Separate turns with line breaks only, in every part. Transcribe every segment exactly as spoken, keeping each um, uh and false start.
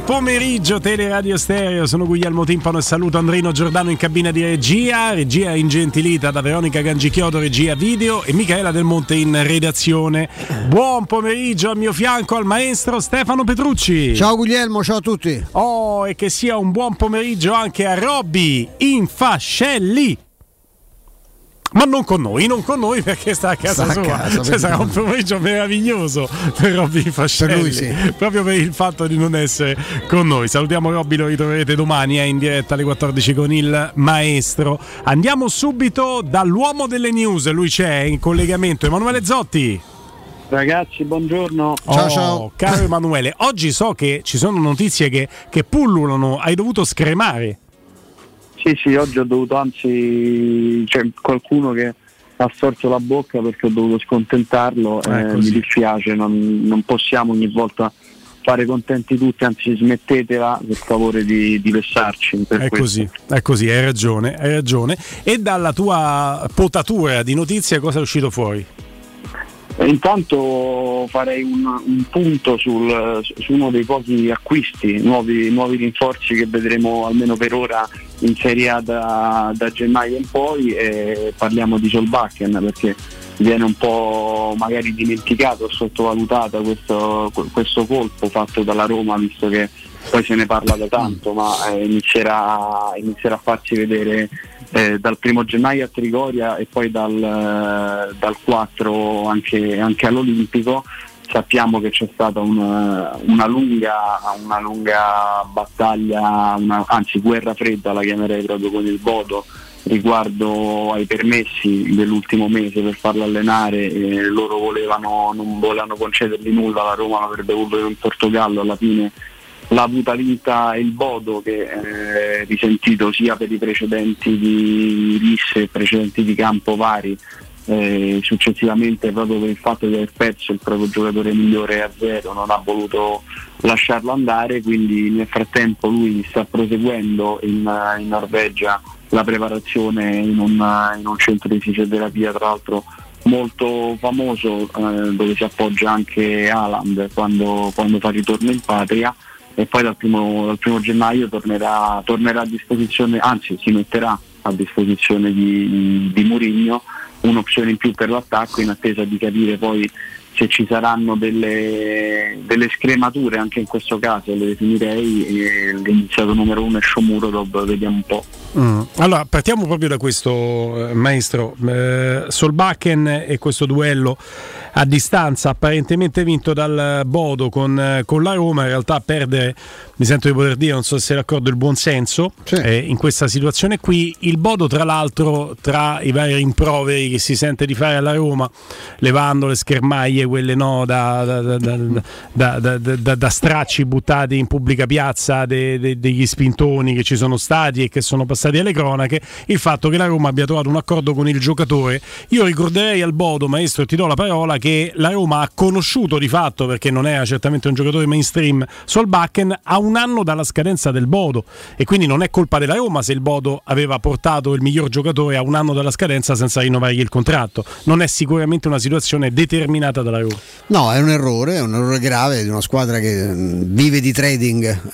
pomeriggio Teleradio Stereo, sono Guglielmo Timpano e saluto Andrino Giordano in cabina di regia, regia ingentilita da Veronica Gangichiodo, regia video, e Michaela Del Monte in redazione. Buon pomeriggio al mio fianco al maestro Stefano Petrucci.
Ciao Guglielmo, ciao a tutti.
Oh, e che sia un buon pomeriggio anche a Robby Infascelli. Ma non con noi, non con noi perché sta a casa sta sua. A casa, cioè, sarà un pomeriggio meraviglioso per Robby Infascelli, per lui, sì. Proprio per il fatto di non essere con noi. Salutiamo Robby, lo ritroverete domani eh, in diretta alle quattordici con il maestro. Andiamo subito dall'uomo delle news, lui c'è in collegamento, Emanuele Zotti.
Ragazzi, buongiorno.
Oh, ciao ciao. Caro Emanuele, oggi so che ci sono notizie che, che pullulano, hai dovuto scremare.
Sì, sì, oggi ho dovuto, anzi, c'è qualcuno che ha storto la bocca perché ho dovuto scontentarlo, eh, eh, mi dispiace, non, non possiamo ogni volta fare contenti tutti, anzi smettetela per favore di, di vessarci. Per
è
questo.
Così, è così, hai ragione, hai ragione. E dalla tua potatura di notizie cosa è uscito fuori?
Intanto farei un, un punto sul, su uno dei pochi acquisti, nuovi, nuovi rinforzi che vedremo almeno per ora in Serie A da, da gennaio in poi, e parliamo di Solbakken perché viene un po' magari dimenticato o sottovalutato questo, questo colpo fatto dalla Roma, visto che poi se ne parla da tanto, ma eh, inizierà, inizierà a farsi vedere eh, dal primo gennaio a Trigoria e poi dal, eh, dal quattro anche, anche all'Olimpico. Sappiamo che c'è stata una, una lunga una lunga battaglia, una, anzi guerra fredda la chiamerei proprio con il Bodo riguardo ai permessi dell'ultimo mese per farlo allenare, e loro volevano non volevano concedergli nulla, la Roma l'avrebbe voluto in Portogallo, alla fine l'ha avuta vinta il Bodo, che è risentito sia per i precedenti di risse e precedenti di campo vari, eh, successivamente proprio per il fatto di aver perso il proprio giocatore migliore a zero non ha voluto lasciarlo andare, quindi nel frattempo lui sta proseguendo in, in Norvegia la preparazione in un, in un centro di fisioterapia tra l'altro molto famoso, eh, dove si appoggia anche Haaland quando, quando fa ritorno in patria, e poi dal primo, dal primo gennaio tornerà, tornerà a disposizione, anzi si metterà a disposizione di, di Mourinho, un'opzione in più per l'attacco, in attesa di capire poi se ci saranno delle, delle scremature anche in questo caso, le definirei, e l'iniziato numero uno è Shomurodov, vediamo un po'.
Mm. Allora partiamo proprio da questo, eh, maestro, eh, Solbakken e questo duello a distanza apparentemente vinto dal Bodo con, con la Roma, in realtà perde, mi sento di poter dire, non so se sei d'accordo, il buon senso, sì. eh, in questa situazione qui. Il Bodo tra l'altro, tra i vari rimproveri che si sente di fare alla Roma, levando le schermaglie quelle no da, da, da, da, da, da, da, da stracci buttati in pubblica piazza, de, de, degli spintoni che ci sono stati e che sono passati alle cronache, il fatto che la Roma abbia trovato un accordo con il giocatore. Io ricorderei al Bodo, maestro, ti do la parola, che la Roma ha conosciuto di fatto, perché non era certamente un giocatore mainstream, Solbakken a un anno dalla scadenza del Bodo, e quindi non è colpa della Roma se il Bodo aveva portato il miglior giocatore a un anno dalla scadenza senza rinnovargli il contratto. Non è sicuramente una situazione determinata dalla Roma.
No, è un errore, è un errore grave di una squadra che vive di trading,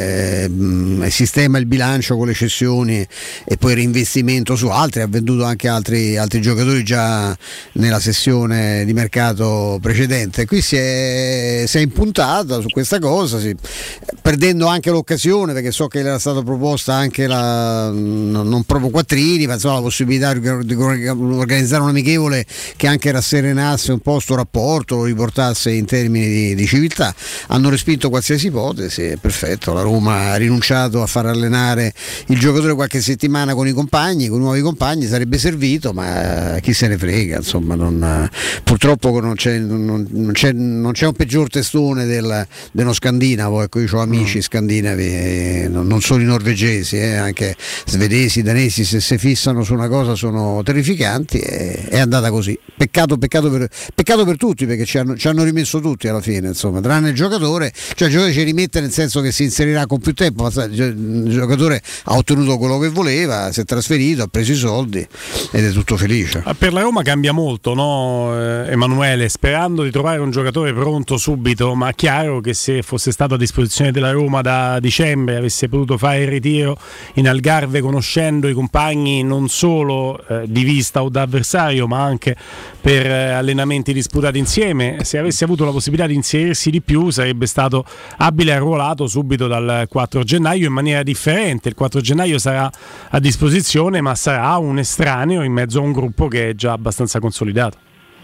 eh, sistema il bilancio con le cessioni e poi reinvestimento su altri, ha venduto anche altri, altri giocatori già nella sessione di mercato precedente. Qui si è, si è impuntata su questa cosa, si, perdendo anche l'occasione, perché so che era stata proposta anche la, non proprio quattrini, ma insomma la possibilità di organizzare un amichevole che anche rasserenasse un po' sto rapporto, lo riportasse in termini di, di civiltà. Hanno respinto qualsiasi ipotesi, perfetto, la Roma ha rinunciato a far allenare il giocatore qualche settimana con i compagni, con i nuovi compagni, sarebbe servito, ma chi se ne frega, insomma, non, purtroppo non c'è, non, non, c'è, non c'è un peggior testone del, dello scandinavo, ecco, io ho amici scandinavi, non, non solo i norvegesi, eh, anche svedesi, danesi, se si fissano su una cosa sono terrificanti, e è andata così. Peccato, peccato per, peccato per tutti, perché ci hanno, ci hanno rimesso tutti alla fine, insomma, tranne il giocatore, cioè il giocatore ci rimette nel senso che si inserirà con più tempo, ma il giocatore ha ottenuto quello che voleva, si è trasferito, ha preso i soldi ed è tutto felice.
Per la Roma cambia molto, no, Emanuele, sperando di trovare un giocatore pronto subito, ma chiaro che se fosse stato a disposizione situazione della Roma da dicembre, avesse potuto fare il ritiro in Algarve conoscendo i compagni non solo eh, di vista o da avversario, ma anche per eh, allenamenti disputati insieme, se avesse avuto la possibilità di inserirsi di più sarebbe stato abile e arruolato subito dal quattro gennaio in maniera differente. Il quattro gennaio sarà a disposizione, ma sarà un estraneo in mezzo a un gruppo che è già abbastanza consolidato.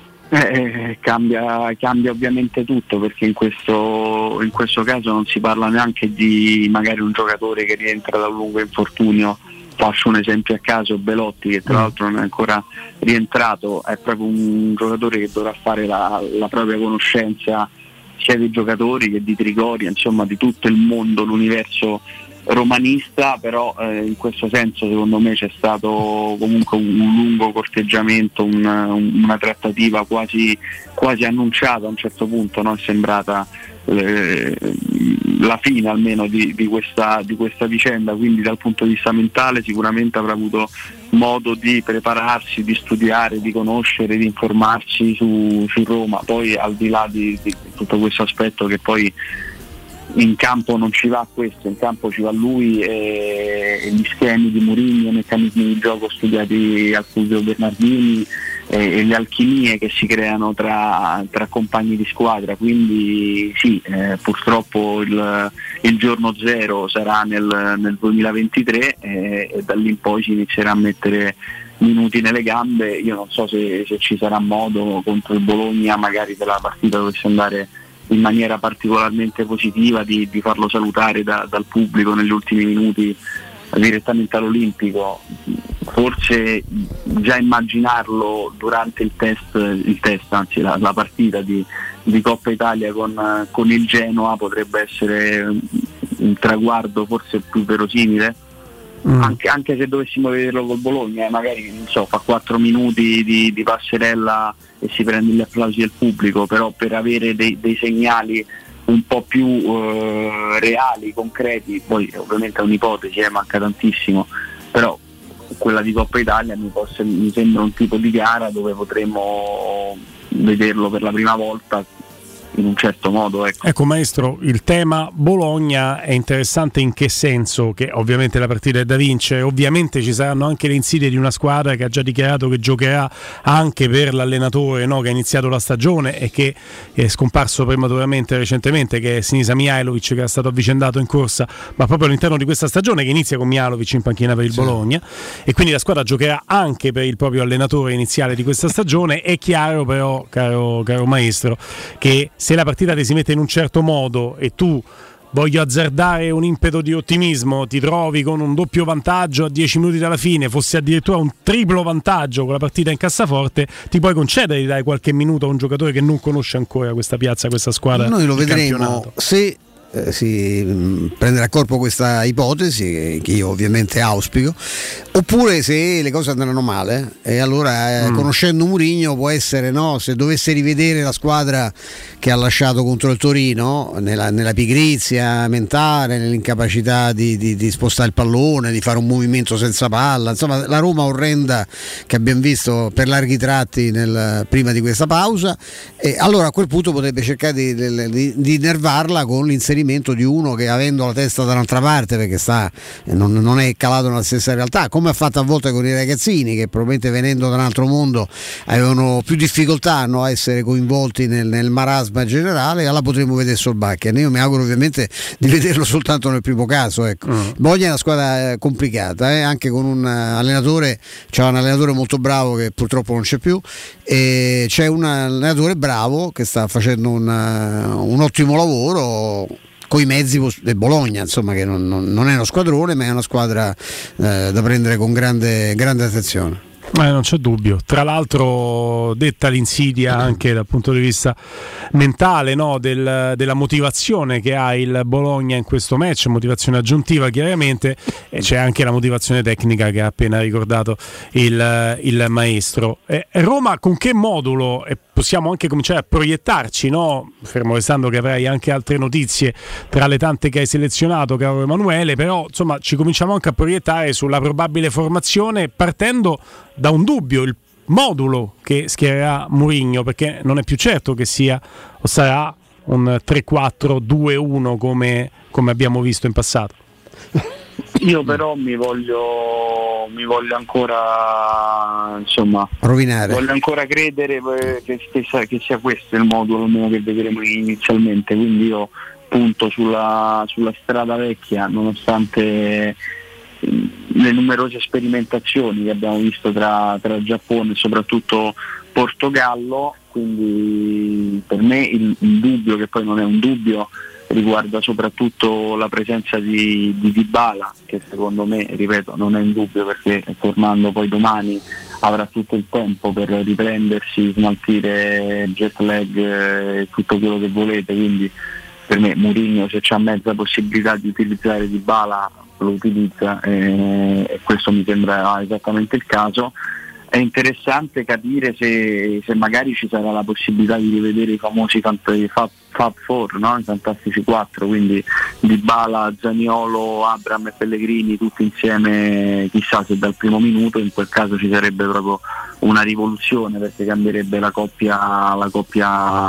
Eh, cambia, cambia ovviamente tutto, perché in questo, in questo caso non si parla neanche di magari un giocatore che rientra da un lungo infortunio. Faccio un esempio a caso, Belotti, che tra l'altro non è ancora rientrato, è proprio un giocatore che dovrà fare la, la propria conoscenza sia dei giocatori che di Trigoria, insomma di tutto il mondo, l'universo romanista, però eh, in questo senso secondo me c'è stato comunque un, un lungo corteggiamento, un, un, una trattativa quasi, quasi annunciata a un certo punto, no? È sembrata eh, la fine almeno di, di, questa, di questa vicenda, quindi dal punto di vista mentale sicuramente avrà avuto modo di prepararsi, di studiare, di conoscere, di informarsi su, su Roma. Poi al di là di, di tutto questo aspetto che poi in campo non ci va questo, in campo ci va lui e, e gli schemi di Mourinho, i meccanismi di gioco studiati al Fulvio Bernardini e, e le alchimie che si creano tra, tra compagni di squadra. Quindi sì, eh, purtroppo il, il giorno zero sarà nel, nel duemilaventitré e, e da lì in poi si inizierà a mettere minuti nelle gambe. Io non so se, se ci sarà modo contro il Bologna, magari se la partita dovesse andare in maniera particolarmente positiva, di, di farlo salutare da, dal pubblico negli ultimi minuti direttamente all'Olimpico. Forse già immaginarlo durante il test, il test anzi la, la partita di, di Coppa Italia con, con il Genoa potrebbe essere un traguardo forse più verosimile. Mm. Anche, anche se dovessimo vederlo col Bologna, eh, magari non so, fa quattro minuti di, di passerella e si prende gli applausi del pubblico, però per avere dei, dei segnali un po' più eh, reali, concreti, poi ovviamente è un'ipotesi, eh, manca tantissimo, però quella di Coppa Italia mi, possa, mi sembra un tipo di gara dove potremo vederlo per la prima volta in un certo modo. Ecco.
ecco maestro, il tema Bologna è interessante in che senso? Che ovviamente la partita è da vincere, ovviamente ci saranno anche le insidie di una squadra che ha già dichiarato che giocherà anche per l'allenatore, no, che ha iniziato la stagione e che è scomparso prematuramente recentemente, che è Sinisa Mihajlovic, che era stato avvicendato in corsa, ma proprio all'interno di questa stagione che inizia con Mihajlovic in panchina per il sì. Bologna, e quindi la squadra giocherà anche per il proprio allenatore iniziale di questa stagione. È chiaro però, caro, caro maestro, che se la partita ti si mette in un certo modo e tu, voglio azzardare un impeto di ottimismo, ti trovi con un doppio vantaggio a dieci minuti dalla fine, fosse addirittura un triplo vantaggio con la partita in cassaforte, ti puoi concedere di dare qualche minuto a un giocatore che non conosce ancora questa piazza, questa squadra.
Noi lo vedremo
campionato.
Se eh, si mh, prenderà a corpo questa ipotesi, che io ovviamente auspico, oppure se le cose andranno male, e allora eh, mm. conoscendo Mourinho può essere, no, se dovesse rivedere la squadra che ha lasciato contro il Torino nella, nella pigrizia mentale, nell'incapacità di, di, di spostare il pallone, di fare un movimento senza palla, insomma la Roma orrenda che abbiamo visto per larghi tratti nel, prima di questa pausa, e allora a quel punto potrebbe cercare di, di, di nervarla con l'inserimento di uno che, avendo la testa da un'altra parte, perché sta, non, non è calato nella stessa realtà, come ha fatto a volte con i ragazzini che probabilmente venendo da un altro mondo avevano più difficoltà, no, a essere coinvolti nel, nel marasma generale. Allora potremo vedere Solbakken. Io mi auguro ovviamente di vederlo soltanto nel primo caso, ecco. Mm. Bologna è una squadra complicata, eh, anche con un allenatore, c'è un allenatore molto bravo che purtroppo non c'è più, e c'è un allenatore bravo che sta facendo un, un ottimo lavoro coi mezzi del Bologna, insomma, che non, non, non è uno squadrone, ma è una squadra eh, da prendere con grande, grande attenzione.
Eh, non c'è dubbio. Tra l'altro, detta l'insidia anche dal punto di vista mentale, no, del, della motivazione che ha il Bologna in questo match, motivazione aggiuntiva chiaramente, e c'è anche la motivazione tecnica che ha appena ricordato il, il maestro. Eh, Roma con che modulo? E possiamo anche cominciare a proiettarci, no? Fermo restando che avrai anche altre notizie tra le tante che hai selezionato, caro Emanuele, però insomma ci cominciamo anche a proiettare sulla probabile formazione, partendo da un dubbio: il modulo che schiererà Mourinho, perché non è più certo che sia o sarà un tre quattro due uno come, come abbiamo visto in passato.
Io però mi voglio mi voglio ancora insomma
rovinare,
voglio ancora credere che, che, che sia questo il modulo almeno che vedremo inizialmente, quindi io punto sulla, sulla strada vecchia, nonostante le numerose sperimentazioni che abbiamo visto tra, tra Giappone e soprattutto Portogallo. Quindi per me il, il dubbio, che poi non è un dubbio, riguarda soprattutto la presenza di, di Dybala, che secondo me, ripeto, non è un dubbio, perché tornando poi domani avrà tutto il tempo per riprendersi, smaltire jet lag e tutto quello che volete, quindi per me Mourinho, se c'ha mezza possibilità di utilizzare Dybala, lo utilizza, e, e questo mi sembra esattamente il caso. È interessante capire se, se magari ci sarà la possibilità di rivedere i famosi Fab, Fab Four, no? I Fantastici quattro, quindi Dybala, Zaniolo, Abraham e Pellegrini tutti insieme, chissà se dal primo minuto. In quel caso ci sarebbe proprio una rivoluzione, perché cambierebbe la coppia, la coppia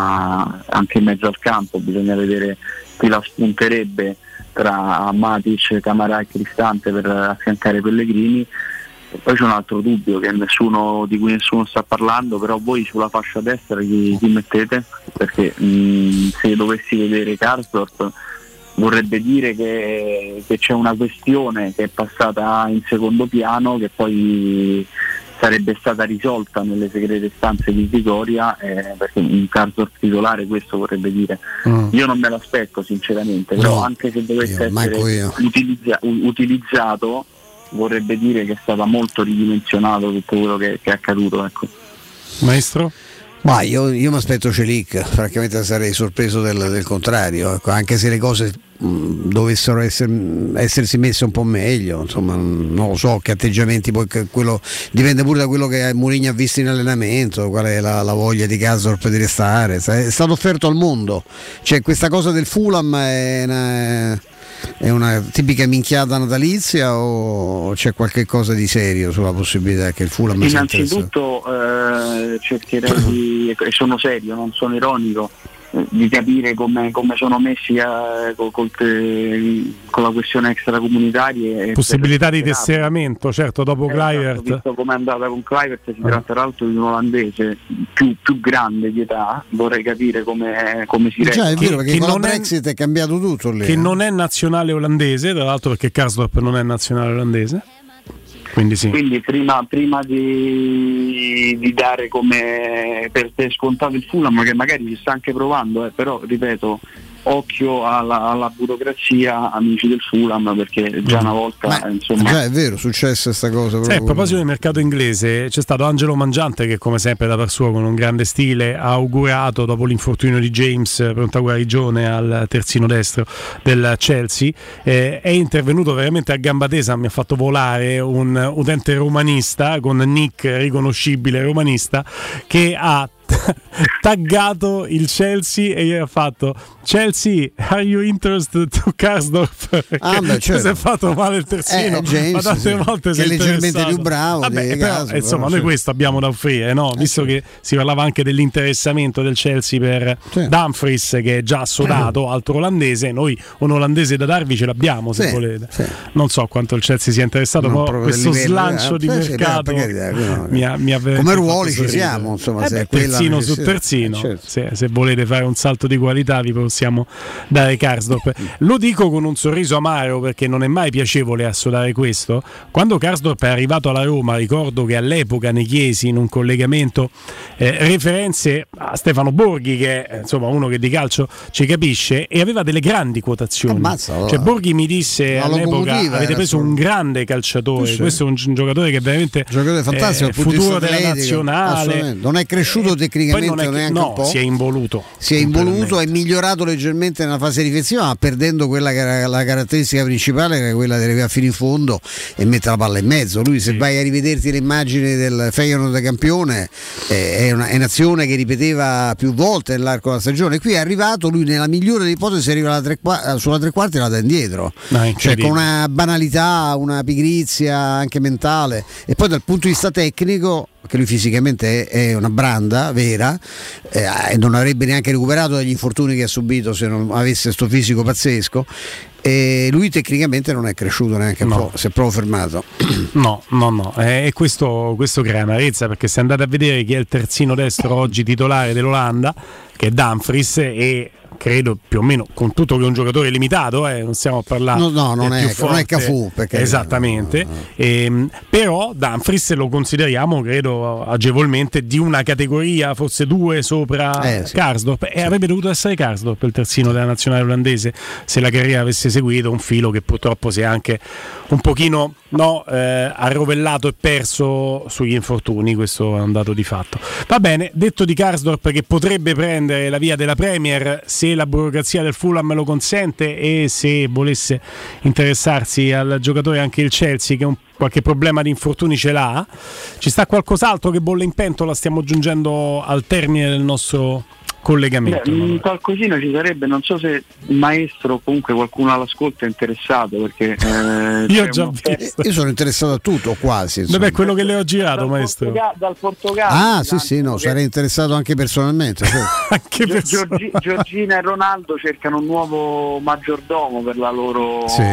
anche in mezzo al campo. Bisogna vedere chi la spunterebbe tra Matic, Camarà e Cristante per affiancare Pellegrini. E poi c'è un altro dubbio che nessuno, di cui nessuno sta parlando, però voi sulla fascia destra chi, chi mettete? Perché mh, se dovessi vedere Karsdorp vorrebbe dire che, che c'è una questione che è passata in secondo piano, che poi sarebbe stata risolta nelle segrete stanze di Vigoria, eh, perché un Karsdorp titolare questo vorrebbe dire. Mm. Io non me l'aspetto sinceramente, però no, anche se dovesse io, essere utilizza, utilizzato vorrebbe dire che è stato molto ridimensionato tutto quello che, che è accaduto, ecco.
Maestro?
Ma io, io mi aspetto Celic, francamente sarei sorpreso del, del contrario, ecco, anche se le cose mh, dovessero essere, essersi messe un po' meglio, insomma non lo so che atteggiamenti, poi quello dipende pure da quello che Mourinho ha visto in allenamento, qual è la, la voglia di Karsdorp di restare, è stato offerto al mondo, cioè questa cosa del Fulham è una, è una tipica minchiata natalizia o c'è qualche cosa di serio sulla possibilità che il Fulham sia
innanzitutto eh, cercherei di, e sono serio, non sono ironico, eh, di capire come, come sono messi eh, col, col te, con la questione extracomunitaria,
possibilità di tesseramento, certo, dopo eh, Kluivert,
visto come è andata con Kluivert, si tratta tra l'altro di un olandese più, più grande di età, vorrei capire come, come si regge.
Già, è vero, perché che con la Brexit è, è cambiato tutto lì,
che
eh?
non è nazionale olandese, tra l'altro, perché Karsdorp non è nazionale olandese. Quindi, sì.
Quindi prima, prima di, di dare come per te scontato il Fulham, che magari ci sta anche provando, eh, però ripeto, occhio alla, alla burocrazia, amici del Fulham, perché già una volta
Ma,
insomma
già è vero, successa questa cosa.
Sì, a proposito del mercato inglese, c'è stato Angelo Mangiante che, come sempre da par suo, con un grande stile, ha augurato dopo l'infortunio di James, pronta guarigione al terzino destro del Chelsea. Eh, è intervenuto veramente a gamba tesa, mi ha fatto volare un utente romanista con nick riconoscibile romanista che ha taggato il Chelsea e gli ha fatto: Chelsea, are you interested to Karsdorp?
Ah, beh, certo.
Si è fatto male il terzino,
eh, James,
ma tante
sì,
volte
che è leggermente più bravo.
Vabbè, però, caso, insomma, però, noi questo abbiamo da offrire, no? Visto eh, che si parlava anche dell'interessamento del Chelsea per sì. Dumfries, che è già assodato, altro olandese, noi un olandese da darvi ce l'abbiamo, se
sì,
volete.
Sì.
Non so quanto il Chelsea sia interessato, ma questo slancio di sì, mercato sì, no, mi ha, mi ha
come ruoli ci siamo, insomma,
eh
se
beh,
è quella
terzino su terzino, eh, certo. se, se volete fare un salto di qualità vi possiamo dare Karsdorp. Lo dico con un sorriso amaro, perché non è mai piacevole assodare questo. Quando Karsdorp è arrivato alla Roma, ricordo che all'epoca ne chiesi in un collegamento eh, referenze a Stefano Borghi, che è insomma uno che di calcio ci capisce, e aveva delle grandi quotazioni.
Ammazza,
cioè Borghi mi disse all'epoca: avete preso un grande calciatore, sì. questo è un, un giocatore che veramente
un giocatore fantastico,
è futuro della nazionale,
non è cresciuto tecnicamente,
non è,
neanche
no,
un po'.
si è involuto
si è involuto, è migliorato leggermente nella fase difensiva, ma perdendo quella che era la caratteristica principale, che era quella di arrivare fino in fondo e mettere la palla in mezzo. Lui, se sì. vai a rivederti le immagini del Feyenoord da campione, eh, è, una, è un'azione che ripeteva più volte nell'arco della stagione. Qui è arrivato, lui nella migliore delle ipotesi arriva alla tre, sulla tre quarti e la da indietro,
no,
cioè con una banalità, una pigrizia anche mentale, e poi dal punto di vista tecnico perché lui fisicamente è, è una branda vera, eh, e non avrebbe neanche recuperato dagli infortuni che ha subito se non avesse questo fisico pazzesco. E lui tecnicamente non è cresciuto neanche
no.
un po', si è proprio fermato.
No, no, no, e eh, questo, questo crea amarezza, perché se andate a vedere chi è il terzino destro oggi titolare dell'Olanda, che è Dumfries, e credo più o meno con tutto che è un giocatore limitato, eh, non stiamo a parlare
no, no, non, è,
più
non è Cafu, perché
esattamente,
no, no, no.
E, però Dumfries lo consideriamo credo agevolmente di una categoria, forse due sopra
eh, sì.
Karsdorp, e avrebbe dovuto essere Karsdorp il terzino della nazionale olandese se la carriera avesse seguito un filo che purtroppo si è anche un pochino no, eh, arrovellato e perso sugli infortuni, questo è un dato di fatto. Va bene, detto di Karsdorp che potrebbe prendere la via della Premier se la burocrazia del Fulham lo consente e se volesse interessarsi al giocatore anche il Chelsea, che un qualche problema di infortuni ce l'ha. Ci sta qualcos'altro che bolle in pentola? Stiamo giungendo al termine del nostro collegamento.
Beh, qualcosina ci sarebbe, non so se il maestro o comunque qualcuno all'ascolto è interessato, perché eh,
io, già visto.
io sono interessato a tutto quasi.
Beh, quello che le ho girato,
dal
maestro.
Portoga- dal Portogallo.
Ah, sì, sì, no, che... sarei interessato anche personalmente. Cioè.
anche
Gi-
person-
Giorgi- Giorgina e Ronaldo cercano un nuovo maggiordomo per la loro
sì.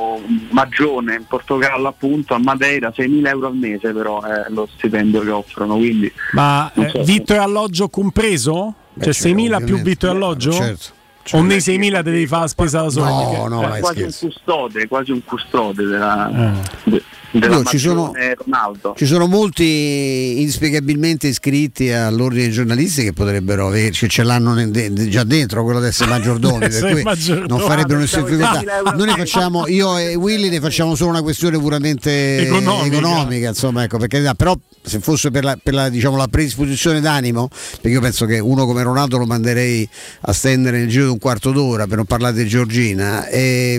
magione in Portogallo, appunto a Madeira, seimila euro al mese però è lo stipendio che offrono, quindi
ma eh,
so
vitto e alloggio compreso?
Beh,
cioè
certo,
seimila più vitto e
Beh,
alloggio?
certo.
O nei seimila te devi fare la spesa da solo?
No, no,
è quasi un custode, quasi un custode della,
eh.
de, della
ci sono,
Ronaldo.
Ci sono molti inspiegabilmente iscritti all'ordine dei giornalisti che potrebbero averci, ce l'hanno ne, de, già dentro quello di essere maggiordomi, per cui maggiordomi. Non farebbero nessuna difficoltà. Noi ne facciamo, io e Willy ne facciamo solo una questione puramente economica, economica insomma, ecco, perché però se fosse per la, per la, diciamo, la predisposizione d'animo, perché io penso che uno come Ronaldo lo manderei a stendere nel giro di un quarto d'ora, per non parlare di Giorgina, e,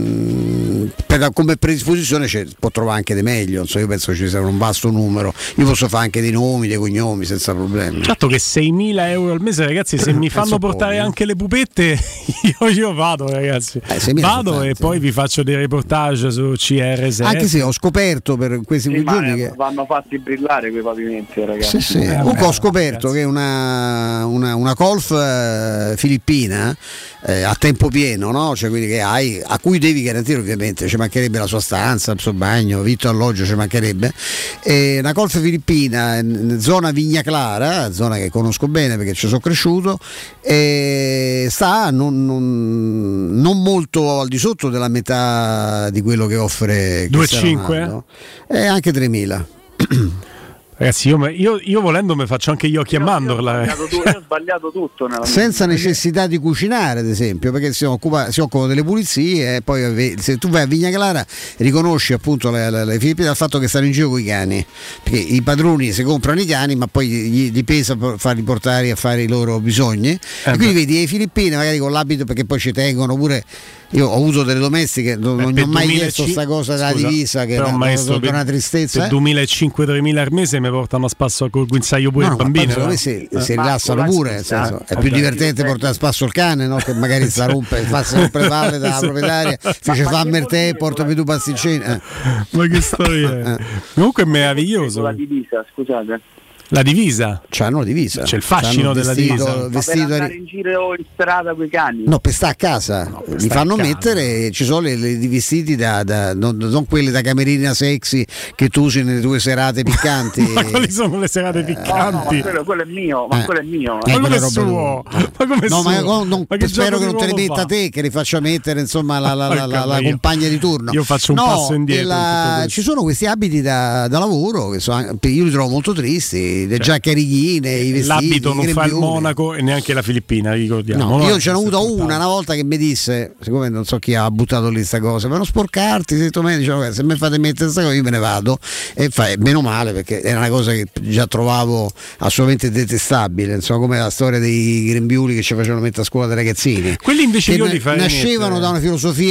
mh, per la, come predisposizione può trovare anche di meglio, insomma, io penso che ci sia un vasto numero, io posso fare anche dei nomi, dei cognomi senza problemi.
Certo che seimila euro al mese, ragazzi, se mi fanno portare poco, anche le pupette io, io vado, ragazzi, eh, vado tanti, e poi vi faccio dei reportage su C R S,
anche se ho scoperto per questi sì, giorni che
vanno fatti brillare quei pavimenti, ragazzi.
Sì, sì. Eh, Comunque ho scoperto ragazzi. che una, una, una golf eh, filippina eh, a tempo pieno, no? Cioè quindi che hai, a cui devi garantire ovviamente, ci mancherebbe la sua stanza, il suo bagno, vitto, alloggio, ci mancherebbe. E una golf filippina in zona Vigna Clara, zona che conosco bene perché ci sono cresciuto, e sta non, non, non molto al di sotto della metà di quello che offre
due virgola cinque
e anche tremila.
Ragazzi, io, io, io volendo mi faccio anche gli occhi a mandorla.
Io ho sbagliato, tu, io ho sbagliato tutto. Nella
Senza necessità di cucinare, ad esempio, perché si, occupa, si occupano delle pulizie. E poi se tu vai a Vigna Clara riconosci appunto le, le, le Filippine dal fatto che stanno in giro con i cani. Perché i padroni si comprano i cani, ma poi gli, gli pesa farli portare a fare i loro bisogni. Eh e quindi vedi le Filippine magari con l'abito, perché poi ci tengono pure. Io ho avuto delle domestiche, non, non ho mai chiesto questa cosa della divisa, che era una, una tristezza.
Per
eh?
duemilacinquecento tremila al mese mi portano a spasso col guinzaglio pure
no,
i bambini.
Secondo me si, si rilassano pure, nel senso, è più divertente portare a spasso il cane, no? Che magari si rompe, fa sempre le palle dalla proprietaria, dice fammi il tè, portami tu pasticcini. Eh.
Ma che storia è? Comunque è meraviglioso.
La divisa, scusate.
La divisa?
C'hanno la divisa.
C'è il fascino della
vestito,
divisa.
Vestito
per andare in giro in strada con i cani?
No, per stare a casa. No, li fanno mettere, ci sono le, le vestiti da, da non, non quelli da camerina sexy che tu usi nelle tue serate piccanti.
Ma quali sono le serate piccanti?
No, no, ma quello, quello è mio, ma eh. quello è mio.
Eh, ma come è suo? Ma come
no,
suo?
ma, non,
ma che
spero che non te li metta te, che li faccia mettere insomma la, la, la, la, la compagna di turno.
Io faccio un
no,
passo indietro.
La, ci sono questi abiti da, da lavoro che sono, io li trovo molto tristi, le giacche righe. I vestiti,
l'abito non fa il Monaco e neanche la Filippina, ricordiamo.
No, io ce n'ho avuta una una volta che mi disse, siccome non so chi ha buttato lì sta cosa, ma non sporcarti, se tu me dicevo, se mi fate mettere questa cosa io me ne vado, e fa, meno male perché era una cosa che già trovavo assolutamente detestabile, insomma, come la storia dei grembiuli che ci facevano mettere a scuola dei ragazzini.
Quelli invece io li farei
nascevano
mettere.
da una filosofia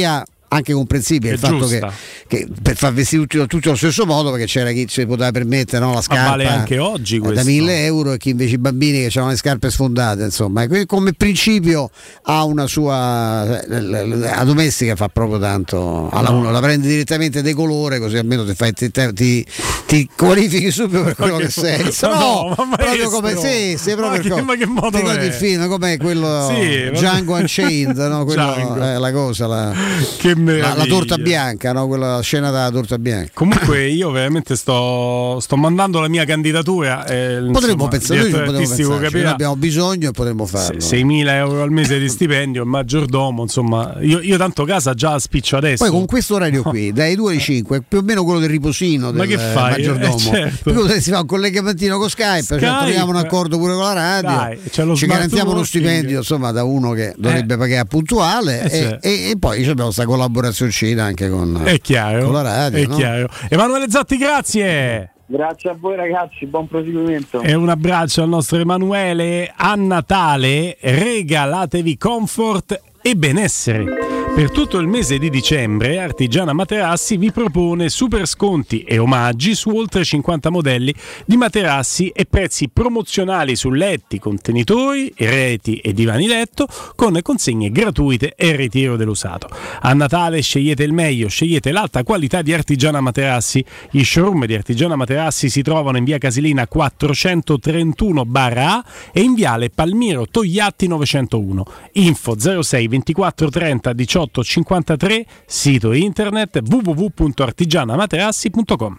anche comprensibile il fatto che, che per far vestire tutti, tutti allo stesso modo, perché c'era chi si poteva permettere, no, la scarpa
vale anche oggi
da mille euro e chi invece i bambini che avevano le scarpe sfondate, insomma, come principio ha una sua la domestica fa proprio tanto alla no. uno la prende direttamente dei colore, così almeno ti, fai, ti, ti, ti qualifichi subito per quello che sei, no, no ma proprio come sì, sei proprio ma che, ma che modo è? Il film come quello sì, Django Unchained, no? Quello è la cosa la, che la, la torta bianca, no? Quella scena della torta bianca.
Comunque io veramente sto, sto mandando la mia candidatura, eh,
potremmo pensare, noi potremmo pensare, abbiamo bisogno e potremmo farlo.
seimila euro al mese di stipendio, il maggiordomo, insomma, io, io tanto casa già spiccio adesso.
Poi con questo orario qui, dai due alle cinque, più o meno quello del riposino del
ma che fai?
maggiordomo. Eh, certo. Si fa un collegamentino con Skype, Skype. Cioè, troviamo un accordo pure con la radio, dai, ci garantiamo uno stipendio, insomma, da uno che dovrebbe eh. pagare puntuale eh, e, certo. e, e poi abbiamo questa collaborazioncina anche con,
è chiaro,
con la radio.
È
no?
chiaro. Emanuele Zotti, grazie.
Grazie a voi ragazzi, buon proseguimento.
E un abbraccio al nostro Emanuele. A Natale regalatevi comfort e benessere. Per tutto il mese di dicembre Artigiana Materassi vi propone super sconti e omaggi su oltre cinquanta modelli di materassi e prezzi promozionali su letti, contenitori, reti e divani letto con consegne gratuite e ritiro dell'usato. A Natale scegliete il meglio, scegliete l'alta qualità di Artigiana Materassi. Gli showroom di Artigiana Materassi si trovano in via Casilina quattrocentotrentuno A e in viale Palmiro Togliatti novecentouno. Info zero sei ventiquattro trenta diciotto cinquantatré, sito internet w w w punto artigianamaterassi punto com.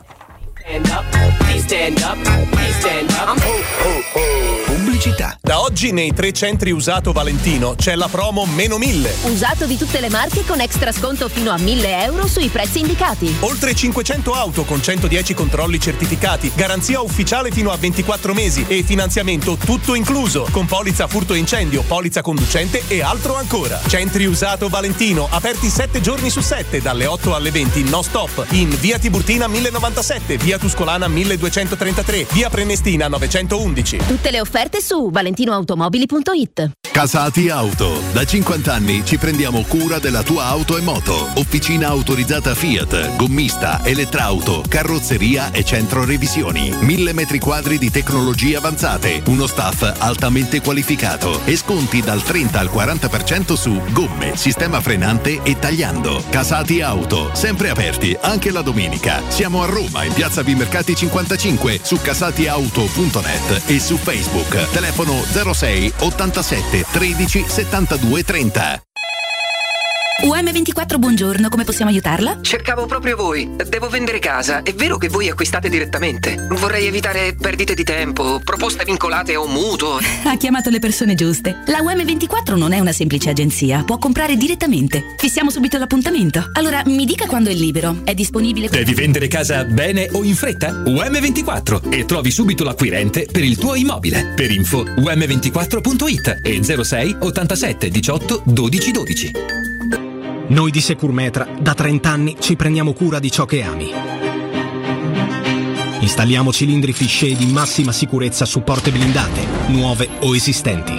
Pubblicità. Da oggi nei tre centri usato Valentino c'è la promo meno mille.
Usato di tutte le marche con extra sconto fino a mille euro sui prezzi indicati.
Oltre cinquecento auto con centodieci controlli certificati, garanzia ufficiale fino a ventiquattro mesi e finanziamento tutto incluso, con polizza furto incendio, polizza conducente e altro ancora. Centri usato Valentino, aperti sette giorni su sette, dalle otto alle venti, no stop, in via Tiburtina mille novantasette, via Tuscolana milleduecentotrentatré, via Prenestina novecentoundici.
Tutte le offerte su valentinoautomobili punto it.
Casati Auto. Da cinquanta anni ci prendiamo cura della tua auto e moto. Officina autorizzata Fiat, gommista, elettrauto, carrozzeria e centro revisioni. Mille metri quadri di tecnologie avanzate, uno staff altamente qualificato e sconti dal trenta al quaranta per cento su gomme, sistema frenante e tagliando. Casati Auto, sempre aperti anche la domenica. Siamo a Roma in piazza Vimercati cinquantacinque, su casatiauto punto net e su Facebook. Telefono zero sei ottantasette tredici settantadue trenta.
U M ventiquattro, buongiorno, come possiamo aiutarla?
Cercavo proprio voi. Devo vendere casa. È vero che voi acquistate direttamente? Vorrei evitare perdite di tempo, proposte vincolate o mutuo.
Ha chiamato le persone giuste. La U M ventiquattro non è una semplice agenzia, può comprare direttamente. Fissiamo subito l'appuntamento. Allora, mi dica quando è libero. È disponibile?
Devi vendere casa bene o in fretta? U M ventiquattro e trovi subito l'acquirente per il tuo immobile. Per info u m ventiquattro punto it e zero sei ottantasette diciotto dodici dodici.
Noi di Securmetra da trenta anni ci prendiamo cura di ciò che ami. Installiamo cilindri Fichet di massima sicurezza su porte blindate, nuove o esistenti.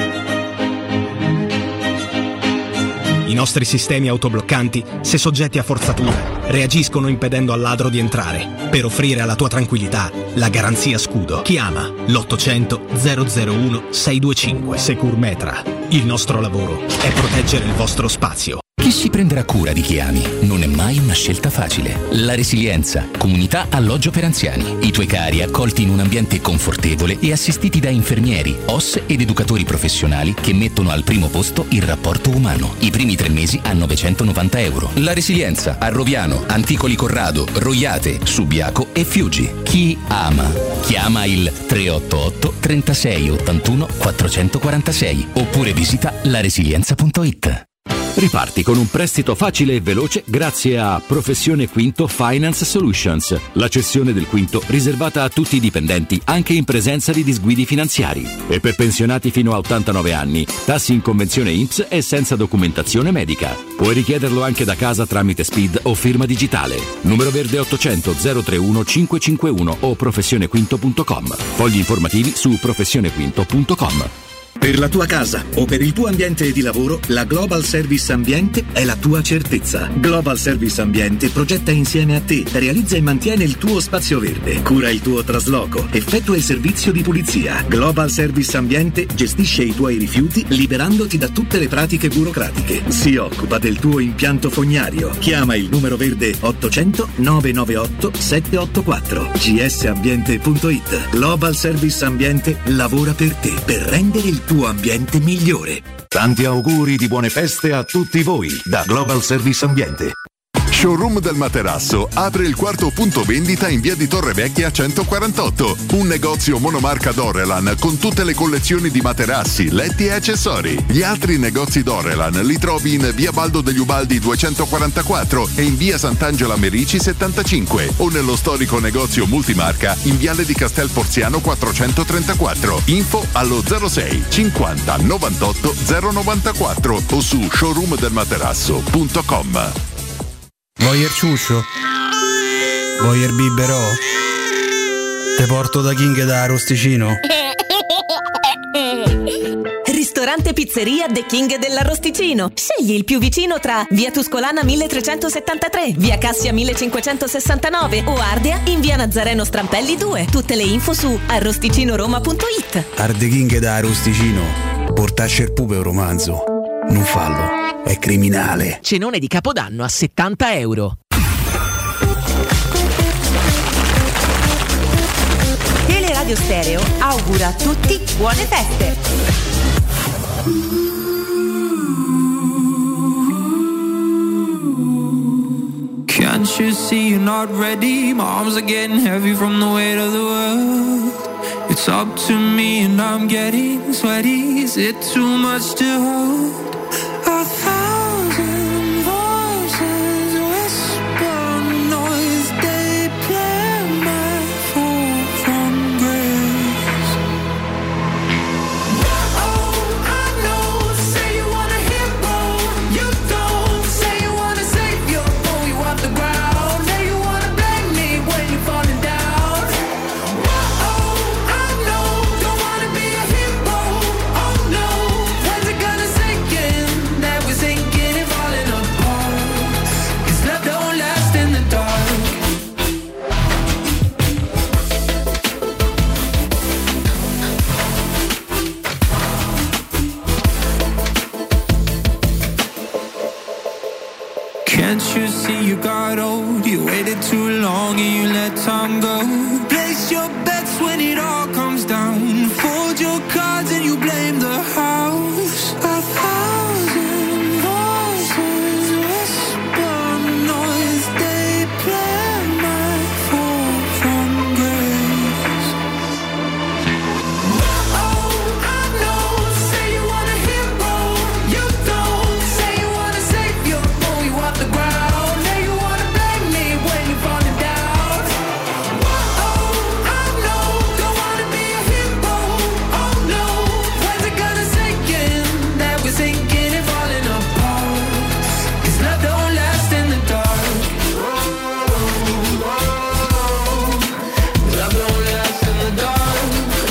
I nostri sistemi autobloccanti, se soggetti a forzatura, reagiscono impedendo al ladro di entrare, per offrire alla tua tranquillità la garanzia scudo. Chiama l'ottocento zero zero uno sei due cinque. Securmetra. Il nostro lavoro è proteggere il vostro spazio.
Chi si prenderà cura di chi ami non è mai una scelta facile. La Resilienza, comunità alloggio per anziani. I tuoi cari accolti in un ambiente confortevole e assistiti da infermieri, O S ed educatori professionali che mettono al primo posto il rapporto umano. I primi tre mesi a novecentonovanta euro. La Resilienza a Roviano, Anticoli Corrado, Roiate, Subiaco e Fiuggi. Chi ama? Chiama il tre otto otto trentasei ottantuno quattrocentoquarantasei oppure visita la resilienza punto it.
Riparti con un prestito facile e veloce grazie a Professione Quinto Finance Solutions, la cessione del quinto riservata a tutti i dipendenti anche in presenza di disguidi finanziari. E per pensionati fino a ottantanove anni, tassi in convenzione I N P S e senza documentazione medica. Puoi richiederlo anche da casa tramite S P I D o firma digitale. Numero verde ottocento zero trentuno cinquecentocinquantuno o professionequinto punto com. Fogli informativi su professionequinto punto com. Per la tua casa o per il tuo ambiente di lavoro, la Global Service Ambiente è la tua certezza. Global Service Ambiente progetta insieme a te, realizza e mantiene il tuo spazio verde, cura il tuo trasloco, effettua il servizio di pulizia. Global Service Ambiente gestisce i tuoi rifiuti liberandoti da tutte le pratiche burocratiche. Si occupa del tuo impianto fognario. Chiama il numero verde ottocento nove nove otto sette otto quattro g s ambiente punto i t. Global Service Ambiente lavora per te, per rendere il tuo ambiente migliore.
Tanti auguri di buone feste a tutti voi da Global Service Ambiente. Showroom del Materasso apre il quarto punto vendita in via di Torrevecchia centoquarantotto, un negozio monomarca Dorelan con tutte le collezioni di materassi, letti e accessori. Gli altri negozi Dorelan li trovi in via Baldo degli Ubaldi duecentoquarantaquattro e in via Sant'Angela Merici settantacinque o nello storico negozio multimarca in viale di Castel Porziano quattrocentotrentaquattro. Info allo zero sei cinquanta novantotto zero novantaquattro o su showroom del materasso punto com.
Voyer ciuscio? Voyer biberò? Te porto da King da Arrosticino?
Ristorante Pizzeria The King dell'Arrosticino. Scegli il più vicino tra via Tuscolana milletrecentosettantatré, via Cassia millecinquecentosessantanove o Ardea in via Nazareno Strampelli due. Tutte le info su arrosticinoroma punto i t.
Arde King da Arrosticino. Portasce il pupe un romanzo. Non fallo. È criminale.
Cenone di Capodanno a settanta euro.
Teleradio Stereo augura a tutti buone feste.
Can't you see you're not ready? My arms are getting heavy from the weight of the world. It's up to me and I'm getting sweaty. Is it too much to hold? A thousand voices whisper noise, they play my fall from grace. Oh, I know, say you want a hero, you don't. Say you want a savior, pull you off the ground. Say you wanna blame me when you're falling down. Oh, I know, don't wanna be a hero, oh no. When's it gonna sink in? Sinking and falling apart, 'cause love don't last in the dark. Can't you see you got old? You waited too long and you let time go. Place your bets when it all comes down. Fold your cards and you blame the house. A thousand voices whisper noise, they play my fall from grace. Oh, I know, say you want a hero, you don't. Say you want a savior, pull you off the ground. Say you wanna blame me when you're falling down. Oh, I know, don't wanna be a hero, oh no. When's it gonna sink in that we're sinking and falling apart? 'Cause love don't last in the dark. Love don't last in the dark.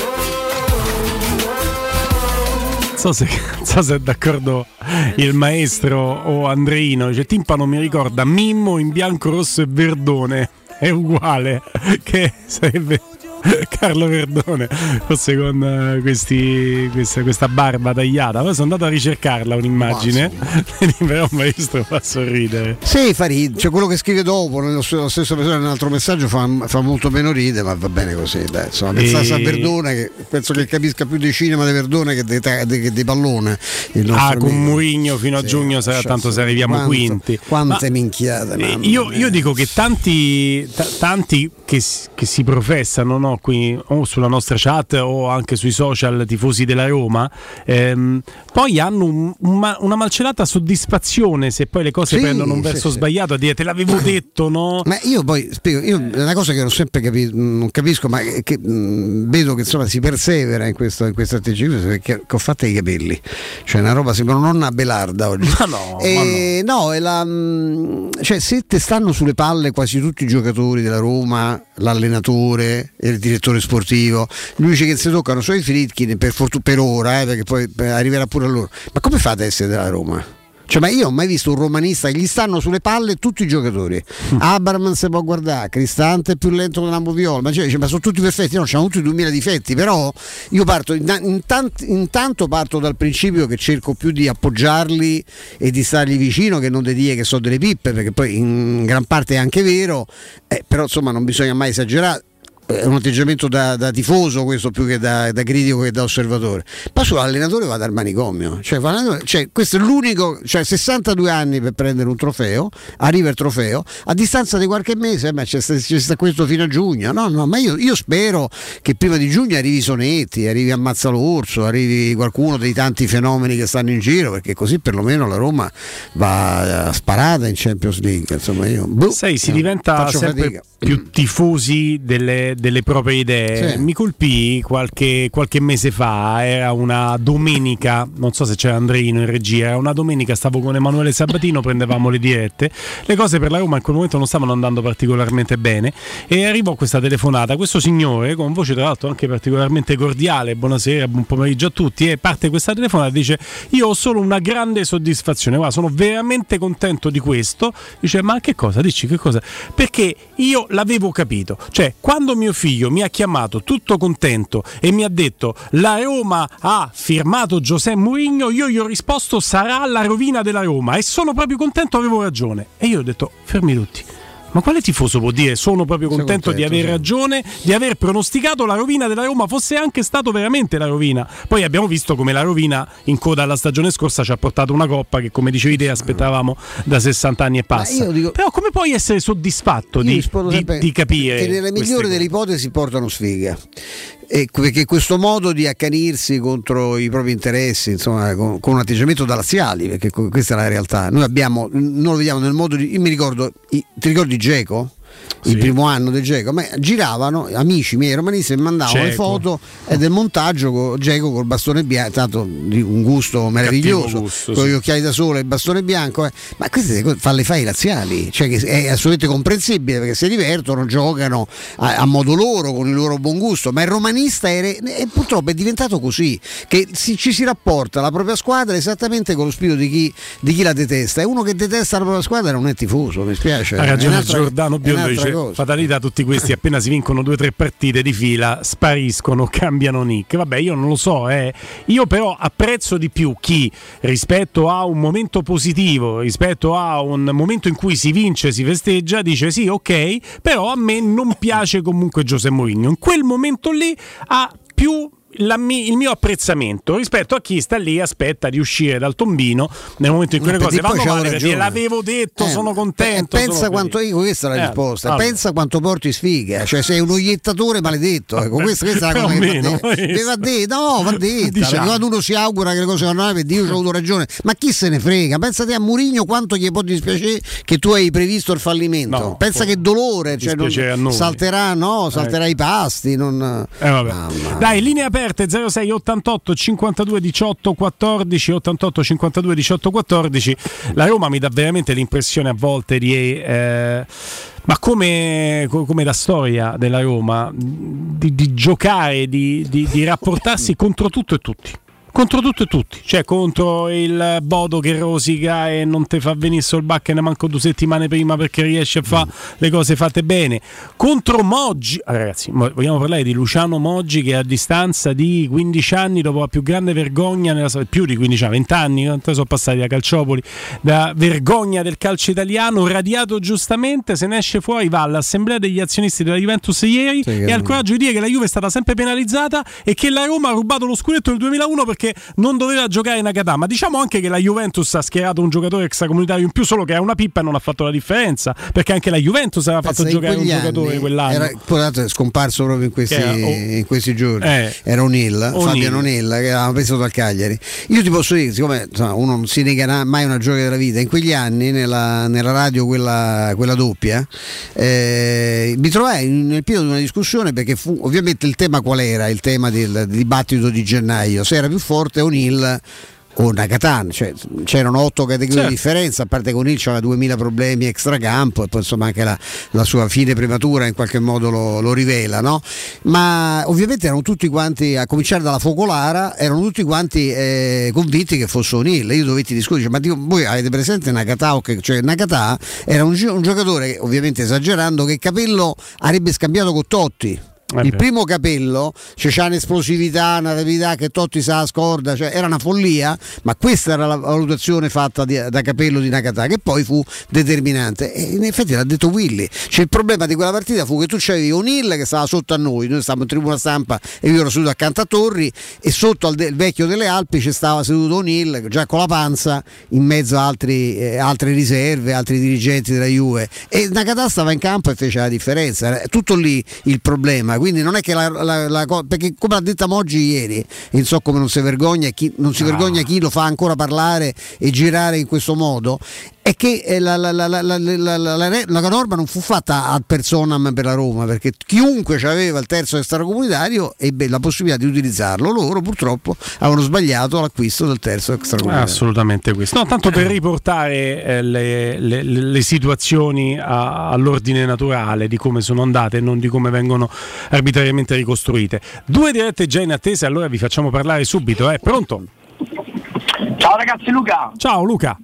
Non so se, non so se è d'accordo il maestro o Andreino. Dice Timpano mi ricorda Mimmo in bianco, rosso e verdone. È uguale, che sarebbe Carlo Verdone, forse con uh, questi, questa, questa barba tagliata. Poi sono andato a ricercarla un'immagine, però il maestro fa sorridere.
Sì, fa ridere, cioè quello che scrive dopo nello stesso nell'altro messaggio fa, fa molto meno ridere, ma va bene così. Dai, insomma, pensate e... a Verdone, che penso che capisca più di cinema di Verdone che di, di, di pallone.
Ah, con Mourinho fino a sì, giugno sarà tanto se arriviamo
quanto,
quinti.
Quante ma, minchiate.
Io, io dico che tanti, t- tanti che, che si professano, no? Qui o sulla nostra chat o anche sui social tifosi della Roma, ehm, poi hanno un, un, una malcelata soddisfazione se poi le cose sì, prendono un verso sì, sbagliato, a dire te l'avevo detto, no? Ma
io poi spiego, io è una cosa che non sempre capi, non capisco, ma che mh, vedo che insomma si persevera in questo, in questo atteggiamento, perché ho fatto i capelli, cioè una roba sembra una nonna Belarda oggi.
Ma no,
e,
ma no.
no è la, mh, cioè se te stanno sulle palle quasi tutti i giocatori della Roma, l'allenatore, e direttore sportivo, gli unici che si toccano sono i Friedkin per, fortuna, per ora, eh, perché poi arriverà pure a loro. Ma come fate ad essere della Roma? Cioè, ma io ho mai visto un romanista che gli stanno sulle palle tutti i giocatori. mm. Abraham se può guardare, Cristante è più lento che Lambo Viola, ma, cioè, ma sono tutti perfetti, no, c'hanno tutti duemila difetti, però io parto intanto, intanto parto dal principio che cerco più di appoggiarli e di stargli vicino che non di dire che sono delle pippe, perché poi in gran parte è anche vero, eh, però insomma non bisogna mai esagerare. È un atteggiamento da, da tifoso questo più che da, da critico che da osservatore. Ma sull'allenatore va dal manicomio, cioè, cioè questo è l'unico, cioè sessantadue anni per prendere un trofeo, arriva il trofeo a distanza di qualche mese, ma c'è, c'è sta questo fino a giugno. No, no, ma io, io spero che prima di giugno arrivi Sonetti, arrivi Ammazza l'Orso, arrivi qualcuno dei tanti fenomeni che stanno in giro, perché così perlomeno la Roma va sparata in Champions League. Insomma, io boh,
sai, si diventa sempre fatica. Più tifosi delle, delle proprie idee. Sì. Mi colpì qualche, qualche mese fa, era una domenica, non so se c'era Andreino in regia, era una domenica, stavo con Emanuele Sabatino, prendevamo le dirette, le cose per la Roma in quel momento non stavano andando particolarmente bene e arrivò questa telefonata, questo signore con voce tra l'altro anche particolarmente cordiale, buonasera, buon pomeriggio a tutti, e parte questa telefonata e dice: io ho solo una grande soddisfazione, guarda, sono veramente contento di questo. Dice: ma che cosa? Dici che cosa? Perché io l'avevo capito, cioè quando mio figlio mi ha chiamato tutto contento e mi ha detto la Roma ha firmato José Mourinho, io gli ho risposto sarà la rovina della Roma e sono proprio contento, avevo ragione. E io ho detto: fermi tutti, ma quale tifoso può dire sono proprio contento, contento di aver sì. ragione, di aver pronosticato la rovina della Roma, fosse anche stato veramente la rovina? Poi abbiamo visto come la rovina in coda alla stagione scorsa ci ha portato una coppa che, come dicevi te, aspettavamo da sessanta anni e passa. Dico, però come puoi essere soddisfatto di, di, di capire
che nelle migliori delle ipotesi portano sfiga? E perché questo modo di accanirsi contro i propri interessi, insomma, con, con un atteggiamento da laziali, perché questa è la realtà. Noi abbiamo, non lo vediamo nel modo di. Io mi ricordo, ti ricordi Dzeko? Sì. Il primo anno del Dzeko, ma giravano amici miei romanisti e mi mandavano Dzeko. Le foto e del montaggio con Dzeko col bastone bianco, tanto di un gusto meraviglioso, gusto, con sì. gli occhiali da sole e il bastone bianco, eh. Ma queste cose le fai laziali, cioè che è assolutamente comprensibile perché si divertono, giocano a, a modo loro con il loro buon gusto, ma il romanista è, è purtroppo è diventato così, che si, ci si rapporta alla propria squadra esattamente con lo spirito di chi, di chi la detesta, e uno che detesta la propria squadra non è tifoso, mi spiace.
Ha ragione Giordano Biondo, dice cosa. Fatalità, tutti questi appena si vincono due o tre partite di fila spariscono, cambiano nick. Vabbè, io non lo so, eh. Io però apprezzo di più chi rispetto a un momento positivo, rispetto a un momento in cui si vince, si festeggia, dice sì, ok, però a me non piace comunque José Mourinho. In quel momento lì ha più La, il mio apprezzamento rispetto a chi sta lì aspetta di uscire dal tombino nel momento in cui le cose vanno male, perché l'avevo detto, eh, sono contento.
Pensa
sono
quanto io, questa è la eh, risposta. Allora. Pensa quanto porti sfiga, cioè sei uno iettatore maledetto. Ecco, questa, questa è la cosa che va detta. Va detta, no, va detta. Diciamo. Quando uno si augura che le cose vanno male, Dio, io ho avuto ragione. Ma chi se ne frega? Pensate a Mourinho quanto gli può dispiacere che tu hai previsto il fallimento. No, pensa che dolore, cioè non, salterà, no, salterà eh. i pasti. Non...
Eh, vabbè. Dai, linee aperte zero sei ottantotto cinquantadue diciotto quattordici ottantotto cinquantadue diciotto quattordici. La Roma mi dà veramente l'impressione a volte di eh, ma come, come la storia della Roma di, di giocare, di, di, di rapportarsi contro tutto e tutti. Contro tutto e tutti, cioè contro il Bodo che rosica e non te fa venire Solbakken manco due settimane prima perché riesce a fare mm. le cose fatte bene, contro Moggi. Ah, ragazzi, vogliamo parlare di Luciano Moggi che a distanza di quindici anni, dopo la più grande vergogna nella storia, più di quindici anni, venti anni, quanto sono passati da Calciopoli, da vergogna del calcio italiano, radiato giustamente, se ne esce fuori, va all'assemblea degli azionisti della Juventus ieri sì, e ha il coraggio di dire che la Juve è stata sempre penalizzata e che la Roma ha rubato lo scudetto nel duemilauno perché non doveva giocare in Nakata. Ma diciamo anche che la Juventus ha schierato un giocatore extracomunitario in più, solo che era una pippa e non ha fatto la differenza, perché anche la Juventus aveva fatto giocare un giocatore quell'anno.
Era, è scomparso proprio in questi, era, oh, in questi giorni eh, era O'Neill, Fabiano O'Neill, che avevamo pensato al Cagliari. Io ti posso dire, siccome insomma, uno non si negherà mai una gioia della vita, in quegli anni nella, nella radio quella, quella doppia eh, mi trovai nel pieno di una discussione, perché fu ovviamente il tema qual era? Il tema del, del dibattito di gennaio, se era più forte O'Neill o Nakatan, cioè c'erano otto categorie
certo.
di differenza, a parte con il c'aveva duemila problemi extracampo e poi insomma anche la, la sua fine prematura in qualche modo lo, lo rivela, no? Ma ovviamente erano tutti quanti, a cominciare dalla Focolara, erano tutti quanti eh, convinti che fosse O'Neill. Io dovetti discutere, ma dico, voi avete presente Nakata? Cioè Nakata era un, un giocatore, ovviamente esagerando, che Capello avrebbe scambiato con Totti.
Eh
il
beh.
primo Capello, cioè c'ha un'esplosività, una rapidità che Totti sa la scorda, cioè era una follia, ma questa era la valutazione fatta di, da Capello di Nakata, che poi fu determinante, e in effetti l'ha detto Willy. Cioè il problema di quella partita fu che tu c'avevi O'Neill che stava sotto a noi, noi stavamo in tribuna stampa e io ero seduto accanto a Torri, e sotto al de- il vecchio delle Alpi ci stava seduto O'Neill già con la panza in mezzo a altri, eh, altre riserve, altri dirigenti della Juve, e Nakata stava in campo e fece la differenza. Era tutto lì il problema. Quindi non è che la, la, la perché come ha detto Moggi ieri, non so come non si vergogna chi, non si vergogna chi lo fa ancora parlare e girare in questo modo, è che la, la, la, la, la, la, la, la norma non fu fatta ad personam per la Roma, perché chiunque aveva il terzo extracomunitario ebbe la possibilità di utilizzarlo. Loro purtroppo avevano sbagliato l'acquisto del terzo extracomunitario.
Assolutamente questo. No, tanto per riportare eh, le, le, le situazioni a, all'ordine naturale di come sono andate e non di come vengono arbitrariamente ricostruite. Due dirette già in attesa, allora vi facciamo parlare subito. Eh. Pronto?
Ciao ragazzi, Luca.
Ciao Luca.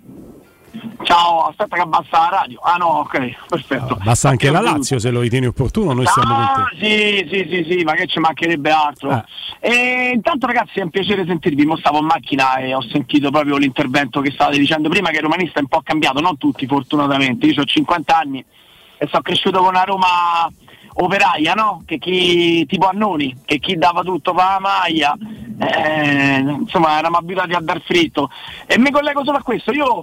Ciao, aspetta che abbassa la radio. Ah no, ok, perfetto.
Basta anche la Lazio, se lo ritieni opportuno, noi siamo con
Ah,
te.
sì, sì, sì, sì, ma che ci mancherebbe altro.
Ah.
E intanto ragazzi è un piacere sentirvi, mo stavo in macchina e ho sentito proprio l'intervento che stavate dicendo prima, che il romanista è un po' cambiato, non tutti fortunatamente. Io ho cinquanta anni e sono cresciuto con una Roma operaia, no? Che chi tipo Annoni, che chi dava tutto per la maglia, eh, insomma eravamo abituati a dar fritto. E mi collego solo a questo, io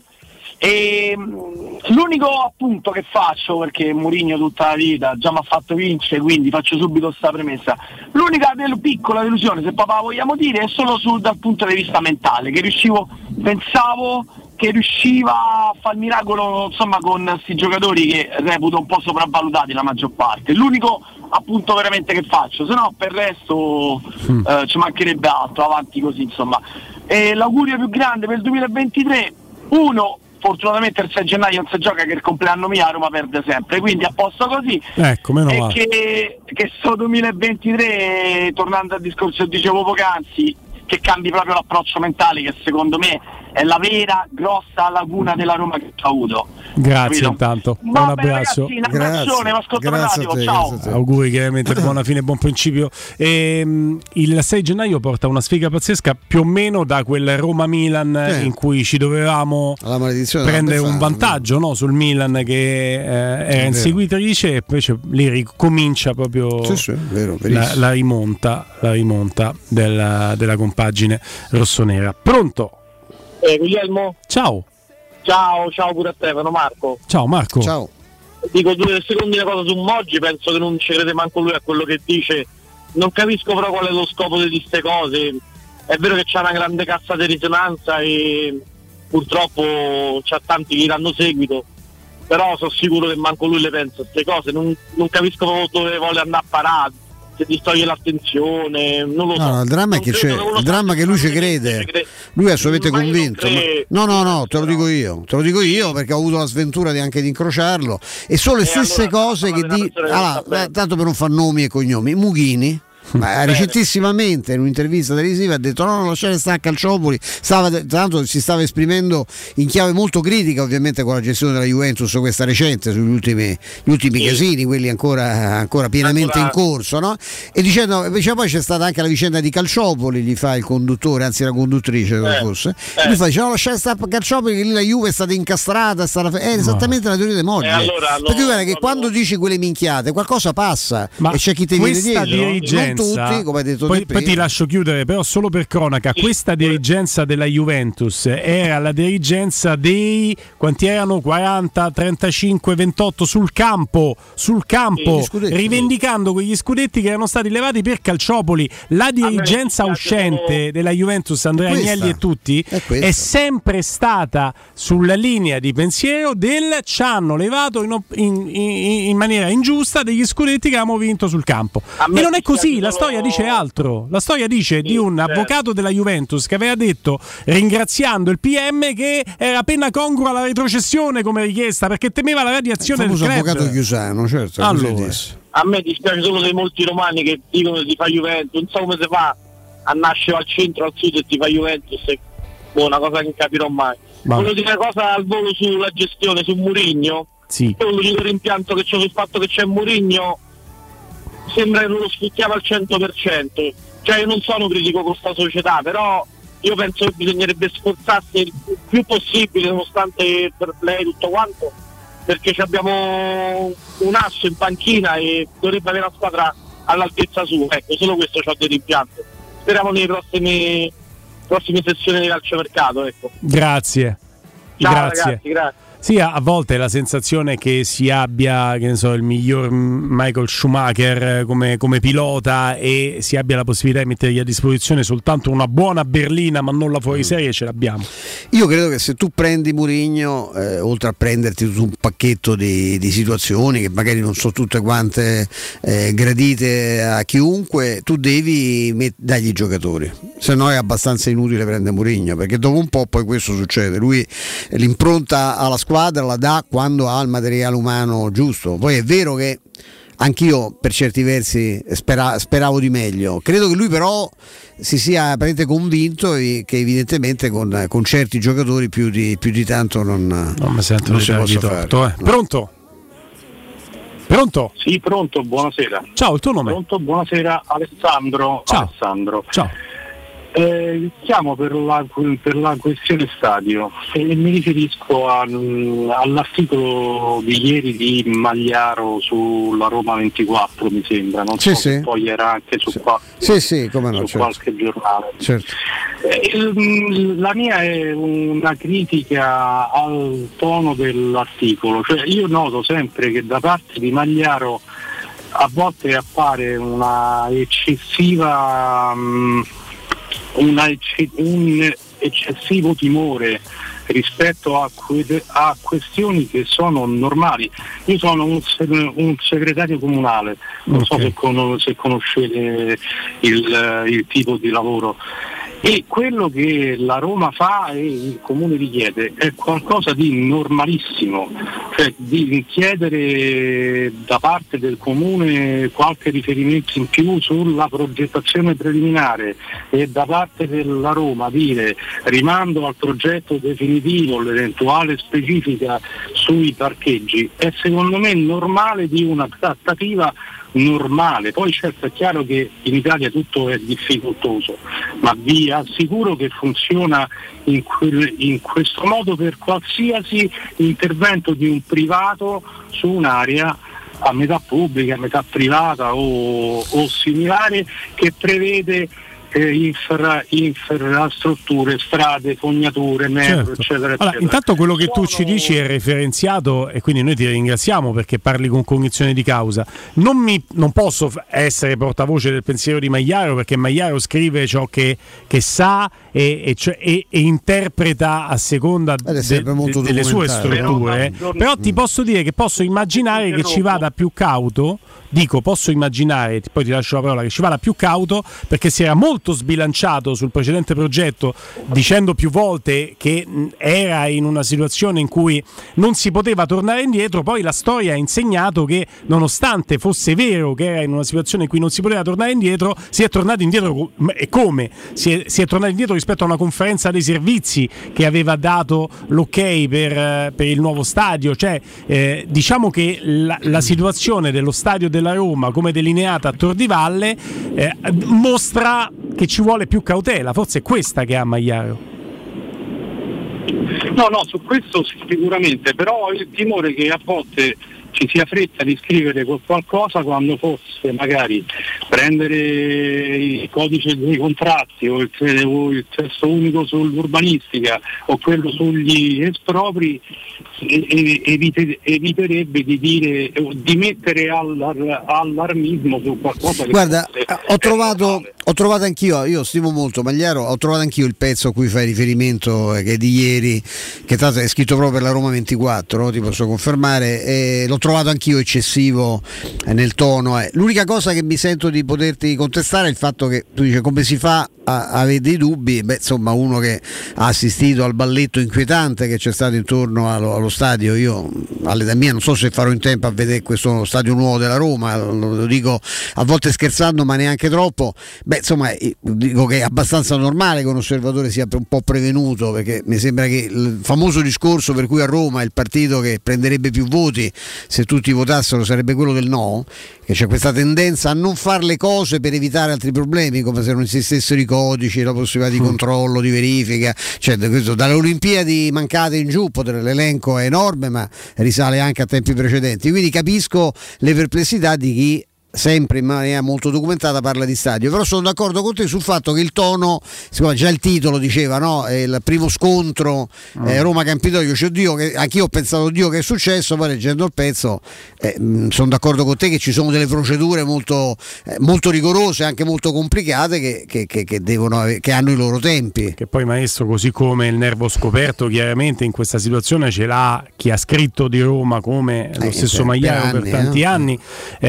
E, l'unico appunto che faccio, perché Mourinho tutta la vita già mi ha fatto vincere, quindi faccio subito questa premessa, l'unica del, piccola delusione, se papà vogliamo dire, è solo sul, dal punto di vista mentale, che riuscivo, pensavo che riusciva a fare il miracolo insomma con questi giocatori che reputo un po' sopravvalutati la maggior parte. L'unico appunto veramente che faccio, se no per il resto mm. eh, ci mancherebbe altro, avanti così insomma. E l'augurio più grande per il duemilaventitré, uno, fortunatamente il sei gennaio non si gioca, che il compleanno mio a Roma perde sempre, quindi a posto così.
Ecco, meno
e
male.
che, che sto duemilaventitré, tornando al discorso che dicevo poc'anzi, che cambi proprio l'approccio mentale, che secondo me è la vera grossa laguna della Roma che ho avuto.
Grazie
Capito?
intanto,
Va
un
bene,
abbraccio.
ragazzi, un abbraccione, vi ascolto la radio,
te,
ciao.
Auguri chiaramente, buona fine, buon principio. E, il sei gennaio porta una sfiga pazzesca, più o meno da quel Roma-Milan
Eh.
in cui ci dovevamo
La maledizione
prendere
della
un
Befana,
vantaggio, no? Sul Milan che eh, era
vero.
inseguitrice, e poi c'è- lì ricomincia proprio
Sì, sì, vero,
la,
verissimo.
la rimonta, la rimonta della, della compagine rossonera. Pronto?
Eh, Guglielmo?
Ciao.
Ciao, ciao pure a te, sono Marco.
Ciao Marco.
Ciao.
Dico due secondi una cosa su Moggi, penso che non ci crede manco lui a quello che dice. Non capisco però qual è lo scopo di queste cose. È vero che c'ha una grande cassa di risonanza e purtroppo c'ha tanti che danno seguito, però sono sicuro che manco lui le pensa queste cose. Non, non capisco proprio dove vuole andare a parare, se distoglie l'attenzione, non lo so.
No, no, il dramma è
Non
che
credo
c'è,
che uno
il dramma è che lui ci crede. Lui è assolutamente
Ma io non
convinto. ma-
credo.
No, no, no, te lo dico io. Te lo dico io perché ho avuto la sventura di anche di incrociarlo. E sono le
E
stesse
allora,
cose che
parla
di.
della persona che
Allora,
non sta bene.
eh, tanto per non far nomi e cognomi, Mughini. Ma recentissimamente in un'intervista televisiva ha detto no, no, lasciare stare a Calciopoli, stava, tra l'altro si stava esprimendo in chiave molto critica ovviamente con la gestione della Juventus, questa recente, sugli ultimi, gli ultimi
Sì.
casini, quelli ancora, ancora pienamente
Ancora-
in corso, no? E dicendo, invece poi c'è stata anche la vicenda di Calciopoli, gli fa il conduttore, anzi la conduttrice come
Eh,
fosse,
eh.
e lui fa, dice no, lasciare stare a Calciopoli che lì la Juve è stata incastrata, è, stata... è esattamente la teoria di Moggi.
E allora, no,
perché guarda che
no,
quando
no.
dici quelle minchiate qualcosa passa
Ma
e c'è chi ti viene
questa
dietro, no?
dirigenza,
non tutti, come hai detto
poi,
te
poi ti
prima.
lascio chiudere, però solo per cronaca, questa dirigenza della Juventus era la dirigenza dei quanti erano? quaranta, trentacinque, ventotto sul campo, sul campo,
Sì, gli scudetti.
rivendicando quegli scudetti che erano stati levati per Calciopoli. La dirigenza
dispiace
uscente
proprio-
della Juventus, Andrea
È questa.
Agnelli e tutti,
È questa.
è sempre stata sulla linea di pensiero del ci hanno levato in, op- in- in- in maniera ingiusta degli scudetti che avevamo vinto sul campo.
A me
E non è così,
dispiace
la storia dice altro. La storia dice di un avvocato della Juventus che aveva detto, ringraziando il P M, che era pena congrua alla retrocessione come richiesta perché temeva la radiazione
il
del club.
avvocato Chiusano, certo.
Allora.
A me dispiace solo dei molti romani che dicono che ti fa Juventus, non so come si fa a nascere al centro, al sud e ti fa Juventus, è una cosa che non capirò mai.
Ma...
Volevo dire una cosa al volo sulla gestione, su Mourinho.
Sì.
Io l'unico rimpianto che c'è sul fatto che c'è Mourinho sembra che non lo sfruttiamo al cento per cento. Cioè io non sono critico con questa società, però io penso che bisognerebbe sforzarsi il più possibile, nonostante per play tutto quanto, perché abbiamo un asso in panchina e dovrebbe avere la squadra all'altezza sua. Ecco, solo questo c'ho dei rimpianti. Speriamo nelle prossime prossime sessioni di calciomercato, ecco.
Grazie.
Ciao
grazie.
ragazzi, grazie.
Sì, a volte la sensazione che si abbia, che ne so, il miglior Michael Schumacher come, come pilota e si abbia la possibilità di mettergli a disposizione soltanto una buona berlina ma non la fuoriserie, ce l'abbiamo.
Io credo che se tu prendi Mourinho, eh, oltre a prenderti tutto un pacchetto di, di situazioni che magari non sono tutte quante eh, gradite a chiunque, tu devi met- dargli i giocatori, se no è abbastanza inutile prendere Mourinho, perché dopo un po' poi questo succede, lui l'impronta alla squadra la dà quando ha il materiale umano giusto. Poi è vero che anch'io per certi versi spera, speravo di meglio, credo che lui però si sia praticamente convinto che evidentemente con, con certi giocatori più di, più di tanto non,
non mi sento
non
di
si
dare
possa
di
fare.
torto, eh.
No.
Pronto? Pronto?
Sì, pronto, buonasera.
Ciao, il tuo nome?
Pronto, buonasera, Alessandro.
Ciao.
Alessandro.
Ciao.
Eh, chiamo per la, per la questione stadio e mi riferisco al, all'articolo di ieri di Magliaro sulla Roma ventiquattro, mi sembra, non
Sì,
so
sì.
se poi era anche su,
Sì.
qua,
Sì, sì, come no,
su
certo.
qualche giornale.
Certo.
Eh, il- la mia è una critica al tono dell'articolo, cioè io noto sempre che da parte di Magliaro a volte appare una eccessiva mh, una ecce- un eccessivo timore rispetto a, que- a questioni che sono normali. Io sono un, se- un segretario comunale, non so se, con- se conoscete il, il tipo di lavoro, e quello che la Roma fa e il comune richiede è qualcosa di normalissimo, cioè di chiedere da parte del comune qualche riferimento in più sulla progettazione preliminare e da parte della Roma dire rimando al progetto definitivo l'eventuale specifica sui parcheggi è secondo me normale di una trattativa normale. Poi certo è chiaro che in Italia tutto è difficoltoso, ma vi assicuro che funziona in, quel, in questo modo per qualsiasi intervento di un privato su un'area a metà pubblica, a metà privata o, o similare, che prevede eh, infra, infrastrutture, strade, fognature, metro,
Certo.
eccetera,
Allora,
eccetera.
intanto quello che tu ci dici è referenziato e quindi noi ti ringraziamo perché parli con cognizione di causa. Non, mi, non posso f- essere portavoce del pensiero di Magliaro perché Magliaro scrive ciò che, che sa e, e, cioè- e- e interpreta a seconda
Ed è
de-
sempre molto
de- delle sue
documentario.
strutture.
Però,
Però ti posso dire che posso immaginare che ci vada più cauto. Dico, posso immaginare, poi ti lascio la parola, che ci vada più cauto perché si era molto sbilanciato sul precedente progetto dicendo più volte che mh, era in una situazione in cui non si poteva tornare indietro. Poi la storia ha insegnato che nonostante fosse vero che era in una situazione in cui non si poteva tornare indietro, si è tornato indietro. co- E come? Si è, si è tornato indietro rispetto a una conferenza dei servizi che aveva dato l'ok per, eh, per il nuovo stadio. Cioè eh, diciamo che la, la situazione dello stadio della Roma come delineata a Tor di Valle eh, mostra che ci vuole più cautela, forse è questa che ha Magliaro.
No, no, su questo sicuramente, però ho il timore che a volte ci sia fretta di scrivere qualcosa quando fosse magari prendere il codice dei contratti o il, o il testo unico sull'urbanistica o quello sugli espropri e- e- evite- eviterebbe di dire di mettere allar- allarmismo su qualcosa che
Guarda,
fosse-
ho trovato, ho trovato anch'io, io stimo molto Magliaro, ho trovato anch'io il pezzo a cui fai riferimento, eh, che è di ieri, che tra l'altro è scritto proprio per la Roma ventiquattro, ti posso confermare, e l'ho trovato trovato anch'io eccessivo eh, nel tono. Eh. L'unica cosa che mi sento di poterti contestare è il fatto che tu dici come si fa a avere dei dubbi. Beh, insomma, uno che ha assistito al balletto inquietante che c'è stato intorno allo, allo stadio, io all'età mia non so se farò in tempo a vedere questo stadio nuovo della Roma, lo, lo dico a volte scherzando ma neanche troppo. Beh, insomma, dico che è abbastanza normale che un osservatore sia un po' prevenuto, perché mi sembra che il famoso discorso per cui a Roma il partito che prenderebbe più voti se tutti votassero sarebbe quello del no, che c'è questa tendenza a non fare le cose per evitare altri problemi, come se non esistessero i codici, la possibilità di controllo, di verifica, cioè questo, dalle Olimpiadi mancate in giù, l'elenco è enorme ma risale anche a tempi precedenti, quindi capisco le perplessità di chi sempre in maniera molto documentata parla di stadio, però sono d'accordo con te sul fatto che il tono, già il titolo diceva, no? È il primo scontro eh, Roma Campidoglio, cioè, oddio, che anch'io ho pensato oddio che è successo, poi leggendo il pezzo eh, sono d'accordo con te che ci sono delle procedure molto, eh, molto rigorose, anche molto complicate che, che, che, che, devono, che hanno i loro tempi.
Che poi, maestro, così come il nervo scoperto chiaramente in questa situazione ce l'ha chi ha scritto di Roma come lo
eh,
stesso
per
Maiaro
anni,
per tanti
eh.
anni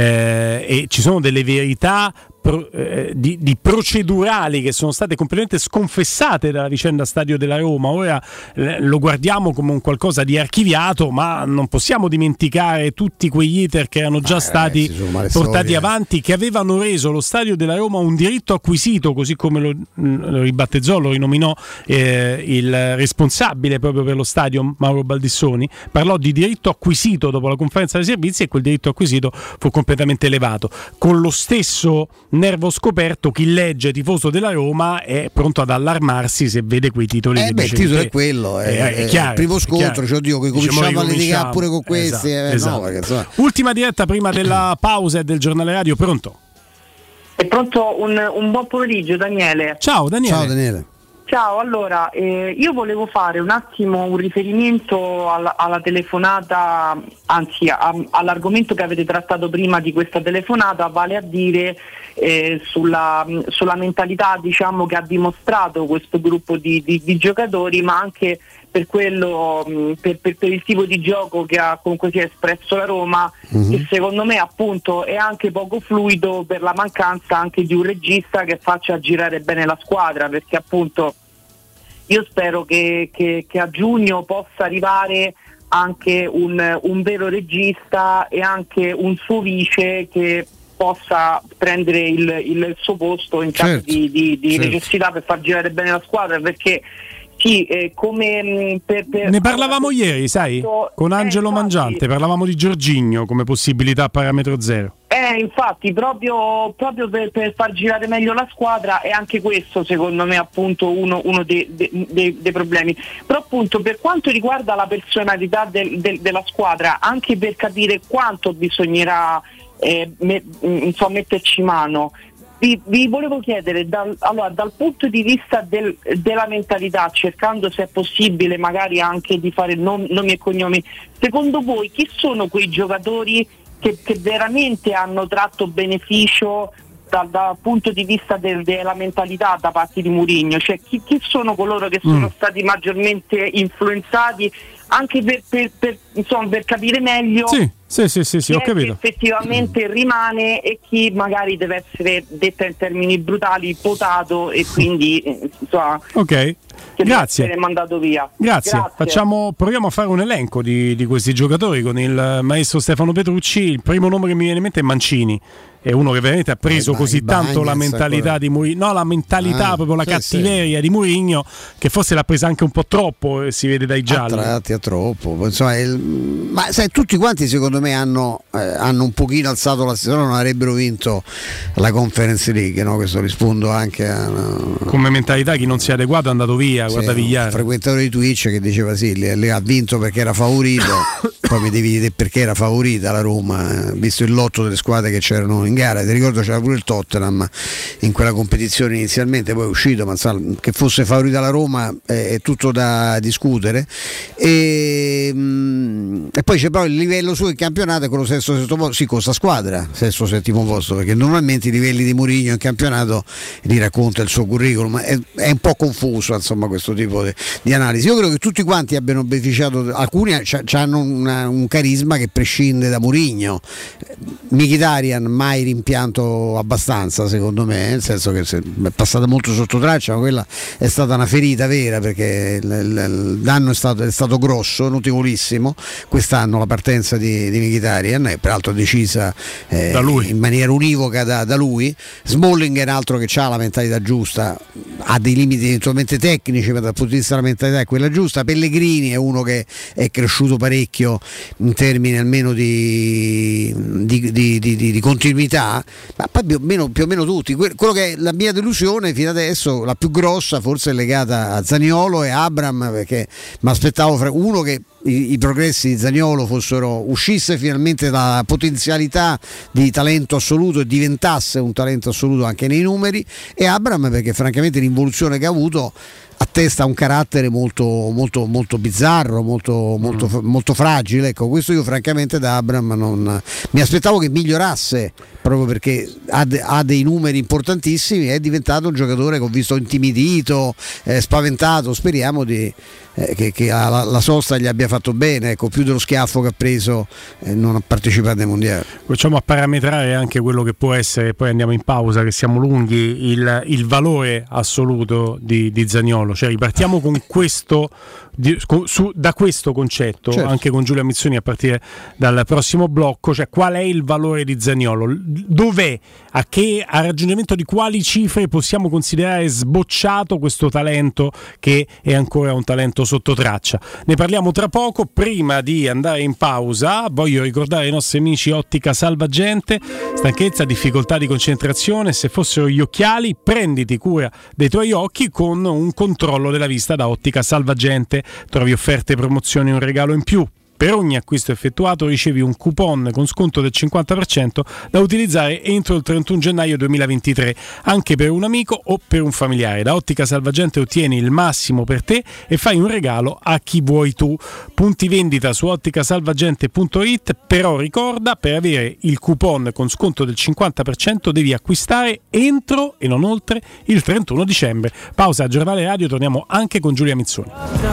eh, e ci sono delle verità pro, eh, di, di procedurali che sono state completamente sconfessate dalla vicenda Stadio della Roma. Ora eh, lo guardiamo come un qualcosa di archiviato, ma non possiamo dimenticare tutti quegli iter che erano già ah, stati ragazzi, portati storie. avanti, che avevano reso lo Stadio della Roma un diritto acquisito, così come lo, lo ribattezzò, lo rinominò eh, il responsabile proprio per lo stadio Mauro Baldissoni. Parlò di diritto acquisito dopo la conferenza dei servizi e quel diritto acquisito fu completamente elevato. Con lo stesso nervo scoperto chi legge tifoso della Roma è pronto ad allarmarsi se vede quei titoli.
Eh
che
beh, il titolo
te.
è quello, è,
è, è, chiaro,
il primo scontro, cioè, oddio, che cominciamo a litigare pure con questi.
Esatto,
eh,
esatto.
No, perché, insomma...
Ultima diretta prima della pausa e del giornale radio, pronto?
È pronto un, un buon pomeriggio, Daniele.
Ciao Daniele.
Ciao Daniele.
Ciao, allora eh, io volevo fare un attimo un riferimento alla, alla telefonata, anzi a, all'argomento che avete trattato prima di questa telefonata, vale a dire eh, sulla, sulla mentalità, diciamo, che ha dimostrato questo gruppo di, di, di giocatori, ma anche per quello per, per, per il tipo di gioco che ha comunque si è espresso la Roma, mm-hmm. che secondo me appunto è anche poco fluido per la mancanza anche di un regista che faccia girare bene la squadra, perché appunto io spero che, che, che a giugno possa arrivare anche un, un vero regista e anche un suo vice che possa prendere il, il suo posto in caso
certo,
di, di, di
certo.
necessità per far girare bene la squadra, perché sì, eh, come mh, per, per
ne parlavamo allora, ieri, sai, con Angelo
eh,
Mangiante, parlavamo di Jorginho come possibilità a parametro zero.
Eh, infatti, proprio, proprio per, per far girare meglio la squadra, è anche questo secondo me appunto uno, uno dei, dei, dei, dei problemi. Però appunto per quanto riguarda la personalità del, del, della squadra, anche per capire quanto bisognerà eh, me, insomma, metterci mano, Vi, vi volevo chiedere dal, allora, dal punto di vista del, della mentalità, cercando se è possibile magari anche di fare nom, nomi e cognomi, secondo voi chi sono quei giocatori che, che veramente hanno tratto beneficio dal, dal punto di vista del, della mentalità da parte di Mourinho? Cioè chi, chi sono coloro che sono mm. stati maggiormente influenzati anche per, per, per, insomma, per capire meglio
sì, sì, sì, sì, sì, ho
chi
capito.
effettivamente rimane e chi magari deve essere, detta in termini brutali, potato e quindi insomma,
ok,
che
grazie,
deve essere mandato via.
Grazie.
Grazie.
Facciamo, proviamo a fare un elenco di, di questi giocatori con il maestro Stefano Petrucci. Il primo nome che mi viene in mente è Mancini. È uno che veramente ha preso
Vai,
così
Bagnaz,
tanto la mentalità
ancora.
di Mourinho, no, la mentalità,
ah,
proprio la
sì,
cattiveria
sì.
di Mourinho, che forse l'ha presa anche un po' troppo, eh, si vede dai gialli.
A tratti, a troppo. Insomma, il, ma sai, tutti quanti secondo me hanno, eh, hanno un pochino alzato la se no non avrebbero vinto la Conference League, no? Questo rispondo anche a no,
come mentalità chi non si è adeguato è andato via,
sì,
guarda Vigliara.
Un frequentatore di Twitch che diceva sì, lei ha vinto perché era favorito, poi mi devi dire perché era favorita la Roma, visto il lotto delle squadre che c'erano in gara. Ti ricordo c'era pure il Tottenham in quella competizione inizialmente, poi è uscito, ma sa, che fosse favorita la Roma è, è tutto da discutere. E e, mh, e poi c'è poi il livello su il campionato è quello sesto settimo posto, sì, con sta squadra sesto settimo posto, perché normalmente i livelli di Mourinho in campionato li racconta il suo curriculum, è, è un po' confuso insomma questo tipo di, di analisi. Io credo che tutti quanti abbiano beneficiato, alcuni hanno un carisma che prescinde da Mourinho. Mkhitaryan mai rimpianto abbastanza secondo me, nel senso che è passata molto sotto traccia, ma quella è stata una ferita vera, perché il, il, il danno è stato, è stato grosso, notevolissimo quest'anno la partenza di, di Mkhitaryan, e peraltro decisa eh, da lui. in maniera univoca da, da lui. Smalling è un altro che ha la mentalità giusta, ha dei limiti eventualmente tecnici, ma dal punto di vista della mentalità è quella giusta. Pellegrini è uno che è cresciuto parecchio in termini almeno di, di, di, di, di continuità, ma poi più o meno, più o meno tutti. Quello che è la mia delusione fino adesso, la più grossa forse è legata a Zaniolo e Abraham, perché mi aspettavo uno che I, i progressi di Zaniolo fossero uscisse finalmente dalla potenzialità di talento assoluto e diventasse un talento assoluto anche nei numeri, e Abraham perché francamente l'involuzione che ha avuto attesta un carattere molto, molto, molto bizzarro, molto, molto, mm. molto fragile. Ecco, questo io francamente da Abraham non mi aspettavo che migliorasse, proprio perché ha, de, ha dei numeri importantissimi, è diventato un giocatore che ho visto intimidito, eh, spaventato. Speriamo di, eh, che, che la, la sosta gli abbia fatto bene, ecco, più dello schiaffo che ha preso eh, non ha partecipato ai mondiali.
Cominciamo a parametrare anche quello che può essere, poi andiamo in pausa che siamo lunghi, il, il valore assoluto di, di Zaniolo. Cioè ripartiamo con questo, di, su, da questo concetto, certo. Anche con Giulia Mizzoni a partire dal prossimo blocco, cioè qual è il valore di Zaniolo, dov'è, a che a raggiungimento di quali cifre possiamo considerare sbocciato questo talento che è ancora un talento sotto traccia. Ne parliamo tra poco. Prima di andare in pausa voglio ricordare ai nostri amici Ottica Salvagente: stanchezza, difficoltà di concentrazione, se fossero gli occhiali prenditi cura dei tuoi occhi con un controllo della vista da Ottica Salvagente. Trovi offerte, promozioni e un regalo in più. Per ogni acquisto effettuato ricevi un coupon con sconto del cinquanta per cento da utilizzare entro il trentuno gennaio duemilaventitré, anche per un amico o per un familiare. Da Ottica Salvagente ottieni il massimo per te e fai un regalo a chi vuoi tu. Punti vendita su otticasalvagente punto it, però ricorda, per avere il coupon con sconto del cinquanta per cento devi acquistare entro e non oltre il trentuno dicembre. Pausa a Giornale Radio, torniamo anche con Giulia Mizzoni.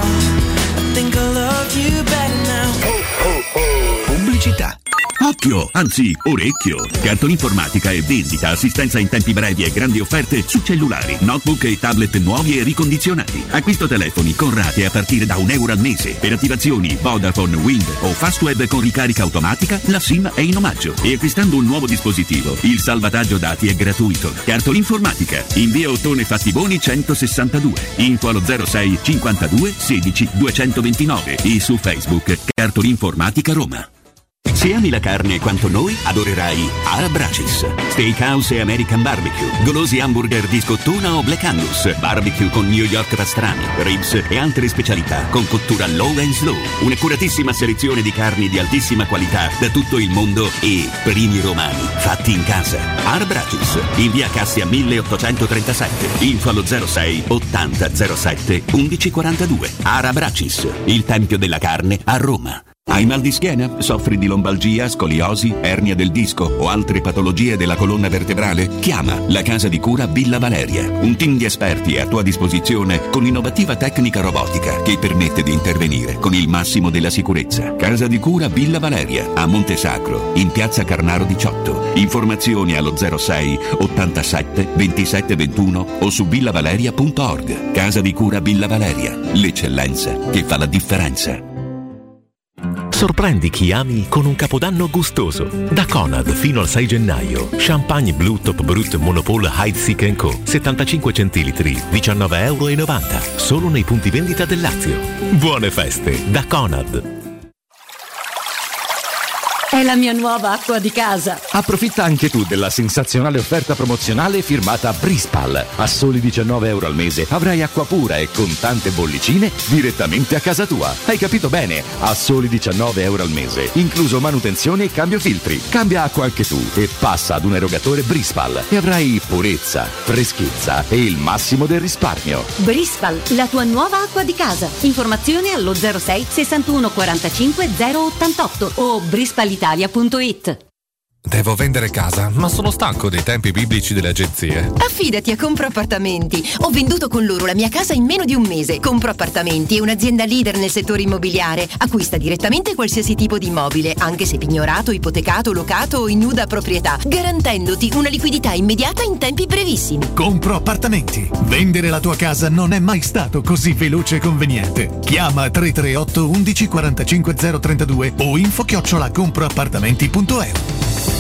Pubblicità. Occhio, anzi orecchio. Cartolinformatica e vendita, assistenza in tempi brevi e grandi offerte su cellulari, notebook e tablet nuovi e ricondizionati. Acquisto telefoni con rate a partire da un euro al mese. Per attivazioni Vodafone, Wind o Fastweb con ricarica automatica, la SIM è in omaggio. E acquistando un nuovo dispositivo, il salvataggio dati è gratuito. Cartolinformatica, in via Ottone Fattiboni centosessantadue. Info allo zero sei cinquantadue sedici duecentoventinove e su Facebook Cartolinformatica Roma. Se ami la carne quanto noi, adorerai Arabracis. Steakhouse e American Barbecue, golosi hamburger di scottuna o Black Angus, barbecue con New York pastrami, ribs e altre specialità con cottura low and slow. Un'accuratissima selezione di carni di altissima qualità da tutto il mondo e primi romani fatti in casa. Arabracis, in via Cassia milleottocentotrentasette. Info allo zero sei ottanta zero sette undici quarantadue. Arabracis, il tempio della carne a Roma. Hai mal di schiena? Soffri di lombalgia, scoliosi, ernia del disco o altre patologie della colonna vertebrale? Chiama la Casa di Cura Villa Valeria. Un team di esperti è a tua disposizione con l'innovativa tecnica robotica che permette di intervenire con il massimo della sicurezza. Casa di Cura Villa Valeria a Montesacro, in piazza Carnaro diciotto. Informazioni allo zero sei ottantasette ventisette ventuno o su villavaleria punto org. Casa di Cura Villa Valeria, l'eccellenza che fa la differenza.
Sorprendi chi ami con un capodanno gustoso. Da Conad fino al sei gennaio. Champagne Blue Top Brut Monopole Heidsieck and Co. settantacinque centilitri, diciannove virgola novanta euro. Solo nei punti vendita del Lazio. Buone feste da Conad.
È la mia nuova acqua di casa.
Approfitta anche tu della sensazionale offerta promozionale firmata Brispal. A soli diciannove euro al mese avrai acqua pura e con tante bollicine direttamente a casa tua. Hai capito bene? A soli diciannove euro al mese, incluso manutenzione e cambio filtri. Cambia acqua anche tu e passa ad un erogatore Brispal e avrai purezza, freschezza e il massimo del risparmio.
Brispal, la tua nuova acqua di casa. Informazioni allo zero sei sessantuno quarantacinque zero ottantotto o brispalitalia punto it.
Devo vendere casa, ma sono stanco dei tempi biblici delle agenzie.
Affidati a Compro Appartamenti. Ho venduto con loro la mia casa in meno di un mese. Compro Appartamenti è un'azienda leader nel settore immobiliare. Acquista direttamente qualsiasi tipo di immobile, anche se pignorato, ipotecato, locato o in nuda proprietà, garantendoti una liquidità immediata in tempi brevissimi.
Compro Appartamenti. Vendere la tua casa non è mai stato così veloce e conveniente. Chiama tre tre otto undici quarantacinque zero trentadue o info chiocciola comproappartamenti punto e u.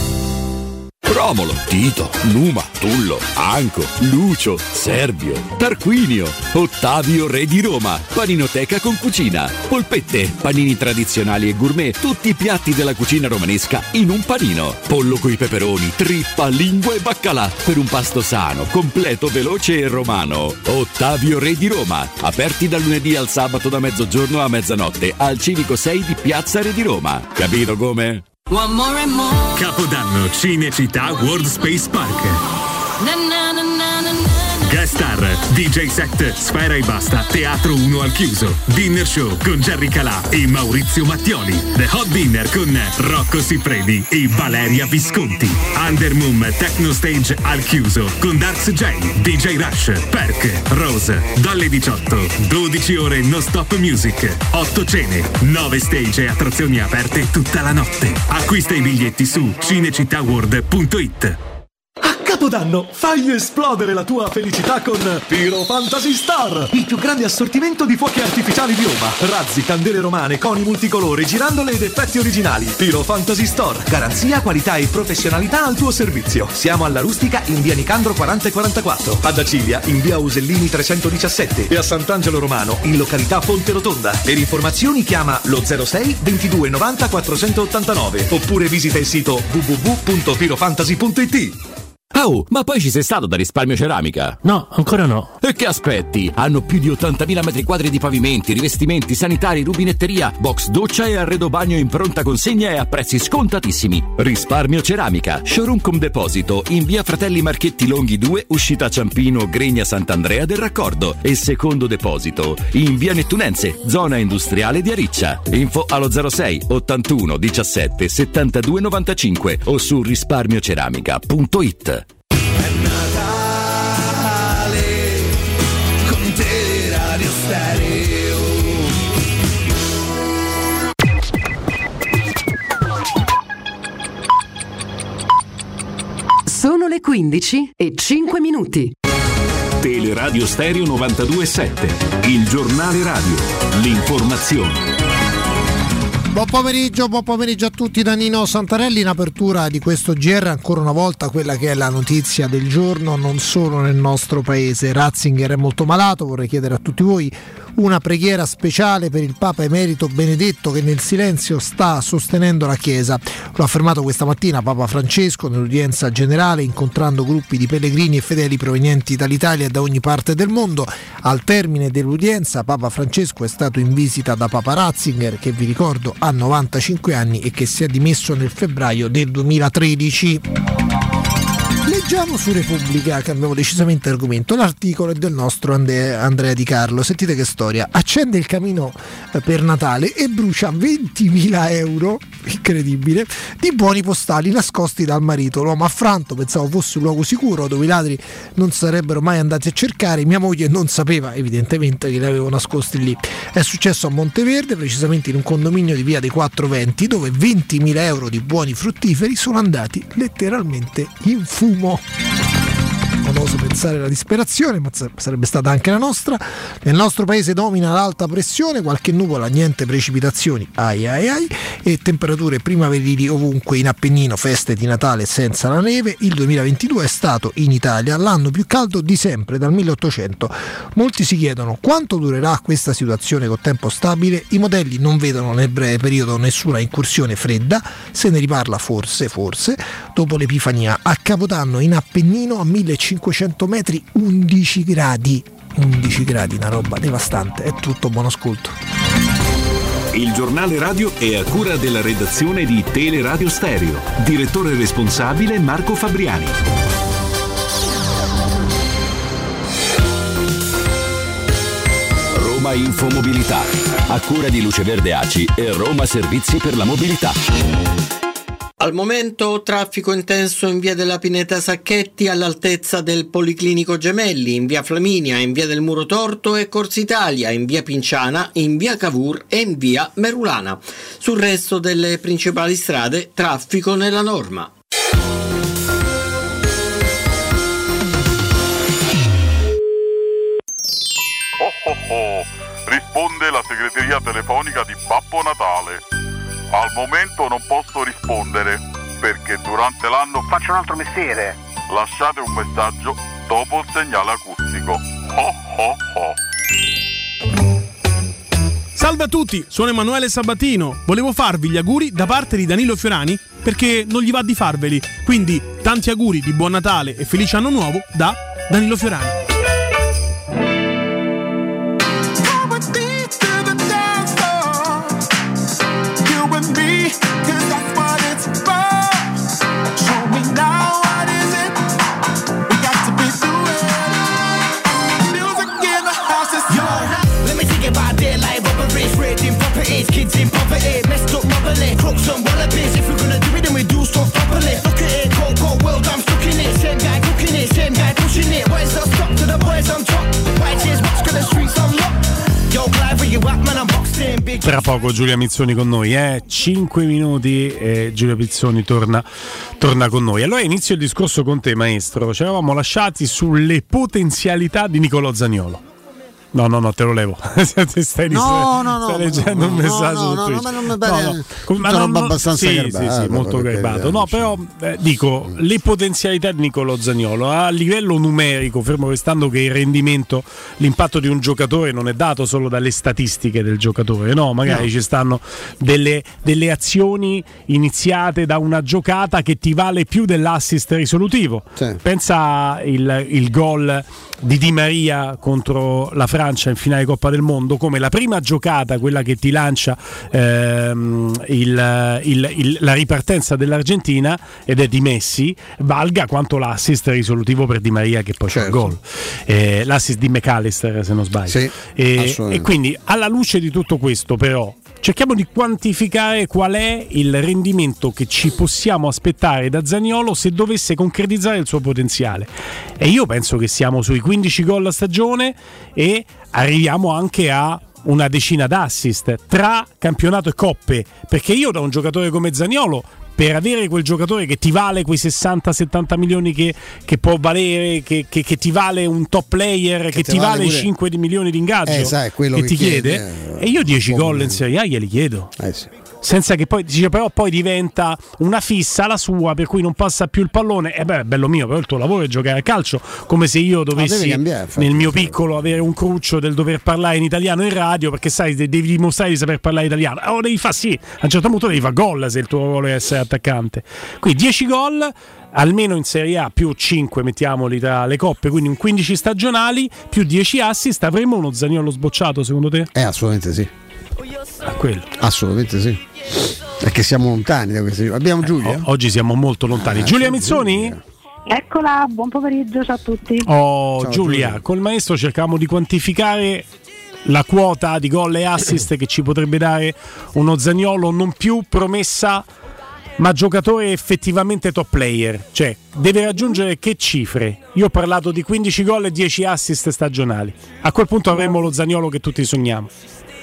Romolo, Tito, Numa, Tullo, Anco, Lucio, Servio, Tarquinio, Ottavio Re di Roma, paninoteca con cucina, polpette, panini tradizionali e gourmet, tutti i piatti della cucina romanesca in un panino, pollo coi peperoni, trippa, lingua e baccalà, per un pasto sano, completo, veloce e romano. Ottavio Re di Roma, aperti dal lunedì al sabato da mezzogiorno a mezzanotte al Civico sei di Piazza Re di Roma. Capito come?
One more and more. Capodanno Cinecittà World Space Park. Na, na, na, na, na, na. Guest star, D J set, Sfera e Basta, Teatro uno al chiuso. Dinner show con Jerry Calà e Maurizio Mattioli. The Hot Dinner con Rocco Siffredi e Valeria Visconti. Undermoon Techno Stage al chiuso con Darks J, D J Rush, Perk, Rose. Dalle diciotto, dodici ore non stop music. otto cene, nove stage e attrazioni aperte tutta la notte. Acquista i biglietti su cinecittàworld punto it.
Capodanno, fai esplodere la tua felicità con Piro Fantasy Star, il più grande assortimento di fuochi artificiali di Roma. Razzi, candele romane, coni multicolori, girandole ed effetti originali. Piro Fantasy Store, garanzia, qualità e professionalità al tuo servizio. Siamo alla Rustica in via Nicandro quaranta e quarantaquattro, ad Acilia in via Usellini trecentodiciassette e a Sant'Angelo Romano in località Ponte Rotonda. Per informazioni chiama lo zero sei ventidue novanta quattrocentottantanove oppure visita il sito w w w punto pirofantasy punto it.
Oh, ma poi ci sei stato da Risparmio Ceramica?
No, ancora no.
E che aspetti? Hanno più di ottantamila metri quadri di pavimenti, rivestimenti, sanitari, rubinetteria, box doccia e arredo bagno in pronta consegna e a prezzi scontatissimi. Risparmio Ceramica, showroom con deposito in via Fratelli Marchetti Longhi due, uscita Ciampino, Gregna Sant'Andrea del Raccordo, e secondo deposito in via Nettunense, zona industriale di Ariccia. Info allo zero sei ottantuno diciassette settantadue novantacinque o su risparmioceramica punto it.
Con Teleradio Stereo.
Sono le quindici e cinque minuti.
Teleradio Stereo novantadue e sette, il giornale radio, l'informazione.
Buon pomeriggio, buon pomeriggio a tutti da Nino Santarelli. In apertura di questo G R ancora una volta quella che è la notizia del giorno, non solo nel nostro paese. Ratzinger è molto malato, vorrei chiedere a tutti voi una preghiera speciale per il Papa Emerito Benedetto che nel silenzio sta sostenendo la Chiesa. Lo ha affermato questa mattina Papa Francesco nell'udienza generale, incontrando gruppi di pellegrini e fedeli provenienti dall'Italia e da ogni parte del mondo. Al termine dell'udienza Papa Francesco è stato in visita da Papa Ratzinger, che vi ricordo ha novantacinque anni e che si è dimesso nel febbraio del duemilatredici. Leggiamo su Repubblica, cambiamo decisamente argomento, l'articolo è del nostro Ande- Andrea Di Carlo. Sentite che storia: accende il camino per Natale e brucia ventimila euro, incredibile, di buoni postali nascosti dal marito. L'uomo affranto pensavo fosse un luogo sicuro dove i ladri non sarebbero mai andati a cercare. Mia moglie non sapeva evidentemente che li avevo nascosti lì. È successo a Monteverde, precisamente in un condominio di via dei Quattro Venti, dove ventimila euro di buoni fruttiferi sono andati letteralmente in fumo. non oso pensare alla disperazione, ma sarebbe stata anche la nostra. Nel nostro paese domina l'alta pressione, qualche nuvola, niente precipitazioni, ai ai ai, e temperature primaverili ovunque in Appennino, feste di Natale senza la neve. Il duemilaventidue è stato in Italia l'anno più caldo di sempre dal milleottocento. Molti si chiedono quanto durerà questa situazione con tempo stabile. I modelli non vedono nel breve periodo nessuna incursione fredda, se ne riparla forse, forse, dopo l'Epifania. A Capodanno in Appennino a millecinquecento metri undici gradi, undici gradi, una roba devastante. È tutto, buon ascolto.
Il giornale radio è a cura della redazione di Teleradio Stereo. Direttore responsabile Marco Fabriani. Roma Infomobilità, a cura di Luce Verde A C I e Roma Servizi per la Mobilità.
Al momento traffico intenso in via della Pineta Sacchetti all'altezza del Policlinico Gemelli, in via Flaminia, in via del Muro Torto e Corsa Italia, in via Pinciana, in via Cavour e in via Merulana. Sul resto delle principali strade traffico nella norma.
Oh oh oh, risponde la segreteria telefonica di Babbo Natale. Al momento non posso rispondere perché durante l'anno faccio un altro mestiere. Lasciate un messaggio dopo il segnale acustico. Oh oh oh.
Salve a tutti, sono Emanuele Sabatino. Volevo farvi gli auguri da parte di Danilo Fiorani perché non gli va di farveli. Quindi tanti auguri di buon Natale e felice anno nuovo da Danilo Fiorani.
Kids in poverty, messed up bubbly, crooks and wallabies. If we're gonna do it, then we do stuff properly. Look at it, cold, cold world, I'm stuck in it. Same guy cooking it, same guy pushing it. Where's the stop to the boys on top? White tears, what's got the streets on lock? Yo, Clive, where you at, man, I'm boxed in. Big
Tra poco Giulia Mizzoni con noi, eh? cinque minuti e Giulia Mizzoni torna, torna con noi. Allora inizio il discorso con te, maestro. Ci eravamo lasciati sulle potenzialità di Nicolò Zaniolo. No, no, no, te lo levo. stai,
no, no, no,
stai leggendo
no,
un messaggio
no,
su
no,
Twitch.
no, ma non mi pare
no, no.
tutta
no,
roba
no,
abbastanza
sì,
garbata,
sì, sì, molto garbato. No, però eh, dico, le potenzialità di Nicolò Zaniolo a livello numerico, fermo restando che il rendimento, l'impatto di un giocatore non è dato solo dalle statistiche del giocatore, no, magari no. Ci stanno delle, delle azioni iniziate da una giocata che ti vale più dell'assist risolutivo. Sì. Pensa il, il gol di Di Maria contro la Francia in finale Coppa del Mondo, come la prima giocata, quella che ti lancia ehm, il, il, il, la ripartenza dell'Argentina ed è di Messi, valga quanto l'assist risolutivo per Di Maria che poi certo. C'è il gol, eh, l'assist di McAllister se non sbaglio. Sì, e, e quindi alla luce di tutto questo però cerchiamo di quantificare qual è il rendimento che ci possiamo aspettare da Zaniolo se dovesse concretizzare il suo potenziale. E io penso che siamo sui quindici gol a stagione e arriviamo anche a una decina d'assist tra campionato e coppe, perché io da un giocatore come Zaniolo, per avere quel giocatore che ti vale quei sessanta settanta milioni che, che può valere, che, che, che ti vale un top player, che, che ti vale, vale cinque milioni di ingaggio, eh, sai, quello che, che ti chiede, chiede eh, e io dieci gol in Serie A glieli chiedo. Eh sì. Senza che poi dice, però poi diventa una fissa la sua, per cui non passa più il pallone. E eh beh, bello mio, però il tuo lavoro è giocare a calcio, come se io dovessi cambiare, nel mio piccolo avere un cruccio del dover parlare in italiano in radio, perché sai, devi dimostrare di saper parlare italiano. O devi fare sì, a un certo punto devi fare gol se il tuo ruolo è essere attaccante. Quindi dieci gol almeno in Serie A, più cinque mettiamoli tra le coppe, quindi un quindici stagionali più dieci assist. Avremo uno Zaniolo sbocciato secondo te?
Eh, assolutamente sì.
A quello.
Assolutamente sì. Perché siamo lontani da questi. Abbiamo Giulia?
Eh, oggi siamo molto lontani. Ah, Giulia Mizzoni?
Giulia. Eccola, buon pomeriggio, ciao a tutti.
Oh, ciao, Giulia, Giulia, col maestro cercavamo di quantificare la quota di gol e assist che ci potrebbe dare uno Zaniolo non più promessa, ma giocatore effettivamente top player. Cioè, deve raggiungere che cifre? Io ho parlato di quindici gol e dieci assist stagionali. A quel punto avremo lo Zaniolo che tutti sogniamo.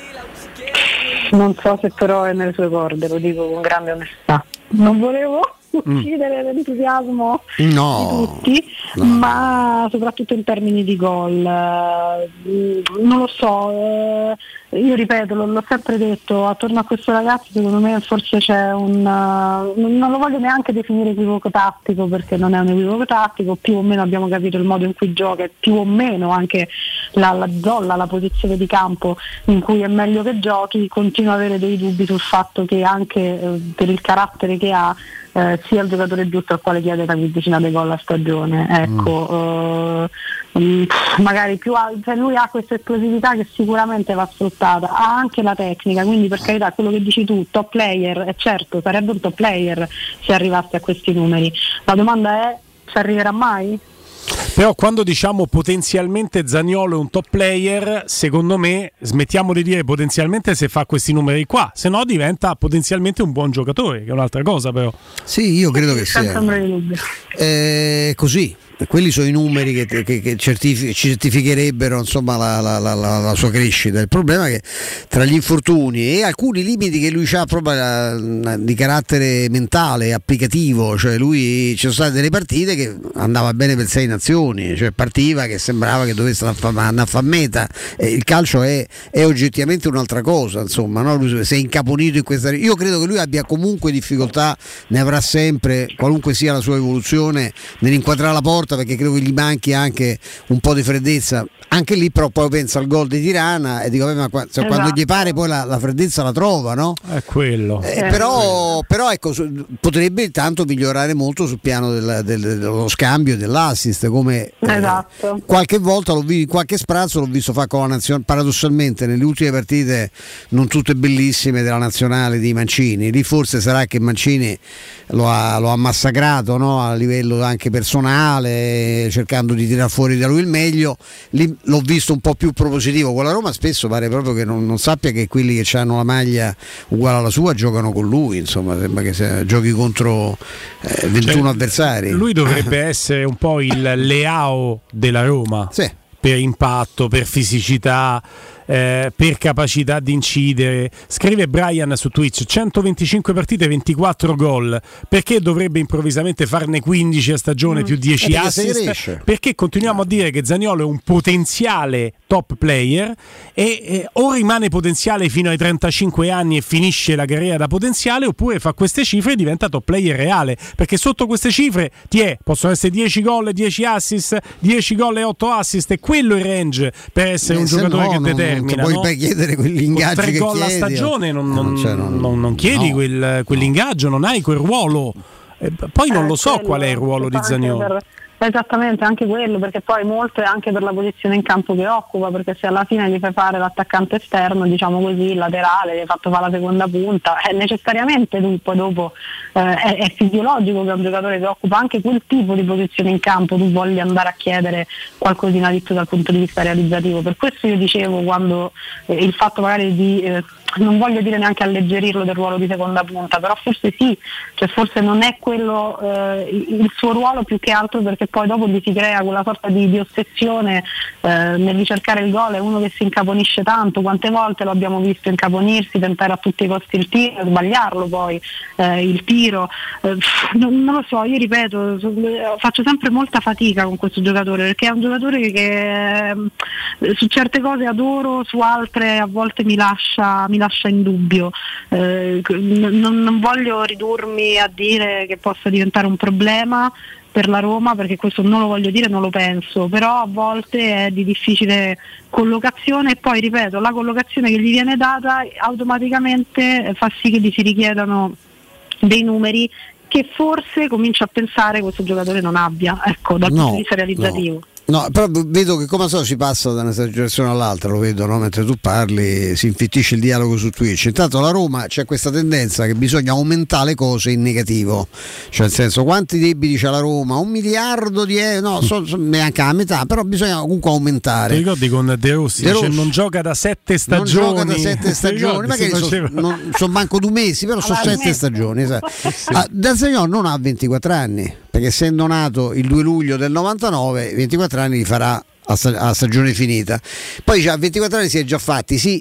Non so se però è nelle sue corde, lo dico con grande onestà. Non volevo uccidere l'entusiasmo
No,
di tutti, ma soprattutto in termini di gol. Eh, non lo so, eh, io ripeto, l'ho, l'ho sempre detto, attorno a questo ragazzo secondo me forse c'è un... uh, non lo voglio neanche definire equivoco tattico, perché non è un equivoco tattico, più o meno abbiamo capito il modo in cui gioca, e più o meno anche la, la zolla, la posizione di campo in cui è meglio che giochi. Continuo ad avere dei dubbi sul fatto che anche eh, per il carattere che ha eh, sia il giocatore giusto al quale chiede una quindicina di gol a stagione, ecco. mm. eh, magari più al- cioè lui ha questa esplosività che sicuramente va sfruttata, ha anche la tecnica, quindi per carità, quello che dici tu, top player, e certo sarebbe un top player se arrivasse a questi numeri. La domanda è: ci arriverà mai?
Però quando diciamo potenzialmente Zaniolo è un top player, secondo me smettiamo di dire potenzialmente se fa questi numeri qua, se no diventa potenzialmente un buon giocatore, che è un'altra cosa però.
Sì, io credo che sia eh, così. Quelli sono i numeri che, che, che certifi- certificherebbero insomma la, la, la, la sua crescita. Il problema è che tra gli infortuni e alcuni limiti che lui ha proprio la, di carattere mentale, applicativo, cioè lui, ci sono state delle partite che andava bene per sei nazioni, cioè partiva che sembrava che dovesse andare a fare meta, e il calcio è, è oggettivamente un'altra cosa, insomma, no? Lui si è incaponito in questa. Io credo che lui abbia comunque difficoltà, ne avrà sempre, qualunque sia la sua evoluzione, nell'inquadrare la porta, perché credo che gli manchi anche un po' di freddezza. Anche lì però poi penso al gol di Tirana e dico vabbè, ma qua- se
Esatto.
quando gli pare poi la, la freddezza la trova, no?
È quello.
Eh, però, però ecco, su- potrebbe intanto migliorare molto sul piano del- del- dello scambio e dell'assist, come eh,
Esatto.
qualche volta l'ho visto, qualche sprazzo l'ho visto fare con la nazionale, paradossalmente nelle ultime partite non tutte bellissime della nazionale di Mancini. Lì forse sarà che Mancini lo ha, lo ha massacrato, no? A livello anche personale, cercando di tirar fuori da lui il meglio. Lì l'ho visto un po' più propositivo. Con la Roma spesso pare proprio che non, non sappia che quelli che hanno la maglia uguale alla sua giocano con lui, insomma sembra che se, giochi contro eh, ventuno
Cioè,
avversari.
Lui dovrebbe essere un po' il Leao della Roma,
sì,
per impatto, per fisicità, eh, per capacità di incidere. Scrive Brian su Twitch: centoventicinque partite, ventiquattro gol. Perché dovrebbe improvvisamente farne quindici a stagione,
Mm.
più dieci
Eh, perché se
assist?
cresce.
Perché continuiamo a dire che Zaniolo è un potenziale top player e eh, o rimane potenziale fino ai trentacinque anni e finisce la carriera da potenziale, oppure fa queste cifre e diventa top player reale, perché sotto queste cifre ti è, possono essere dieci gol e dieci assist, dieci gol e otto assist, e quello è il range per essere
Eh,
un
se
giocatore
no,
che
non-
determina,
non ti puoi
no?
mai chiedere quegli ingaggi
Con tre
che
gol a
chiedi,
stagione non,
eh,
non,
non c'è, non-
non- non chiedi
no.
quel, quell'ingaggio, non hai quel ruolo. Eh, poi non
Eh,
lo so
quello,
qual è il ruolo di
anche
Zaniolo.
per- Esattamente, anche quello, perché poi molto è anche per la posizione in campo che occupa, perché se alla fine gli fai fare l'attaccante esterno, diciamo così, il laterale, gli hai fatto fare la seconda punta, è necessariamente lui poi dopo eh, è, è fisiologico che un giocatore che occupa anche quel tipo di posizione in campo tu voglia andare a chiedere qualcosina di più dal punto di vista realizzativo. Per questo io dicevo, quando eh, il fatto magari di eh, non voglio dire neanche alleggerirlo del ruolo di seconda punta, però forse sì, cioè forse non è quello eh, il suo ruolo, più che altro perché poi dopo gli si crea quella sorta di, di ossessione eh, nel ricercare il gol. È uno che si incaponisce tanto, quante volte lo abbiamo visto incaponirsi, tentare a tutti i costi il tiro, sbagliarlo poi eh, il tiro, eh, non, non lo so, io ripeto, so- faccio sempre molta fatica con questo giocatore, perché è un giocatore che, che eh, su certe cose adoro, su altre a volte mi lascia, mi lascia in dubbio. Eh, non, non voglio ridurmi a dire che possa diventare un problema per la Roma, perché questo non lo voglio dire, non lo penso, però a volte è di difficile collocazione, e poi ripeto, la collocazione che gli viene data automaticamente fa sì che gli si richiedano dei numeri che forse comincio a pensare questo giocatore non abbia, ecco, dal
No,
punto di vista realizzativo.
No, però vedo che come so si passa da una esagerazione all'altra, lo vedo, no? Mentre tu parli si infittisce il dialogo su Twitch. Intanto la Roma c'è questa tendenza che bisogna aumentare le cose in negativo, cioè nel senso, quanti debiti c'ha la Roma? Un miliardo di euro, no, so, so, neanche a metà, però bisogna comunque aumentare.
Ti ricordi con De Rossi?
De
Dice,
Rossi.
non gioca da sette
Non
stagioni.
gioca da sette
Ti
stagioni,
ricordi?
magari
Si
sono
faceva-
non sono manco due mesi, però sono
Allora,
sette
me-
stagioni. Esatto. Ah, Da Zaniolo non ha ventiquattro anni, perché essendo nato il due luglio del novantanove, ventiquattro anni li farà a sta- a stagione finita. Poi già a ventiquattro anni si è già fatti, sì,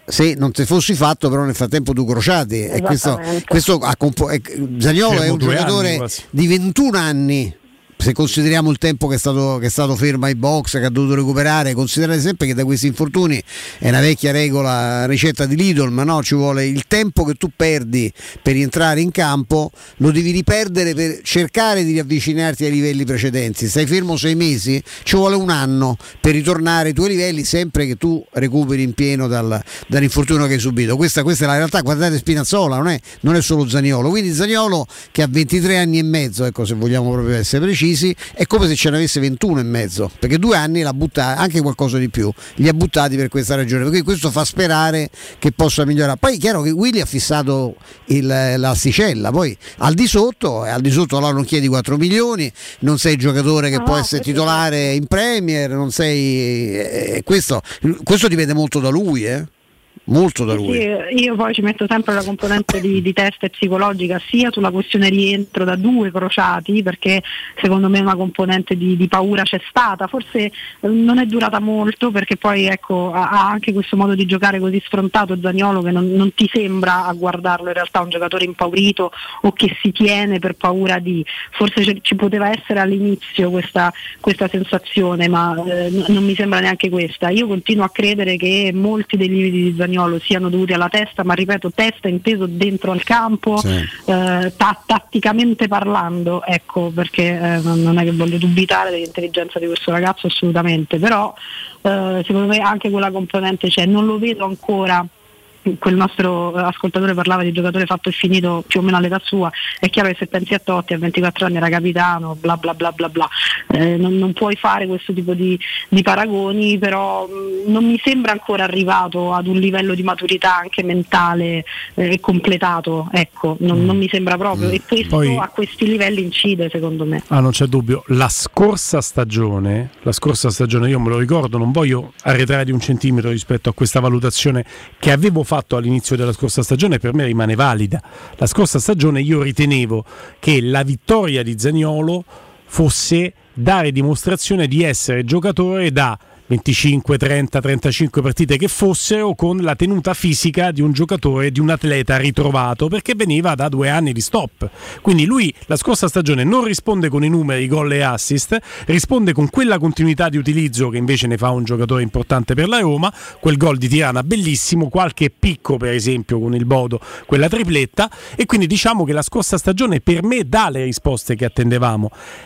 se non te fossi fatto però nel frattempo tu crociati, e questo, questo ha compo- è, Zaniolo
Fermo
è un
due
giocatore
anni quasi.
di ventuno anni, se consideriamo il tempo che è stato, che è stato fermo ai box, che ha dovuto recuperare. Considerate sempre che da questi infortuni è una vecchia regola, ricetta di Lidl, ma no, ci vuole il tempo che tu perdi per rientrare in campo, lo devi riperdere per cercare di riavvicinarti ai livelli precedenti. Stai fermo sei mesi, ci vuole un anno per ritornare ai tuoi livelli, sempre che tu recuperi in pieno dal, dall'infortunio che hai subito. Questa, questa è la realtà. Guardate Spinazzola, non è, non è solo Zaniolo. Quindi Zaniolo, che ha ventitré anni e mezzo, ecco, se vogliamo proprio essere precisi, è come se ce ne avesse ventuno e mezzo, perché due anni l'ha buttata, anche qualcosa di più li ha buttati per questa ragione, perché questo fa sperare che possa migliorare. Poi è chiaro che Willy ha fissato il, l'asticella, poi al di sotto al di sotto allora non chiedi quattro milioni, non sei giocatore che
No,
può
no,
essere
questo
titolare in Premier, non sei eh, questo, questo dipende molto da lui, eh molto da lui.
Sì, io poi ci metto sempre la componente di, di testa e psicologica, sia sulla questione rientro da due crociati, perché secondo me una componente di, di paura c'è stata, forse non è durata molto, perché poi ecco ha, ha anche questo modo di giocare così sfrontato Zaniolo, che non, non ti sembra a guardarlo in realtà un giocatore impaurito o che si tiene per paura di, forse ci, ci poteva essere all'inizio questa, questa sensazione, ma eh, n- non mi sembra neanche questa. Io continuo a credere che molti dei limiti di Zaniolo siano dovuti alla testa, ma ripeto, testa inteso dentro al campo,
sì.
eh, ta- tatticamente parlando, ecco, perché eh, non, non è che voglio dubitare dell'intelligenza di questo ragazzo assolutamente, però eh, secondo me anche quella componente c'è, non lo vedo ancora. Quel nostro ascoltatore parlava di giocatore fatto e finito più o meno all'età sua, è chiaro che se pensi a Totti a ventiquattro anni era capitano, bla bla bla bla bla, eh, non, non puoi fare questo tipo di, di paragoni, però mh, non mi sembra ancora arrivato ad un livello di maturità anche mentale e eh, completato, ecco, non, non mi sembra proprio, e questo
Poi-
a questi livelli incide secondo me.
Ah, non c'è dubbio. La scorsa stagione, la scorsa stagione, io me lo ricordo, non voglio arretrare di un centimetro rispetto a questa valutazione che avevo fatto all'inizio della scorsa stagione, per me rimane valida. La scorsa stagione io ritenevo che la vittoria di Zaniolo fosse dare dimostrazione di essere giocatore da venticinque, trenta, trentacinque partite che fossero, con la tenuta fisica di un giocatore, di un atleta ritrovato, perché veniva da due anni di stop. Quindi lui la scorsa stagione non risponde con i numeri, gol e assist, risponde con quella continuità di utilizzo che invece ne fa un giocatore importante per la Roma, quel gol di Tirana bellissimo, qualche picco per esempio con il Bodo, quella tripletta, e quindi diciamo che la scorsa stagione per me dà le risposte che attendevamo.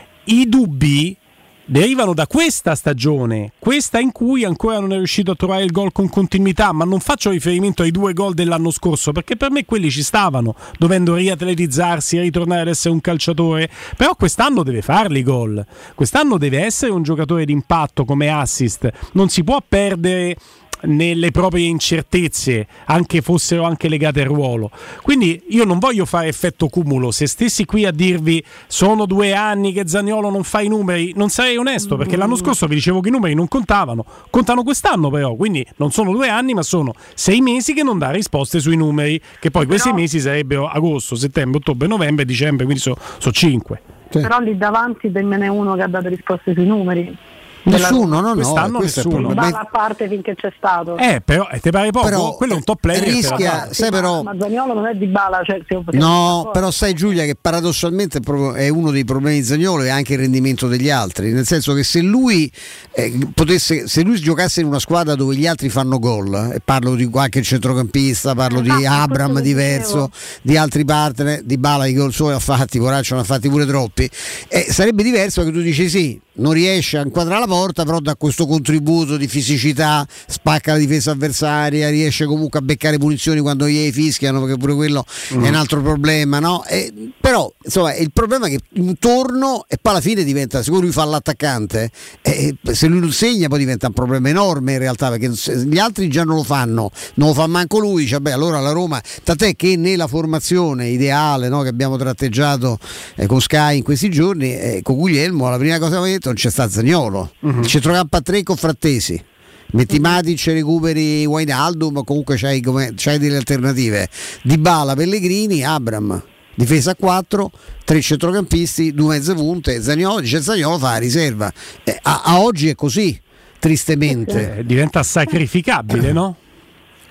I dubbi derivano da questa stagione, questa in cui ancora non è riuscito a trovare il gol con continuità, ma non faccio riferimento ai due gol dell'anno scorso, perché per me quelli ci stavano, dovendo riatletizzarsi e ritornare ad essere un calciatore, però quest'anno deve farli i gol, quest'anno deve essere un giocatore d'impatto come assist, non si può perdere nelle proprie incertezze, anche fossero anche legate al ruolo. Quindi io non voglio fare effetto cumulo. Se stessi qui a dirvi sono due anni che Zaniolo non fa i numeri, non sarei onesto, perché l'anno scorso vi dicevo che i numeri non contavano, contano quest'anno però, quindi non sono due anni ma sono sei mesi che non dà risposte sui numeri, che poi quei sei mesi sarebbero agosto, settembre, ottobre, novembre, dicembre, quindi sono so cinque.
Però lì davanti dammene uno che ha dato risposte sui numeri.
Nessuno, no, no,
quest'anno
questo è il
nessuno.
problema.
Dalla parte finché c'è stato.
Eh, però eh, te pare poco?
Però,
quello è un top player.
rischia, sai però,
Ma Zaniolo non è Dybala, cioè, se
no, però sai Giulia che paradossalmente è, proprio, è uno dei problemi di Zaniolo e anche il rendimento degli altri, nel senso che se lui eh, potesse, se lui giocasse in una squadra dove gli altri fanno gol, e parlo di qualche centrocampista, parlo
esatto,
di Abram diverso, di altri partner, Dybala i gol suoi ha fatti, poraccio, ne ha fatti pure troppi, eh, sarebbe diverso che tu dici sì, non riesce a inquadrare la porta, però da questo contributo di fisicità spacca la difesa avversaria, riesce comunque a beccare punizioni quando gli fischiano, perché pure quello mm. è un altro problema, no? E, però insomma il problema è che intorno, e poi alla fine diventa, se lui fa l'attaccante, eh, se lui non segna poi diventa un problema enorme in realtà, perché gli altri già non lo fanno, non lo fa manco lui, cioè, beh, allora la Roma, tant'è che nella formazione ideale, no, che abbiamo tratteggiato eh, con Sky in questi giorni, eh, con Guglielmo, la prima cosa che avevo detto, non c'è sta Zaniolo, uh-huh. il centrocampo a tre con Frattesi, metti Matic, recuperi Wijnaldum, comunque c'hai, come, c'hai delle alternative, Dybala, Pellegrini, Abram, difesa a quattro, tre centrocampisti, due mezze punte, Zaniolo, dice Zaniolo fa la riserva, eh, a, a oggi è così, tristemente.
Eh, diventa sacrificabile, no?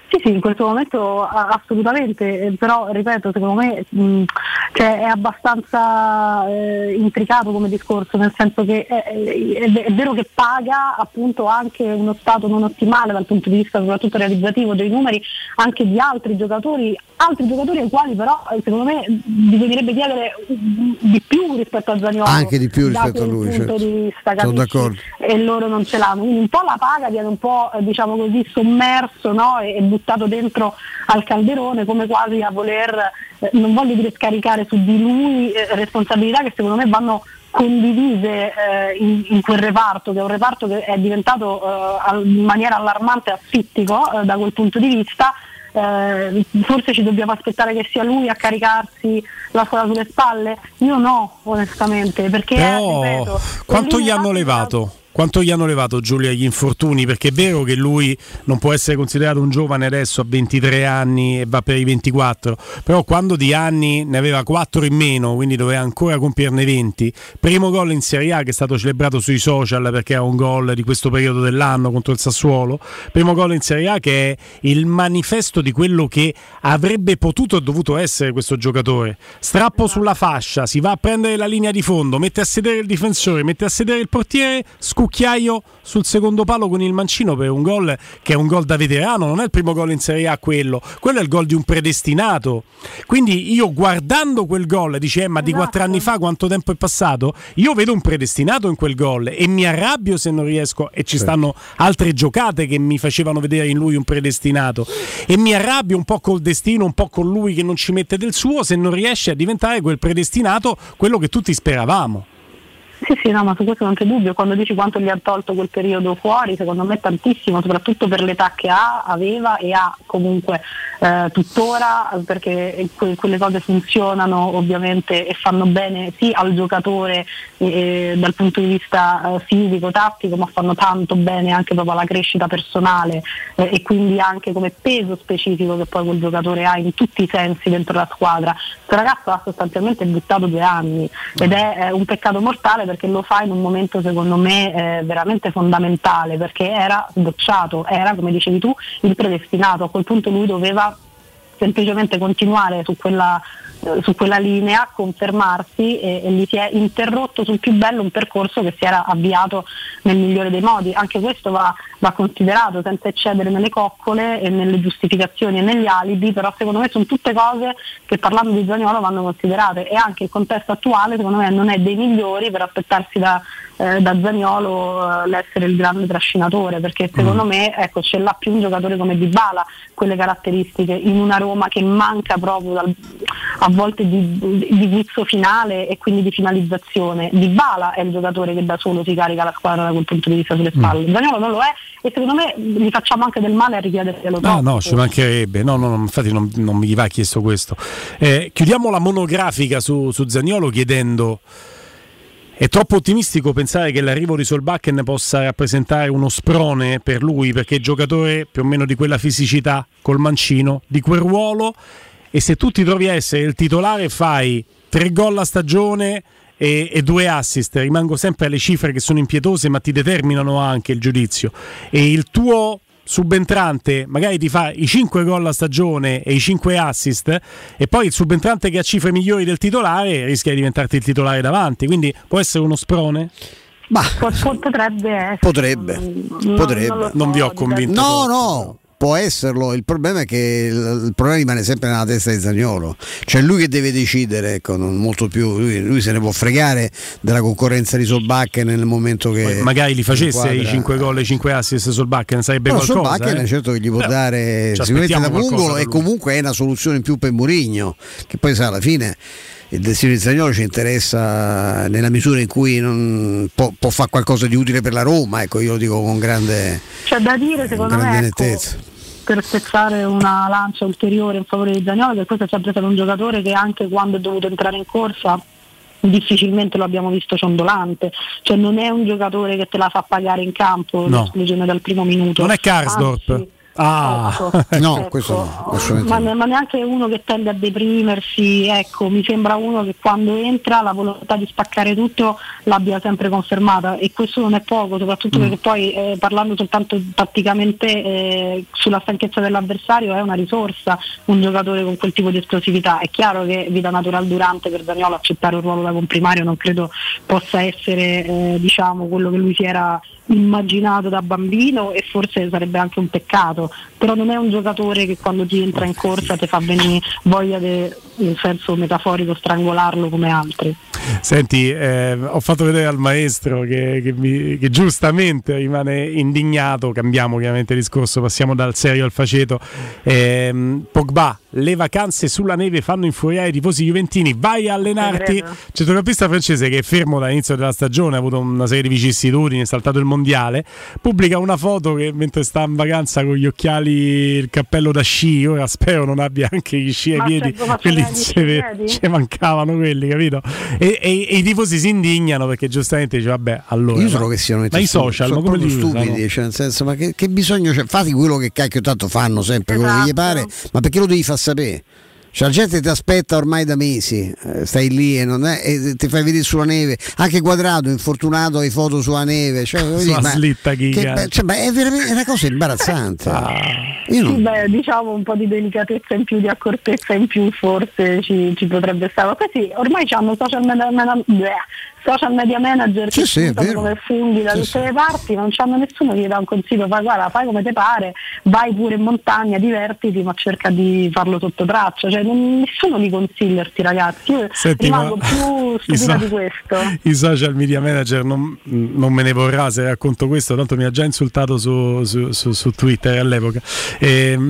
Sì, sì, in questo momento a- assolutamente, eh, però ripeto, secondo me mh, cioè, è abbastanza eh, intricato come discorso, nel senso che è, è, è vero che paga appunto anche uno stato non ottimale dal punto di vista soprattutto realizzativo dei numeri anche di altri giocatori, altri giocatori ai quali però eh, secondo me bisognerebbe chiedere di più rispetto a Zaniolo,
Anche di più rispetto
da
a lui,
quel punto
certo.
di vista,
Sono
capisci?
d'accordo.
E loro non ce l'hanno, quindi un po' la paga viene un po' eh, diciamo così sommerso, no? e, e buttato dentro al calderone come quasi a voler eh, non voglio dire scaricare su di lui eh, responsabilità che secondo me vanno condivise eh, in, in quel reparto, che è un reparto che è diventato eh, al- in maniera allarmante asfittico eh, da quel punto di vista. Eh, forse ci dobbiamo aspettare che sia lui a caricarsi la squadra sulle spalle? Io no, onestamente, perché
Però
eh, ripeto,
quanto
Collini
gli hanno levato? Quanto gli hanno levato, Giulia, gli infortuni? Perché è vero che lui non può essere considerato un giovane adesso a ventitré anni e va per i ventiquattro, però quando di anni ne aveva quattro in meno, quindi doveva ancora compierne venti. Primo gol in Serie A che è stato celebrato sui social perché è un gol di questo periodo dell'anno contro il Sassuolo. Primo gol in Serie A che è il manifesto di quello che avrebbe potuto e dovuto essere questo giocatore. Strappo sulla fascia, si va a prendere la linea di fondo, mette a sedere il difensore, mette a sedere il portiere, scucchiaio sul secondo palo con il mancino per un gol che è un gol da veterano, non è il primo gol in Serie A quello, quello è il gol di un predestinato. Quindi io guardando quel gol, dice eh, ma di quattro anni fa quanto tempo è passato? Io vedo un predestinato in quel gol e mi arrabbio se non riesco, e ci stanno altre giocate che mi facevano vedere in lui un predestinato, e mi arrabbio un po' col destino, un po' con lui che non ci mette del suo se non riesce a diventare quel predestinato, quello che tutti speravamo.
Sì, sì, no, ma su questo non c'è dubbio. Quando dici quanto gli ha tolto quel periodo fuori, secondo me tantissimo, soprattutto per l'età che ha, aveva e ha comunque eh, tuttora, perché que- quelle cose funzionano ovviamente e fanno bene sì al giocatore eh, dal punto di vista eh, fisico, tattico, ma fanno tanto bene anche proprio alla crescita personale eh, e quindi anche come peso specifico che poi quel giocatore ha in tutti i sensi dentro la squadra. Questo ragazzo ha sostanzialmente buttato due anni ed è eh, un peccato mortale, perché lo fa in un momento secondo me eh, veramente fondamentale, perché era bocciato, era come dicevi tu il predestinato. A quel punto lui doveva semplicemente continuare su quella, eh, su quella linea, confermarsi e, e gli si è interrotto sul più bello un percorso che si era avviato nel migliore dei modi. Anche questo va, va considerato senza eccedere nelle coccole e nelle giustificazioni e negli alibi, però secondo me sono tutte cose che parlando di Zaniolo vanno considerate, e anche il contesto attuale secondo me non è dei migliori per aspettarsi da, eh, da Zaniolo eh, l'essere il grande trascinatore, perché secondo mm. me ecco, ce l'ha più un giocatore come Dybala quelle caratteristiche in una Roma che manca proprio dal, a volte di, di, di guizzo finale e quindi di finalizzazione. Dybala è il giocatore che da solo si carica la squadra da quel punto di vista sulle spalle. Mm. Zaniolo non lo è e secondo me gli facciamo anche del male a richiederselo troppo.
No, no, ci mancherebbe. No, no, no, infatti non, non mi va chiesto questo. Eh, chiudiamo la monografica su, su Zaniolo chiedendo: è troppo ottimistico pensare che l'arrivo di Solbakken possa rappresentare uno sprone per lui, perché è giocatore più o meno di quella fisicità, col mancino, di quel ruolo, e se tu ti trovi a essere il titolare fai tre gol a stagione e, e due assist, rimango sempre alle cifre che sono impietose ma ti determinano anche il giudizio, e il tuo subentrante magari ti fa i cinque gol a stagione e i cinque assist, e poi il subentrante che ha cifre migliori del titolare rischia di diventarti il titolare davanti, quindi può essere uno sprone?
Ma
potrebbe essere.
Potrebbe,
non,
potrebbe.
Non,
non vi ho convinto.
No, no. Può esserlo, il problema è che il, il problema rimane sempre nella testa di Zaniolo, cioè lui che deve decidere, ecco, non molto più, lui, lui se ne può fregare della concorrenza di Solbakken nel momento che
poi magari li facesse
quadra...
i cinque gol e i cinque assist Solbakken sarebbe
no,
qualcosa.
Solbakken
eh?
certo che gli può
Però,
dare sicuramente da pungolo, e comunque è una soluzione in più per Mourinho, che poi sa alla fine il destino di Zaniolo ci interessa nella misura in cui non può, può fare qualcosa di utile per la Roma, ecco, io lo dico con grande,
c'è da dire secondo
grande
me, ecco,
nettezza.
Per spezzare una lancia ulteriore in favore di Zaniolo, che questo è sempre stato un giocatore che anche quando è dovuto entrare in corsa difficilmente lo abbiamo visto ciondolante, cioè non è un giocatore che te la fa pagare in campo,
no.
l'esclusione dal primo minuto,
non è Karsdorp.
Anzi,
Ah,
Ecco,
no,
ecco.
questo no, assolutamente
ma,
no.
ne- ma neanche uno che tende a deprimersi, ecco, mi sembra uno che quando entra la volontà di spaccare tutto l'abbia sempre confermata, e questo non è poco, soprattutto
Mm.
perché poi eh, parlando soltanto tatticamente eh, sulla stanchezza dell'avversario è una risorsa un giocatore con quel tipo di esplosività. È chiaro che vita natural durante per Zaniolo accettare un ruolo da comprimario non credo possa essere eh, diciamo quello che lui si era immaginato da bambino, e forse sarebbe anche un peccato, però non è un giocatore che quando ti entra in corsa ti fa venire voglia de, in senso metaforico, strangolarlo come altri.
Senti, eh, ho fatto vedere al maestro che, che, mi- che giustamente rimane indignato. Cambiamo chiaramente discorso, passiamo dal serio al faceto. Ehm, Pogba, le vacanze sulla neve fanno infuriare i tifosi juventini, vai a allenarti. C'è un campista francese che è fermo dall'inizio della stagione, ha avuto una serie di vicissitudini, è saltato il mondiale, pubblica una foto che mentre sta in vacanza con gli occhiali, il cappello da sci, ora spero non abbia anche gli sci ai
Ma
piedi,
certo, ma
quelli
ce l'hai gli
ci
sci ai piedi?
ci mancavano quelli, capito? E, e- e i tifosi si indignano perché giustamente dice vabbè, allora
Io sono che siano
ma i social,
sono
ma come
proprio
li usano?
stupidi, cioè nel senso, ma che, che bisogno c'è? Fate quello che cacchio tanto fanno sempre quello che gli pare, ma perché lo devi far sapere? Cioè, la gente ti aspetta ormai da mesi, eh, stai lì e, non è, e ti fai vedere sulla neve, anche Quadrato infortunato hai foto sulla neve, cioè, voglio
Sulla
dire, ma-
slitta
che,
gigante.
cioè, ma è veramente è una cosa imbarazzante. Io
Sì,
non-
beh, diciamo un po' di delicatezza in più, di accortezza in più forse ci, ci potrebbe stare. Ma questi ormai hanno social media, mana- bleh, social media manager
Sì,
che
sì, è
spuntano
vero.
come funghi da
Sì,
tutte
sì.
le parti, non c'hanno nessuno che gli dà un consiglio, fai guarda, fai come te pare, vai pure in montagna, divertiti, ma cerca di farlo sotto traccia, cioè non- nessuno li consiglia sti ragazzi. Io
Senti,
rimango
ma-
più
i
stupida
so-
di questo.
I social media manager non, non me ne vorrà se racconto questo, tanto mi ha già insultato su, su- su- su Twitter all'epoca. Ehm,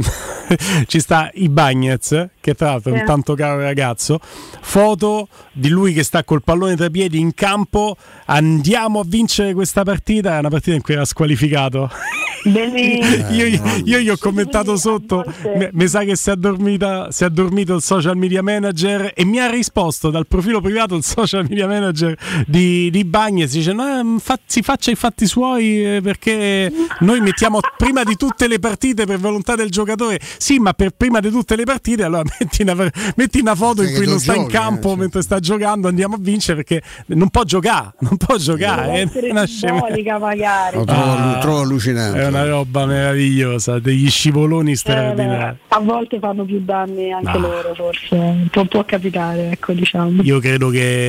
ci sta Ibañez, che tra l'altro è
Sì.
un tanto caro ragazzo, foto di lui che sta col pallone tra i piedi in campo, andiamo a vincere questa partita, è una partita in cui era squalificato.
Benissimo.
io, io gli ho commentato sotto, mi- mi sa che si è, addormita, si è addormito il social media manager, e mi ha risposto dal profilo privato il social media manager di, di Bagnez, dice no, fa- si faccia i fatti suoi, eh, perché noi mettiamo prima di tutte le partite per volontà del giocatore. Sì, ma per prima di tutte le partite allora metti una, metti una foto in
Sì,
cui
che
non
tu
sta in
giochi,
campo
eh,
mentre sta giocando, andiamo a vincere, perché non può giocare, non può giocare,
Deve
è
essere
una scema-
simbolica magari.
Lo trovo,
Ah,
trovo allucinante.
è una roba meravigliosa, degli scivoloni straordinari.
Eh, a volte fanno più danni anche
Ah.
loro, forse può, può capitare, ecco, diciamo.
Io credo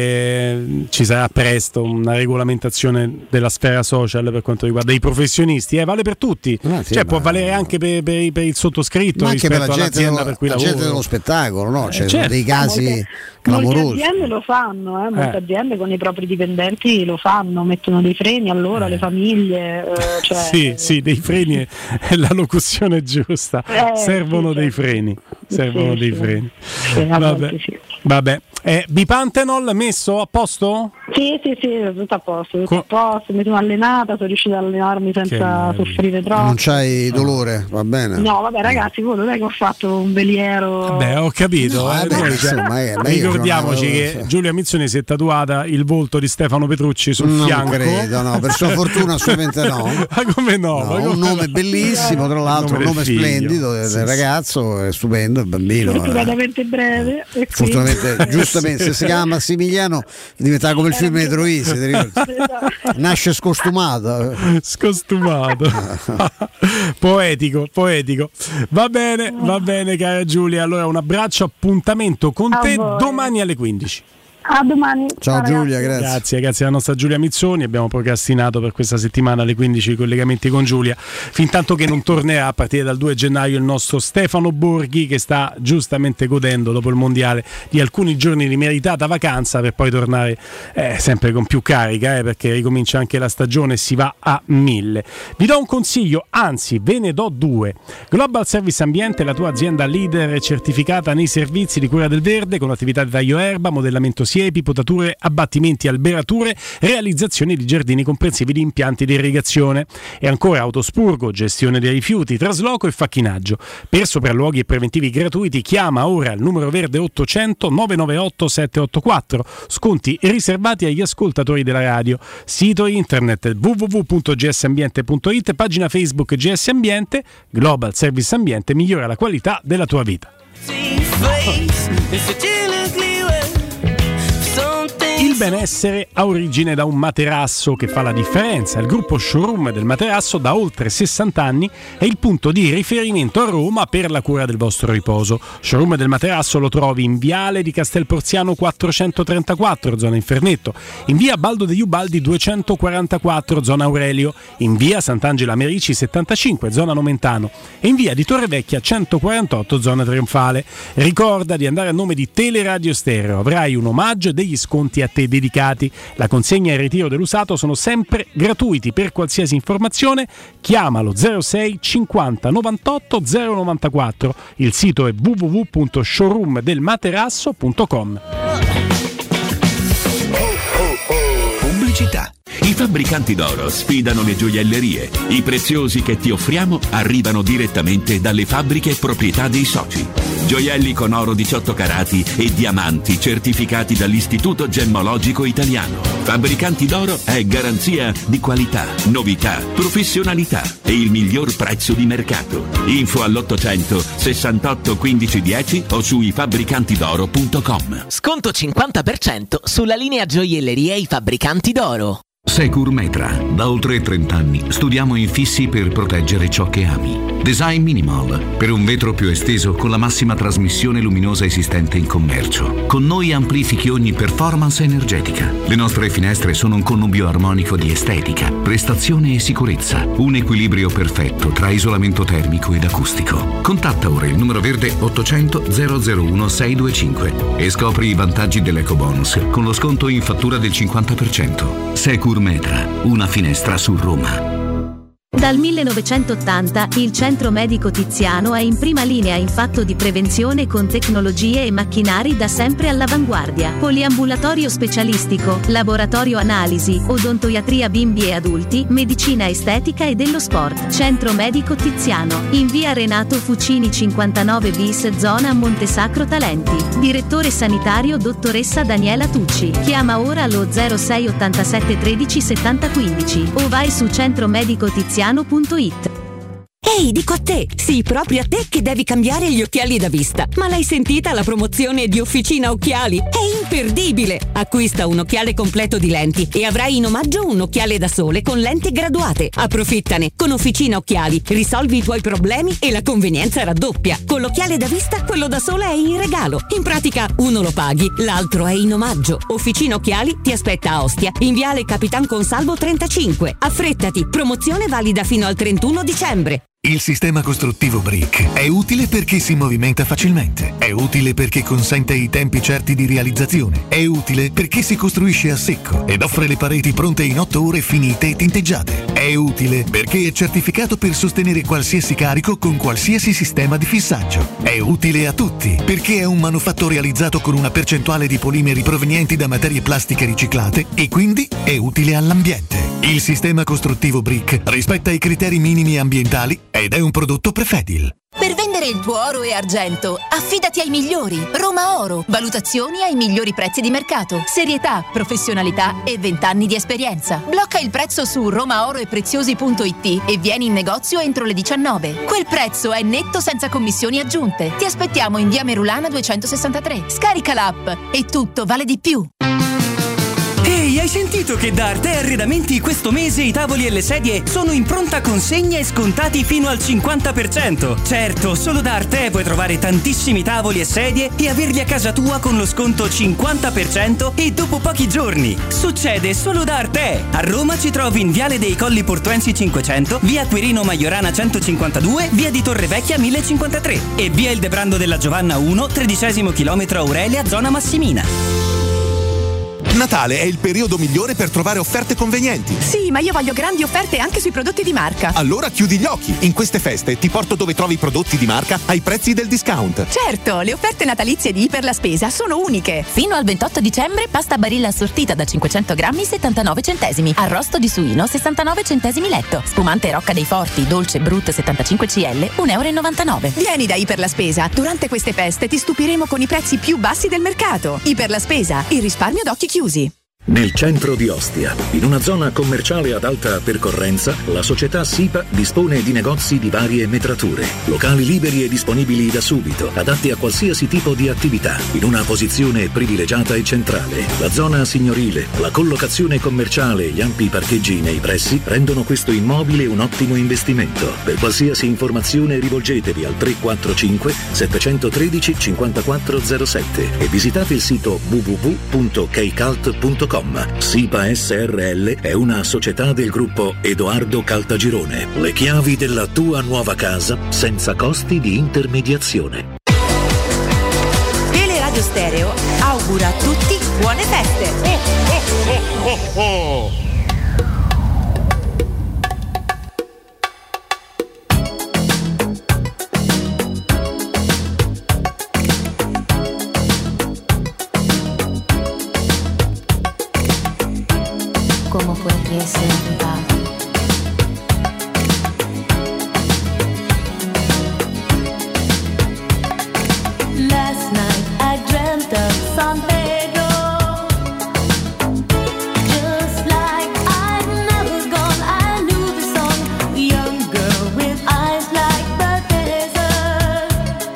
che ci sarà presto una regolamentazione della sfera social per quanto riguarda i professionisti, eh, vale per tutti,
Ah, sì,
cioè
ma-
può valere anche per, per- per il sottoscritto
Ma anche per
rispetto
la gente,
all'azienda
dello,
per cui
la
lavoro.
gente dello spettacolo, no?
Eh,
Cioè,
certo.
sono dei casi
Molte
clamorosi.
aziende lo fanno, eh, molte
Eh.
aziende con i propri dipendenti lo fanno, mettono dei freni a loro, alle famiglie, eh, cioè,
Sì, sì, dei freni è- è la locuzione giusta.
Eh,
Servono
sì,
dei
certo.
freni. Servono
Sì,
dei
sì.
freni.
Sì, a
Vabbè.
volte sì.
Vabbè. Eh, Bipantenol messo a posto?
Sì, sì, sì, tutto a posto, tutto
Co-
a posto, mi sono allenata, sono riuscita ad allenarmi senza
meraviglia.
soffrire troppo.
Non c'hai dolore, va bene?
No, vabbè ragazzi, voi non è che ho fatto un veliero.
Beh, ho capito.
No,
eh,
vabbè,
noi,
insomma, eh, ma io
ricordiamoci
sono-
che Giulia Mizzoni si è tatuata il volto di Stefano Petrucci sul
Non
fianco.
credo, no, per sua fortuna assolutamente no.
Ma come no?
No,
Ma come
un
no?
nome bellissimo, tra l'altro, un
del
nome
figlio.
splendido del
Sì, sì.
ragazzo, è stupendo, il bambino. eh.
Fortunatamente breve. E quindi-
Fortunatamente, giustamente, se si chiama Massimiliano diventava come il film di Troisi, ti ricordi? Nasce scostumato.
Scostumato. Poetico, poetico. Va bene, va bene, cara Giulia. Allora, un abbraccio, appuntamento con
A
te
voi.
domani alle quindici.
A domani.
Ciao
ragazzi.
Giulia, grazie.
Grazie, grazie alla nostra Giulia Mizzoni. Abbiamo procrastinato per questa settimana alle quindici i collegamenti con Giulia, fin tanto che non tornerà a partire dal due gennaio il nostro Stefano Borghi, che sta giustamente godendo dopo il mondiale di alcuni giorni di meritata vacanza per poi tornare eh, sempre con più carica, eh, perché ricomincia anche la stagione e si va a mille. Vi do un consiglio, anzi ve ne do due. Global Service Ambiente, la tua azienda leader certificata nei servizi di cura del verde, con attività di taglio erba, modellamento siepi, potature, abbattimenti, alberature, realizzazione di giardini comprensivi di impianti di irrigazione. E ancora autospurgo, gestione dei rifiuti, trasloco e facchinaggio. Per sopralluoghi e preventivi gratuiti chiama ora il numero verde ottocento nove nove otto sette otto quattro. Sconti riservati agli ascoltatori della radio. Sito internet w w w punto g s ambiente punto i t, pagina Facebook G S Ambiente. Global Service Ambiente migliora la qualità della tua vita. Il benessere ha origine da un materasso che fa la differenza. Il gruppo Showroom del Materasso da oltre sessanta anni è il punto di riferimento a Roma per la cura del vostro riposo. Showroom del Materasso lo trovi in Viale di Castelporziano quattrocentotrentaquattro, zona Infernetto, in via Baldo degli Ubaldi duecentoquarantaquattro, zona Aurelio, in via Sant'Angela Merici settantacinque, zona Nomentano, e in via di Torrevecchia centoquarantotto, zona Trionfale. Ricorda di andare a nome di Teleradio Stereo, avrai un omaggio e degli sconti a te dedicati. La consegna e il ritiro dell'usato sono sempre gratuiti. Per qualsiasi informazione chiamalo zero sei cinquanta novantotto zero novantaquattro. Il sito è w w w punto showroom del materasso punto com.
Pubblicità. I fabbricanti d'oro sfidano le gioiellerie. I preziosi che ti offriamo arrivano direttamente dalle fabbriche proprietà dei soci. Gioielli con oro diciotto carati e diamanti certificati dall'Istituto Gemmologico Italiano. Fabbricanti d'oro è garanzia di qualità, novità, professionalità e il miglior prezzo di mercato. Info all'ottocento sessantotto quindici dieci o su i fabbricanti d'oro punto com.
Sconto cinquanta per cento sulla linea gioielleria I Fabbricanti d'Oro.
Securmetra. Da oltre trenta anni studiamo infissi per proteggere ciò che ami. Design Minimal, per un vetro più esteso con la massima trasmissione luminosa esistente in commercio. Con noi amplifichi ogni performance energetica. Le nostre finestre sono un connubio armonico di estetica, prestazione e sicurezza. Un equilibrio perfetto tra isolamento termico ed acustico. Contatta ora il numero verde ottocento zero zero uno sei due cinque e scopri i vantaggi dell'EcoBonus con lo sconto in fattura del cinquanta per cento. Securmetra, una finestra su Roma.
Dal millenovecentottanta il Centro Medico Tiziano è in prima linea in fatto di prevenzione con tecnologie e macchinari da sempre all'avanguardia. Poliambulatorio specialistico, laboratorio analisi, odontoiatria bimbi e adulti, medicina estetica e dello sport. Centro Medico Tiziano, in via Renato Fucini cinquantanove bis, zona Montesacro Talenti. Direttore sanitario dottoressa Daniela Tucci. Chiama ora allo zero sei ottantasette tredici settanta quindici o vai su centromedicotiziano punto it.
Ehi, dico a te, sì, proprio a te che devi cambiare gli occhiali da vista. Ma l'hai sentita la promozione di Officina Occhiali? È imperdibile! Acquista un occhiale completo di lenti e avrai in omaggio un occhiale da sole con lenti graduate. Approfittane! Con Officina Occhiali risolvi i tuoi problemi e la convenienza raddoppia. Con l'occhiale da vista, quello da sole è in regalo. In pratica, uno lo paghi, l'altro è in omaggio. Officina Occhiali ti aspetta a Ostia, in viale Capitan Consalvo trentacinque. Affrettati, promozione valida fino al trentuno dicembre.
Il sistema costruttivo Brick è utile perché si movimenta facilmente, è utile perché consente i tempi certi di realizzazione, è utile perché si costruisce a secco ed offre le pareti pronte in otto ore finite e tinteggiate, è utile perché è certificato per sostenere qualsiasi carico con qualsiasi sistema di fissaggio, è utile a tutti perché è un manufatto realizzato con una percentuale di polimeri provenienti da materie plastiche riciclate e quindi è utile all'ambiente. Il sistema costruttivo Brick rispetta i criteri minimi ambientali ed è un prodotto Prefedil.
Per vendere il tuo oro e argento, affidati ai migliori. Roma Oro. Valutazioni ai migliori prezzi di mercato. Serietà, professionalità e vent'anni di esperienza. Blocca il prezzo su romaoroepreziosi punto it e vieni in negozio entro le diciannove. Quel prezzo è netto senza commissioni aggiunte. Ti aspettiamo in via Merulana duecentosessantatré. Scarica l'app e tutto vale di più.
Ehi, hai sentito che da Arte Arredamenti questo mese i tavoli e le sedie sono in pronta consegna e scontati fino al cinquanta per cento? Certo, solo da Arte puoi trovare tantissimi tavoli e sedie e averli a casa tua con lo sconto cinquanta per cento e dopo pochi giorni. Succede solo da Arte. A Roma ci trovi in Viale dei Colli Portuensi cinquecento, via Quirino Maiorana centocinquantadue, via di Torrevecchia mille cinquantatré e via Il Debrando della Giovanna uno, tredicesimo chilometro Aurelia, zona Massimina.
Natale è il periodo migliore per trovare offerte convenienti.
Sì, ma io voglio grandi offerte anche sui prodotti di marca.
Allora chiudi gli occhi. In queste feste ti porto dove trovi prodotti di marca ai prezzi del discount.
Certo, le offerte natalizie di Iper la Spesa sono uniche.
Fino al ventotto dicembre pasta Barilla assortita da cinquecento grammi settantanove centesimi. Arrosto di suino sessantanove centesimi letto. Spumante Rocca dei Forti Dolce Brut settantacinque centilitri un euro e novantanove.
Vieni da Iper la Spesa. Durante queste feste ti stupiremo con i prezzi più bassi del mercato. Iper la Spesa, il risparmio d'occhi chiusi.
Nel centro di Ostia, in una zona commerciale ad alta percorrenza, la società SIPA dispone di negozi di varie metrature, locali liberi e disponibili da subito, adatti a qualsiasi tipo di attività, in una posizione privilegiata e centrale. La zona signorile, la collocazione commerciale e gli ampi parcheggi nei pressi rendono questo immobile un ottimo investimento. Per qualsiasi informazione rivolgetevi al tre quattro cinque sette uno tre cinque quattro zero sette e visitate il sito w w w punto keicalt punto com. SIPA S R L è una società del gruppo Edoardo Caltagirone. Le chiavi della tua nuova casa senza costi di intermediazione.
Teleradio Stereo augura a tutti buone feste.
Oh, oh, oh, oh.
¿Cómo fue que se va?
Last night I dreamt of San Pedro, just like I'd never gone. I knew the song, a young girl with eyes like the desert.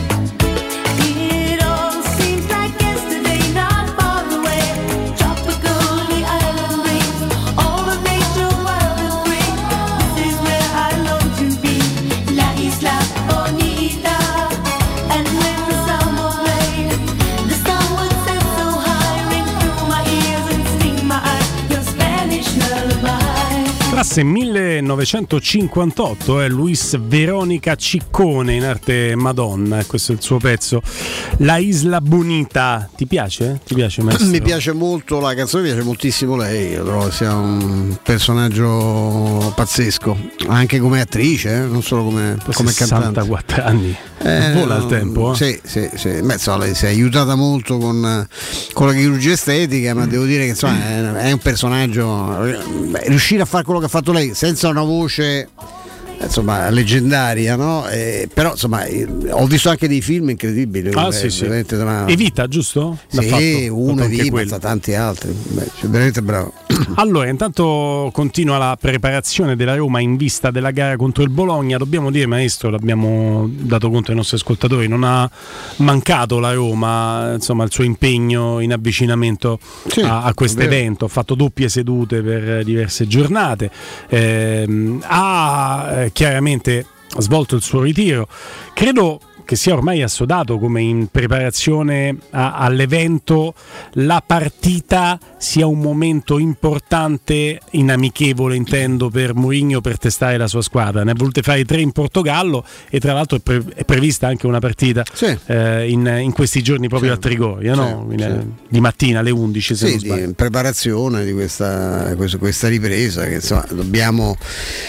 It all seems like yesterday, not far away. Tropical, the island breeze, all the nature wild and free. This is where I long to be, La Isla Bonita. And when the samba played, the sun would set so high, ring through my ears and sting my eyes, your Spanish lullaby.
Classe millenovecentocinquantotto è Luis Veronica Ciccone in arte Madonna, questo è il suo pezzo La Isla Bonita. Ti piace? Ti piace, maestro?
Mi piace molto la canzone, mi piace moltissimo lei, io trovo che sia un personaggio pazzesco, anche come attrice, eh? Non solo come, come cantante.
sessantaquattro anni,
Eh,
vola il tempo. Eh?
Sì, sì, sì. Beh, insomma, lei si è aiutata molto con, con la chirurgia estetica, ma devo dire che insomma, è, è un personaggio. Beh, riuscire a fare quello che ha fatto lei senza una voce insomma leggendaria, no? Eh, però insomma ho visto anche dei film incredibili.
Ah,
eh,
sì, sì.
Una...
Evita, giusto? L'ha
Sì,
fatto,
uno
fatto
Evita, ma tanti altri. Beh, cioè, veramente bravo.
Allora, intanto continua la preparazione della Roma in vista della gara contro il Bologna. Dobbiamo dire, maestro, l'abbiamo dato conto ai nostri ascoltatori, non ha mancato la Roma, insomma, il suo impegno in avvicinamento
Sì,
a, a questo
è vero.
evento. Ha fatto doppie sedute per diverse giornate, ehm, ha eh, chiaramente svolto il suo ritiro. Credo che sia ormai assodato come in preparazione a, all'evento la partita sia un momento importante, in amichevole intendo, per Mourinho per testare la sua squadra. Ne ha volute fare tre in Portogallo e tra l'altro è, pre- è prevista anche una partita
Sì.
eh, in, in questi giorni proprio
Sì.
a Trigoria, no?
Sì,
In-
sì.
di mattina alle undici se
Sì,
non sbaglio.
di preparazione di questa, questa, questa ripresa che insomma, dobbiamo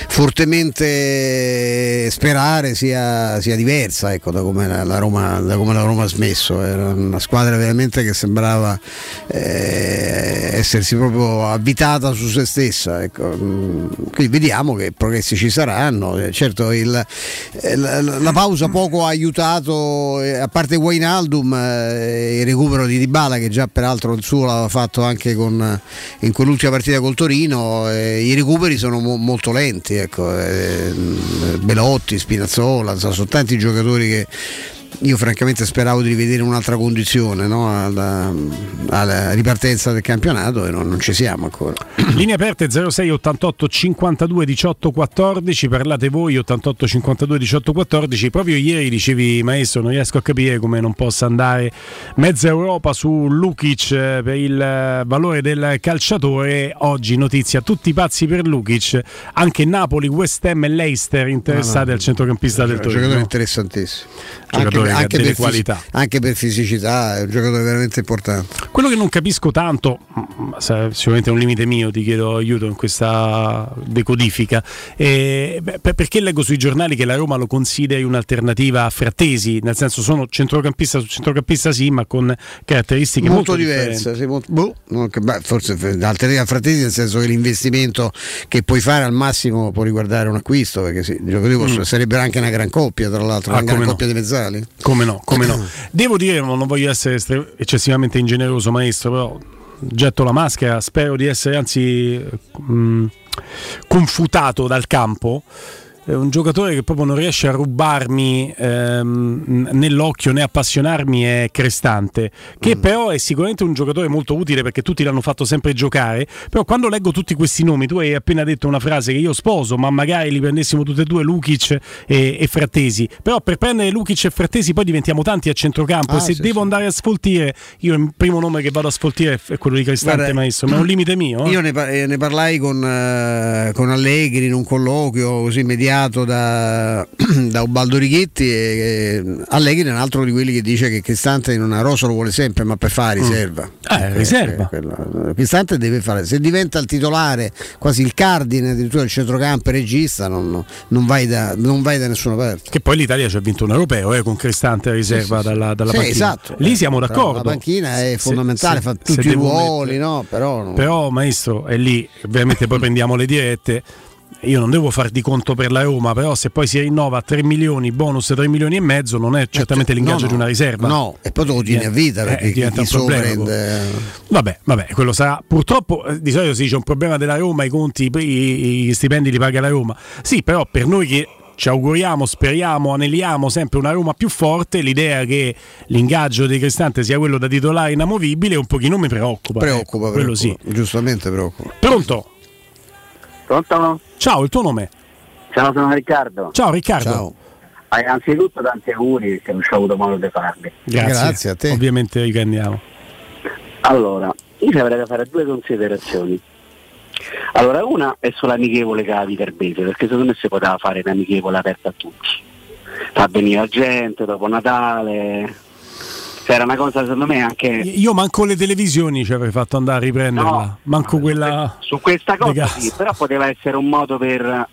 fortemente sperare sia, sia diversa, ecco, da come la, la Roma, da come la Roma ha smesso. Era una squadra veramente che sembrava eh, essersi proprio avvitata su se stessa, ecco. Quindi vediamo che progressi ci saranno. Certo il, la, la pausa poco ha aiutato, eh, a parte Wijnaldum, eh, il recupero di Dybala, che già peraltro il suo l'aveva fatto anche con, in quell'ultima partita col Torino. Eh, i recuperi sono mo- molto lenti, ecco. eh, Belotti, Spinazzola, insomma, sono tanti giocatori che io francamente speravo di rivedere in un'altra condizione, no? alla, alla ripartenza del campionato, e non, non ci siamo ancora.
Linee aperte zero sei ottantotto cinquantadue diciotto quattordici, parlate voi ottantotto cinquantadue diciotto quattordici. Proprio ieri dicevi, maestro, non riesco a capire come non possa andare mezza Europa su Lukic eh, per il eh, valore del calciatore. Oggi notizia, tutti pazzi per Lukic, anche Napoli, West Ham e Leicester interessate
No, no.
al centrocampista del
Un
Torino.
giocatore interessantissimo,
Giocatore che ha delle
per
qualità.
fisi- anche per fisicità, è un giocatore veramente importante.
Quello che non capisco tanto, sarà sicuramente un limite mio, ti chiedo aiuto in questa decodifica. E, beh, perché leggo sui giornali che la Roma lo consideri un'alternativa a Frattesi, nel senso sono centrocampista su centrocampista sì, ma con caratteristiche molto,
molto
differenti.
diverse, sì, molto, boh, no, che, beh, forse l'alternativa a Frattesi, nel senso che l'investimento che puoi fare al massimo può riguardare un acquisto, perché sì, i giocatori possono,
Mm.
sarebbero anche una gran coppia, tra l'altro,
Ah,
una gran
come no.
coppia di mezzali.
Come no, come no. Devo dire, non voglio essere estre- eccessivamente ingeneroso, maestro, però getto la maschera, spero di essere anzi mh, confutato dal campo. È un giocatore che proprio non riesce a rubarmi ehm, nell'occhio né appassionarmi è Cristante, che mm. però è sicuramente un giocatore molto utile perché tutti l'hanno fatto sempre giocare. Però quando leggo tutti questi nomi, tu hai appena detto una frase che io sposo, ma magari li prendessimo tutti e due, Lukic e, e Frattesi. Però per prendere Lukic e Frattesi poi diventiamo tanti a centrocampo,
Ah,
e se
sì,
devo
sì.
andare a sfoltire, io il primo nome che vado a sfoltire è quello di Cristante.
Guarda,
maestro, ma è un limite mio. eh?
Io ne, par- ne parlai con, eh, con Allegri in un colloquio così immediato da, da Ubaldo Righetti, e, e Allegri è un altro di quelli che dice che Cristante in una rosa lo vuole sempre, ma per fare riserva.
Mm. Eh, riserva.
Eh, quello- Cristante deve fare, se diventa il titolare, quasi il cardine addirittura del centrocampo e regista, non, non, vai da, non vai da nessuna parte.
Che poi l'Italia ci ha vinto un europeo eh, con Cristante a riserva
Sì, sì, sì.
dalla, dalla
Sì,
panchina.
esatto.
Lì siamo
Però
d'accordo.
La panchina è
Se-
fondamentale,
se-
fa
se
tutti i
devo
ruoli,
mettere-
no? Però, non-
Però maestro, è lì, ovviamente poi prendiamo le dirette. Io non devo far di conto per la Roma, però se poi si rinnova a tre milioni, bonus tre milioni e mezzo, non è certamente l'ingaggio
no, no.
di una riserva.
No, e poi te lo tieni a vita, perché
Eh,
chi,
diventa
chi
un problema.
sovrende-
Vabbè, vabbè, quello sarà. Purtroppo eh, di solito si dice un problema della Roma, i conti, i, i stipendi li paga la Roma. Sì, però per noi che ci auguriamo, speriamo, aneliamo sempre una Roma più forte, l'idea che l'ingaggio di Cristante sia quello da titolare inamovibile un pochino mi preoccupa.
Preoccupa,
ecco, quello
preoccupa,
sì.
giustamente preoccupa.
Pronto?
Pronto?
Ciao, il tuo nome?
Ciao, sono Riccardo.
Ciao Riccardo.
Ciao.
Ah, innanzitutto tanti auguri perché non ci ho avuto modo di farli.
Grazie.
Grazie a te.
Ovviamente ricandiamo.
Allora, io ci avrei da fare due considerazioni. Allora, una è sull'amichevole che ha Viterbese, perché secondo me si poteva fare un'amichevole aperta a tutti. Fa venire la gente dopo Natale. Se era una cosa secondo me anche.
Io manco le televisioni ci avrei fatto andare a riprenderla.
No.
manco quella.
Su questa
De
cosa
gas.
sì, però poteva essere un modo per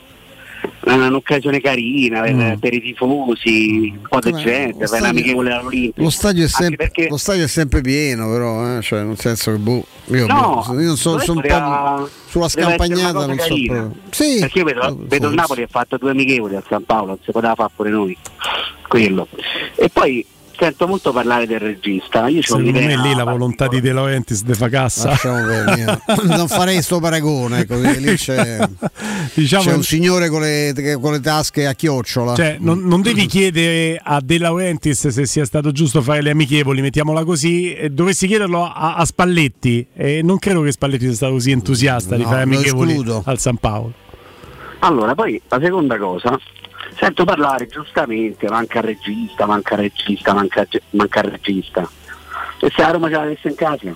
un'occasione carina per,
Mm.
per i tifosi, un po' di
Come-
gente,
lo
per
stadio-
l'amichevole all'Olimpico.
Lo stadio, è
Anche
sempre,
perché-
lo stadio è sempre pieno, però, eh, cioè, nel senso che boh, io,
No,
boh, io non so,
secondo me
sono un
poteva-
po' sulla
poteva essere una
scampagnata,
cosa
non so
carina.
proprio. Sì,
Perché io vedo, vedo il
forse.
Napoli ha fatto due amichevoli a San Paolo, non si poteva fare pure noi quello. E poi sento molto parlare del regista. Io c'ho
Secondo me
un'idea.
lì la volontà di De Laurentiis de fa cassa.
Lasciamo perdere, non farei sto paragone, ecco, perché lì c'è,
Diciamo-
c'è un signore con le, con le tasche a chiocciola.
Cioè, non, non devi chiedere a De Laurentiis se sia stato giusto fare le amichevoli, mettiamola così, e dovresti chiederlo a, a Spalletti. E non credo che Spalletti sia stato così entusiasta di
No,
fare
lo
amichevoli
escludo.
al San Paolo.
Allora, poi la seconda cosa, sento parlare giustamente, manca il regista, manca il regista, manca, manca il regista. E se la Roma ce l'avesse in casa?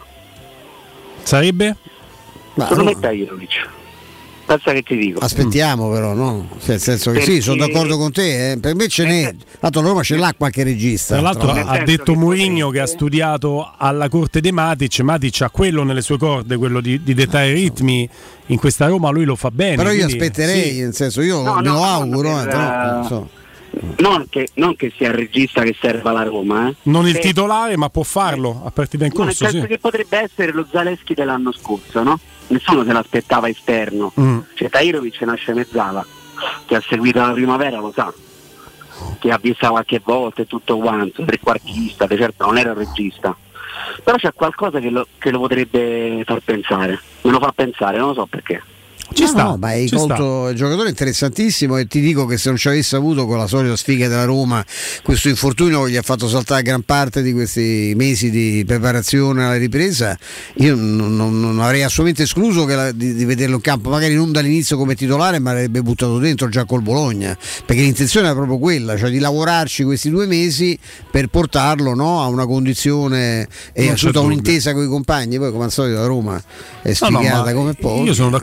Sarebbe?
Secondo me Tahirovic. Pensa che ti dico.
Aspettiamo però, no? Cioè, nel senso che sì,
Perché-
sono d'accordo con te, eh. Per me ce n'è. Tanto a Roma ce l'ha qualche regista.
Tra l'altro
tra
ha detto Mourinho che ha studiato alla corte di Matic. Matic ha quello nelle sue corde, quello di, di dettare i ritmi. In questa Roma lui lo fa bene.
Però io
quindi-
aspetterei,
sì.
nel senso io
No,
me
no,
lo
no,
auguro,
per,
eh, però,
eh,
non so.
Non che, non che sia il regista che serve alla Roma, eh.
Non il
Che-
titolare, ma può farlo a partita in
no, nel
corso.
senso
Sì.
che potrebbe essere lo Zaleschi dell'anno scorso, no? Nessuno se l'aspettava esterno.
Mm.
Cioè Tahirovic nasce mezzala, che ha seguito la primavera lo sa, che ha visto qualche volta e tutto quanto, trequartista, di certo non era un regista. Però c'è qualcosa che lo, che lo potrebbe far pensare, me lo fa pensare, non lo so perché.
Ci
No,
sta,
no, ma hai
ci
colto il giocatore interessantissimo e ti dico che se non ci avesse avuto con la solita sfiga della Roma questo infortunio che gli ha fatto saltare gran parte di questi mesi di preparazione alla ripresa, io non, non- non avrei assolutamente escluso che la- di, di vederlo in campo, magari non dall'inizio come titolare, ma l'avrebbe buttato dentro già col Bologna, perché l'intenzione era proprio quella, cioè di lavorarci questi due mesi per portarlo, no, a una condizione e
Non c'è
assolutamente
dubbio.
un'intesa con i compagni. Poi come al solito la Roma è
No, no,
sfigata
ma
come poco.
io sono d'accordo eh, su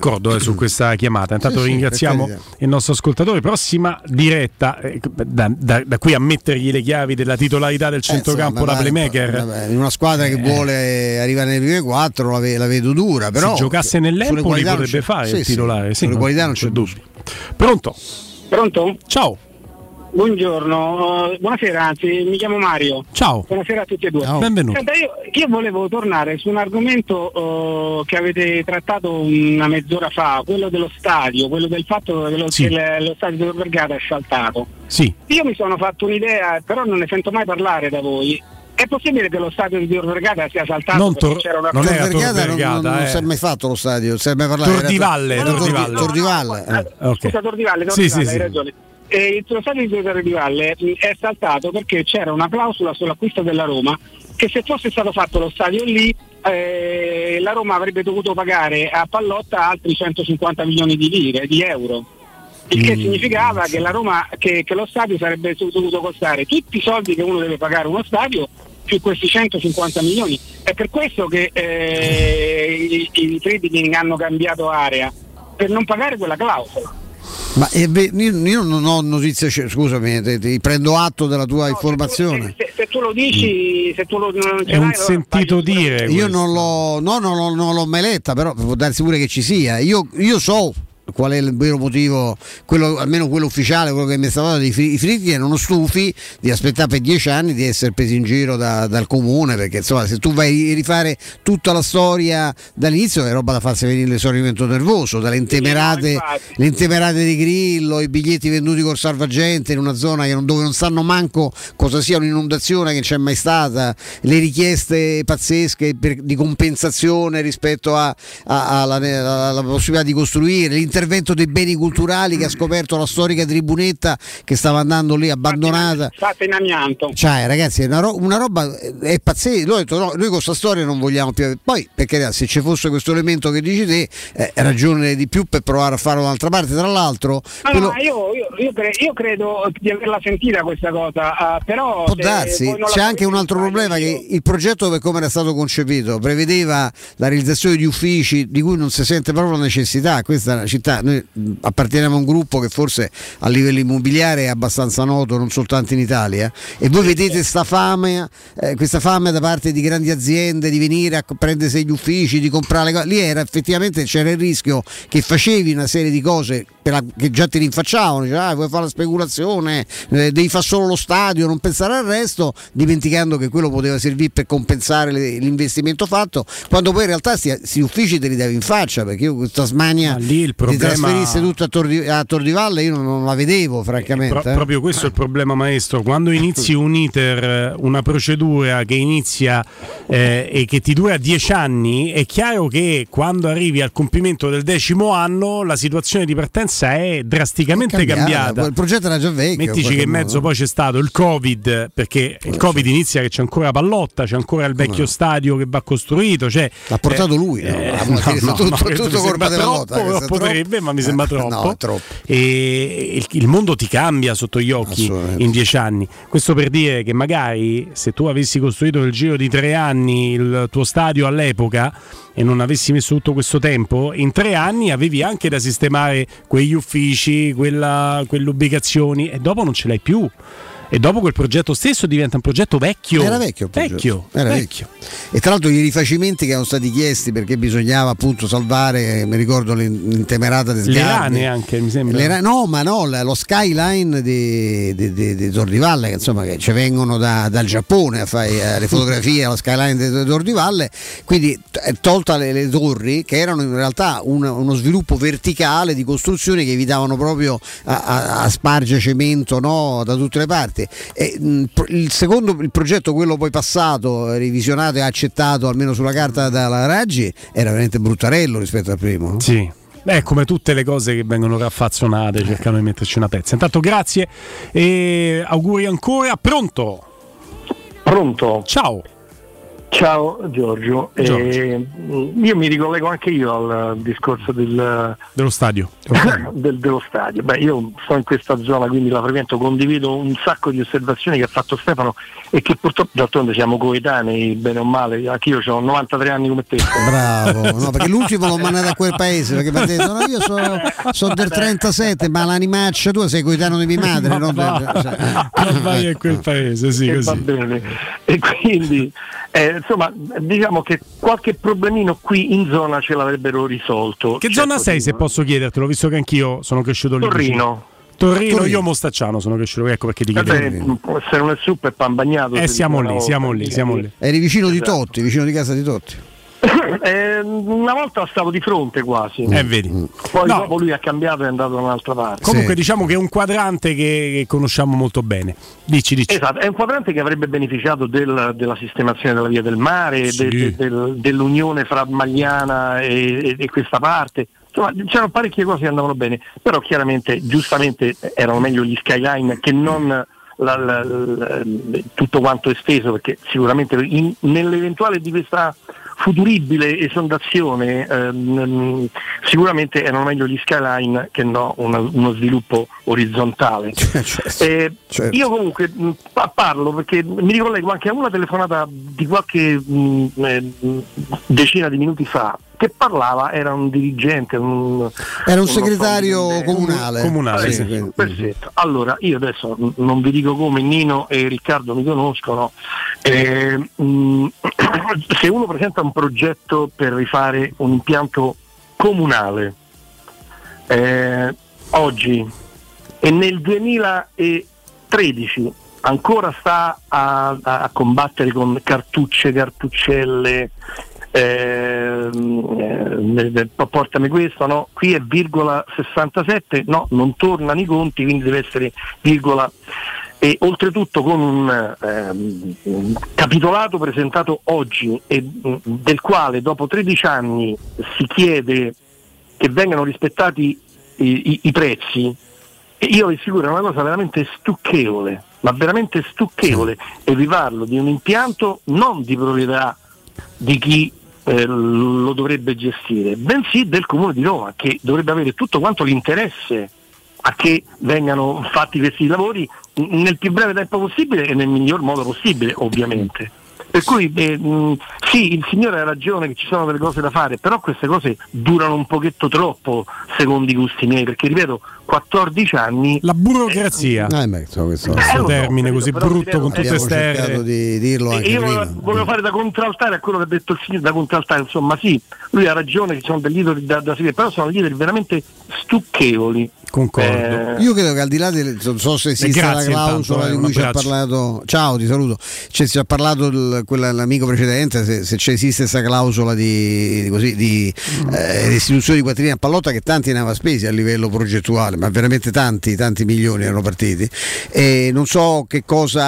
su questa chiamata. Intanto
Sì, sì,
ringraziamo
per carità.
il nostro ascoltatore. Prossima diretta, eh, da, da- da qui a mettergli le chiavi della titolarità del centrocampo
Eh, insomma,
da
vabbè,
playmaker.
vabbè, in una squadra che vuole arrivare nelle prime quattro la, ve- la vedo dura, però
se giocasse
sulle
nell'Empoli
qualità non
potrebbe
c'è-
fare
sì,
il
sì,
titolare. Sì,
sulle
no,
qualità non c'è
dubbio. Pronto?
Pronto?
Ciao.
Buongiorno, eh, buonasera, anzi mi chiamo Mario.
Ciao.
Buonasera a tutti e due.
Ciao. Benvenuto.
Senta, io, io volevo tornare su un argomento eh, che avete trattato una mezz'ora fa, quello dello stadio, quello del fatto che lo,
Sì.
che le- lo stadio di Tor Vergata è saltato.
Sì.
Io mi sono fatto un'idea, però non ne sento mai parlare da voi. È possibile che lo stadio di Tor Vergata sia saltato?
Non
perché
Tor-
c'era una
non
Tor
era Tor
Vergata non,
Vergata,
non, non
eh.
si è mai fatto lo stadio, non si è mai parlato.
Tor di
era-
Valle,
No,
Tor
Tor
di
di-
Valle.
Tor di Valle, eh.
Ok.
Scusa, Tor di Valle, Tor
Sì,
di
sì,
Valle,
sì.
hai ragione. E lo stadio di Tor di Valle mh, è saltato perché c'era una clausola sull'acquisto della Roma che se fosse stato fatto lo stadio lì eh, la Roma avrebbe dovuto pagare a Pallotta altri centocinquanta milioni di lire, di euro. Il che
Mm,
significava che la Roma, che, che lo stadio sarebbe dovuto costare tutti i soldi che uno deve pagare uno stadio più questi centocinquanta milioni. È per questo che eh, i, i trading hanno cambiato area, per non pagare quella clausola.
Ma eh, beh, io, io non ho notizie, cioè, scusami, ti, ti prendo atto della tua informazione.
Se, se tu lo dici, se tu lo non ce
È un
l'hai, allora
sentito dire.
Io
questo.
non l'ho, no, no, no, non l'ho mai letta, però può darsi pure che ci sia. Io, io so qual è il vero motivo, quello, almeno quello ufficiale, quello che mi è stato dato. I fritti erano stufi di aspettare per dieci anni di essere presi in giro da- dal comune, perché insomma se tu vai a rifare tutta la storia dall'inizio è roba da farsi venire l'esaurimento nervoso, dalle intemerate, le intemerate di Grillo, i biglietti venduti col salvagente in una zona che non- dove non sanno manco cosa sia un'inondazione, che non c'è mai stata, le richieste pazzesche per- di compensazione rispetto a- a- alla, alla possibilità di costruire, l'intervento dei beni culturali che ha scoperto la storica tribunetta che stava andando lì abbandonata.
fatta in amianto.
Cioè, ragazzi, è una, ro- una roba è pazzesca. Lui ha detto: no, noi con questa storia non vogliamo più. Poi, perché se ci fosse questo elemento che dici te, eh, ragione di più per provare a farlo dall'altra parte. Tra l'altro,
No,
quello-
no, io, io, io, cre- io credo di averla sentita questa cosa, eh, però
può
se
darsi.
voi non la
C'è anche un
sapete,
altro problema: che il progetto, per come era stato concepito, prevedeva la realizzazione di uffici di cui non si sente proprio la necessità. Questa è una città. Noi mh, apparteniamo a un gruppo che forse a livello immobiliare è abbastanza noto, non soltanto in Italia, e voi vedete sta fame, eh, questa fame da parte di grandi aziende di venire a prendersi gli uffici, di comprare le cose. Lì era effettivamente, c'era il rischio che facevi una serie di cose per la- che già ti rinfacciavano, cioè, ah, vuoi fare la speculazione, eh, devi fare solo lo stadio, non pensare al resto, dimenticando che quello poteva servire per compensare le- l'investimento fatto, quando poi in realtà questi uffici te li devi in faccia, perché io questa smania
il
di
problema-
trasferisse tutto a Tor di, a Tor di Valle io non, non la vedevo francamente.
Pro-
eh.
proprio questo è il problema, maestro. Quando inizi un iter, una procedura che inizia eh, e che ti dura dieci anni, è chiaro che quando arrivi al compimento del decimo anno la situazione di partenza è drasticamente
È cambiata.
cambiata.
Il progetto era già vecchio.
Mettici
in
che
qualche
in mezzo
modo.
poi c'è stato il Covid, perché il Covid inizia che c'è ancora Pallotta, c'è ancora il vecchio
no?
stadio che va costruito. Cioè,
L'ha portato
eh,
lui, no?
eh,
Ah,
no,
tutto-
no,
tutto-
no,
tutto
mi
colpa
sembra
della
troppo,
Lotta, questo è
potrebbe,
troppo.
ma mi sembra
Eh,
troppo.
no, è troppo.
E il, il mondo ti cambia sotto gli occhi
Assolutamente.
in dieci anni. Questo per dire che magari se tu avessi costruito nel giro di tre anni il tuo stadio all'epoca e non avessi messo tutto questo tempo, in tre anni avevi anche da sistemare quegli uffici, quella, quelle ubicazioni, e dopo non ce l'hai più. E dopo quel progetto stesso diventa un progetto vecchio.
Era vecchio il progetto.
Vecchio,
Era
vecchio.
E tra l'altro i rifacimenti che erano stati chiesti perché bisognava appunto salvare, mi ricordo l'intemerata di
Le rane anche, mi sembra.
Le ra- no, ma no, la- lo skyline di, di, di, di Tor di Valle, che insomma che ci vengono da- dal Giappone a fare eh, le fotografie allo skyline di, di Tor di Valle, quindi t- tolta le, le torri che erano in realtà un- uno sviluppo verticale di costruzioni che evitavano proprio a, a, a spargere cemento, no, da tutte le parti. E, mh, pro- il secondo il progetto, quello poi passato, revisionato e accettato almeno sulla carta dalla Raggi, era veramente bruttarello rispetto al primo, no?
Sì. Beh, come tutte le cose che vengono raffazzonate, cercano di metterci una pezza. Intanto grazie e auguri ancora. Pronto?
Pronto?
Ciao.
Ciao Giorgio,
Giorgio.
Eh, io mi ricollego anche io al discorso del,
dello stadio.
del- dello stadio. Beh, io sto in questa zona, quindi la frequento, condivido un sacco di osservazioni che ha fatto Stefano e che purtroppo d'altronde siamo coetanei, bene o male, anche io ho novantatré anni come te.
Bravo, no, perché l'ultimo l'ho mandato a quel paese, perché mi ha detto no, io sono, sono del trentasette, ma l'animaccia tu sei coetaneo di mia madre, no?
Non vai a quel paese, sì,
E
così.
va bene. E quindi eh, insomma diciamo che qualche problemino qui in zona ce l'avrebbero risolto.
Che
Certo,
zona sei,
sì.
se posso chiedertelo, visto che anch'io sono cresciuto lì
Torrino.
vicino. Torrino,
Torrino.
io Mostacciano sono cresciuto, ecco perché ti chiedo.
Vabbè, se non è su è pan bagnato.
Eh,
si
siamo
dice
lì,
una
siamo
volta.
lì, siamo lì.
Eri vicino di
Esatto.
Totti, vicino di casa di Totti.
Eh, una volta stavo di fronte quasi.
Eh, vedi.
Poi
No.
dopo lui ha cambiato e è andato da un'altra parte.
Comunque diciamo che è un quadrante che, che conosciamo molto bene. Dici, dici.
Esatto, è un quadrante che avrebbe beneficiato del- della sistemazione della via del mare,
Sì.
de- de- del- dell'unione fra Magliana e, e- e questa parte. Insomma, c'erano parecchie cose che andavano bene, però chiaramente, giustamente, erano meglio gli skyline che non la- la- la- tutto quanto esteso, perché sicuramente in- nell'eventuale di questa futuribile esondazione ehm, sicuramente erano meglio gli skyline che no una- uno sviluppo orizzontale. Eh,
certo.
Io comunque mh, pa- parlo perché mi ricollego anche a una telefonata di qualche mh, eh, decina di minuti fa che parlava, era un dirigente, un,
Era un
uno
segretario
stato di-
comunale.
Comunale,
Sì,
sì.
quindi-
Perfetto. Allora, io adesso n- non vi dico come, Nino e Riccardo mi conoscono. Eh, mh, se uno presenta un progetto per rifare un impianto comunale eh, oggi e nel duemilatredici ancora sta a, a combattere con cartucce, cartuccelle, ehm, eh, portami questo, no? Qui è virgola sessantasette, no, non tornano i conti, quindi deve essere virgola, e oltretutto con un ehm, un capitolato presentato oggi e mh, del quale dopo tredici anni si chiede che vengano rispettati i, i- i prezzi. E io vi assicuro, è una cosa veramente stucchevole, ma veramente stucchevole, e vi parlo di un impianto non di proprietà di chi eh, lo dovrebbe gestire, bensì del Comune di Roma, che dovrebbe avere tutto quanto l'interesse a che vengano fatti questi lavori nel più breve tempo possibile e nel miglior modo possibile, ovviamente. Per cui eh, mh, sì, il signore ha ragione che ci sono delle cose da fare, però queste cose durano un pochetto troppo secondo i gusti miei, perché ripeto, quattordici anni.
La burocrazia.
Eh, beh, insomma, questo
Questo
lo so,
termine
capito,
così
però
brutto
ripeto,
con tutte
abbiamo
ste
cercato
R.
di dirlo
E
anche
io
prima.
volevo fare da contraltare a quello che ha detto il signore, da contraltare, insomma sì, lui ha ragione che ci sono dei leader da, da seguire, però sono leader veramente stucchevoli.
Concordo.
Io credo che al di là del, non so se esiste la
grazie
clausola
intanto, eh,
di
un
cui ci ha
abbraccio.
parlato, ciao, ti saluto, cioè, ci ha parlato il- quella- l'amico precedente, se, se c'è esiste questa clausola di, di, così, di eh, restituzione di quattrini a Pallotta, che tanti ne aveva spesi a livello progettuale, ma veramente tanti, tanti milioni erano partiti, e non so che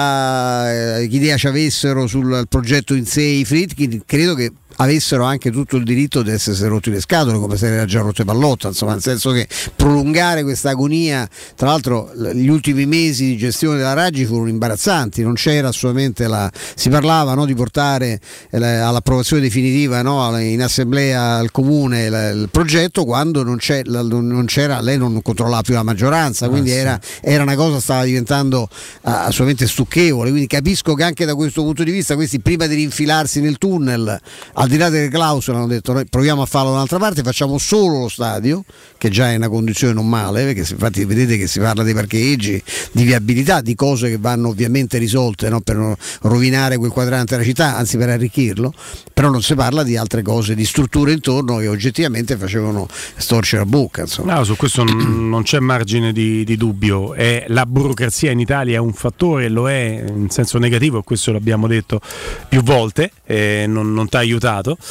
cosa, eh, che idea ci avessero sul progetto in sé i Friedkin, credo che avessero anche tutto il diritto di essersi rotti le scatole, come se era già rotto Pallotta, insomma, nel senso che prolungare questa agonia, tra l'altro l- gli ultimi mesi di gestione della Raggi furono imbarazzanti, non c'era assolutamente la, si parlava, no, di portare eh, la- all'approvazione definitiva, no, alla- in assemblea al comune la- il progetto, quando non, c'è, la- non c'era, lei non controllava più la maggioranza, quindi
sì.
era, era una cosa, stava diventando ah, assolutamente stucchevole, quindi capisco che anche da questo punto di vista questi, prima di rinfilarsi nel tunnel, al di là delle clausole, hanno detto noi proviamo a farlo da un'altra parte, facciamo solo lo stadio, che già è una condizione non male, perché se- infatti vedete che si parla dei parcheggi, di viabilità, di cose che vanno ovviamente risolte, no, per non rovinare quel quadrante della città, anzi per arricchirlo, però non si parla di altre cose, di strutture intorno che oggettivamente facevano storcere la bocca, insomma.
No, su questo n- non c'è margine di, di dubbio. È, la burocrazia in Italia è un fattore, lo è in senso negativo, questo l'abbiamo detto più volte, eh, non, non ti ha aiutato.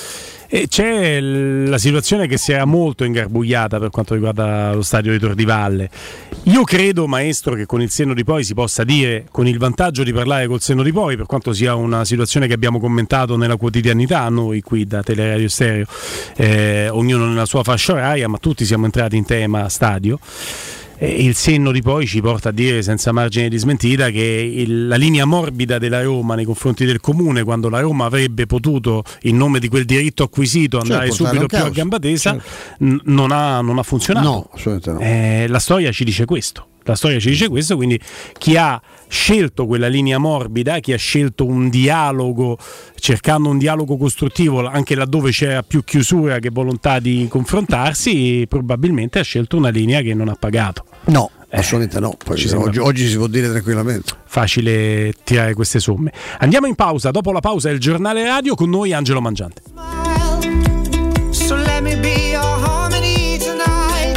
E c'è l- la situazione che si era molto ingarbugliata per quanto riguarda lo stadio di Tor di Valle. Io credo, maestro, che con il senno di poi si possa dire, con il vantaggio di parlare col senno di poi, per quanto sia una situazione che abbiamo commentato nella quotidianità, noi qui da Teleradio Stereo, eh, ognuno nella sua fascia oraria, ma tutti siamo entrati in tema stadio. il senno di poi ci porta a dire senza margine di smentita che il, la linea morbida della Roma nei confronti del Comune, quando la Roma avrebbe potuto in nome di quel diritto acquisito andare
Cioè,
subito più a
causa.
gamba tesa,
Certo.
n- non, ha, non ha funzionato.
No, assolutamente no.
Eh, la storia ci dice questo. La storia ci dice questo, quindi chi ha scelto quella linea morbida, chi ha scelto un dialogo, cercando un dialogo costruttivo anche laddove c'era più chiusura che volontà di confrontarsi, probabilmente ha scelto una linea che non ha pagato.
No, assolutamente no. Poi
ci
oggi,
sembra
oggi si può dire tranquillamente.
facile tirare queste somme. Andiamo in pausa, dopo la pausa è il giornale radio, con noi Angelo Mangiante.
So let me be your harmony tonight.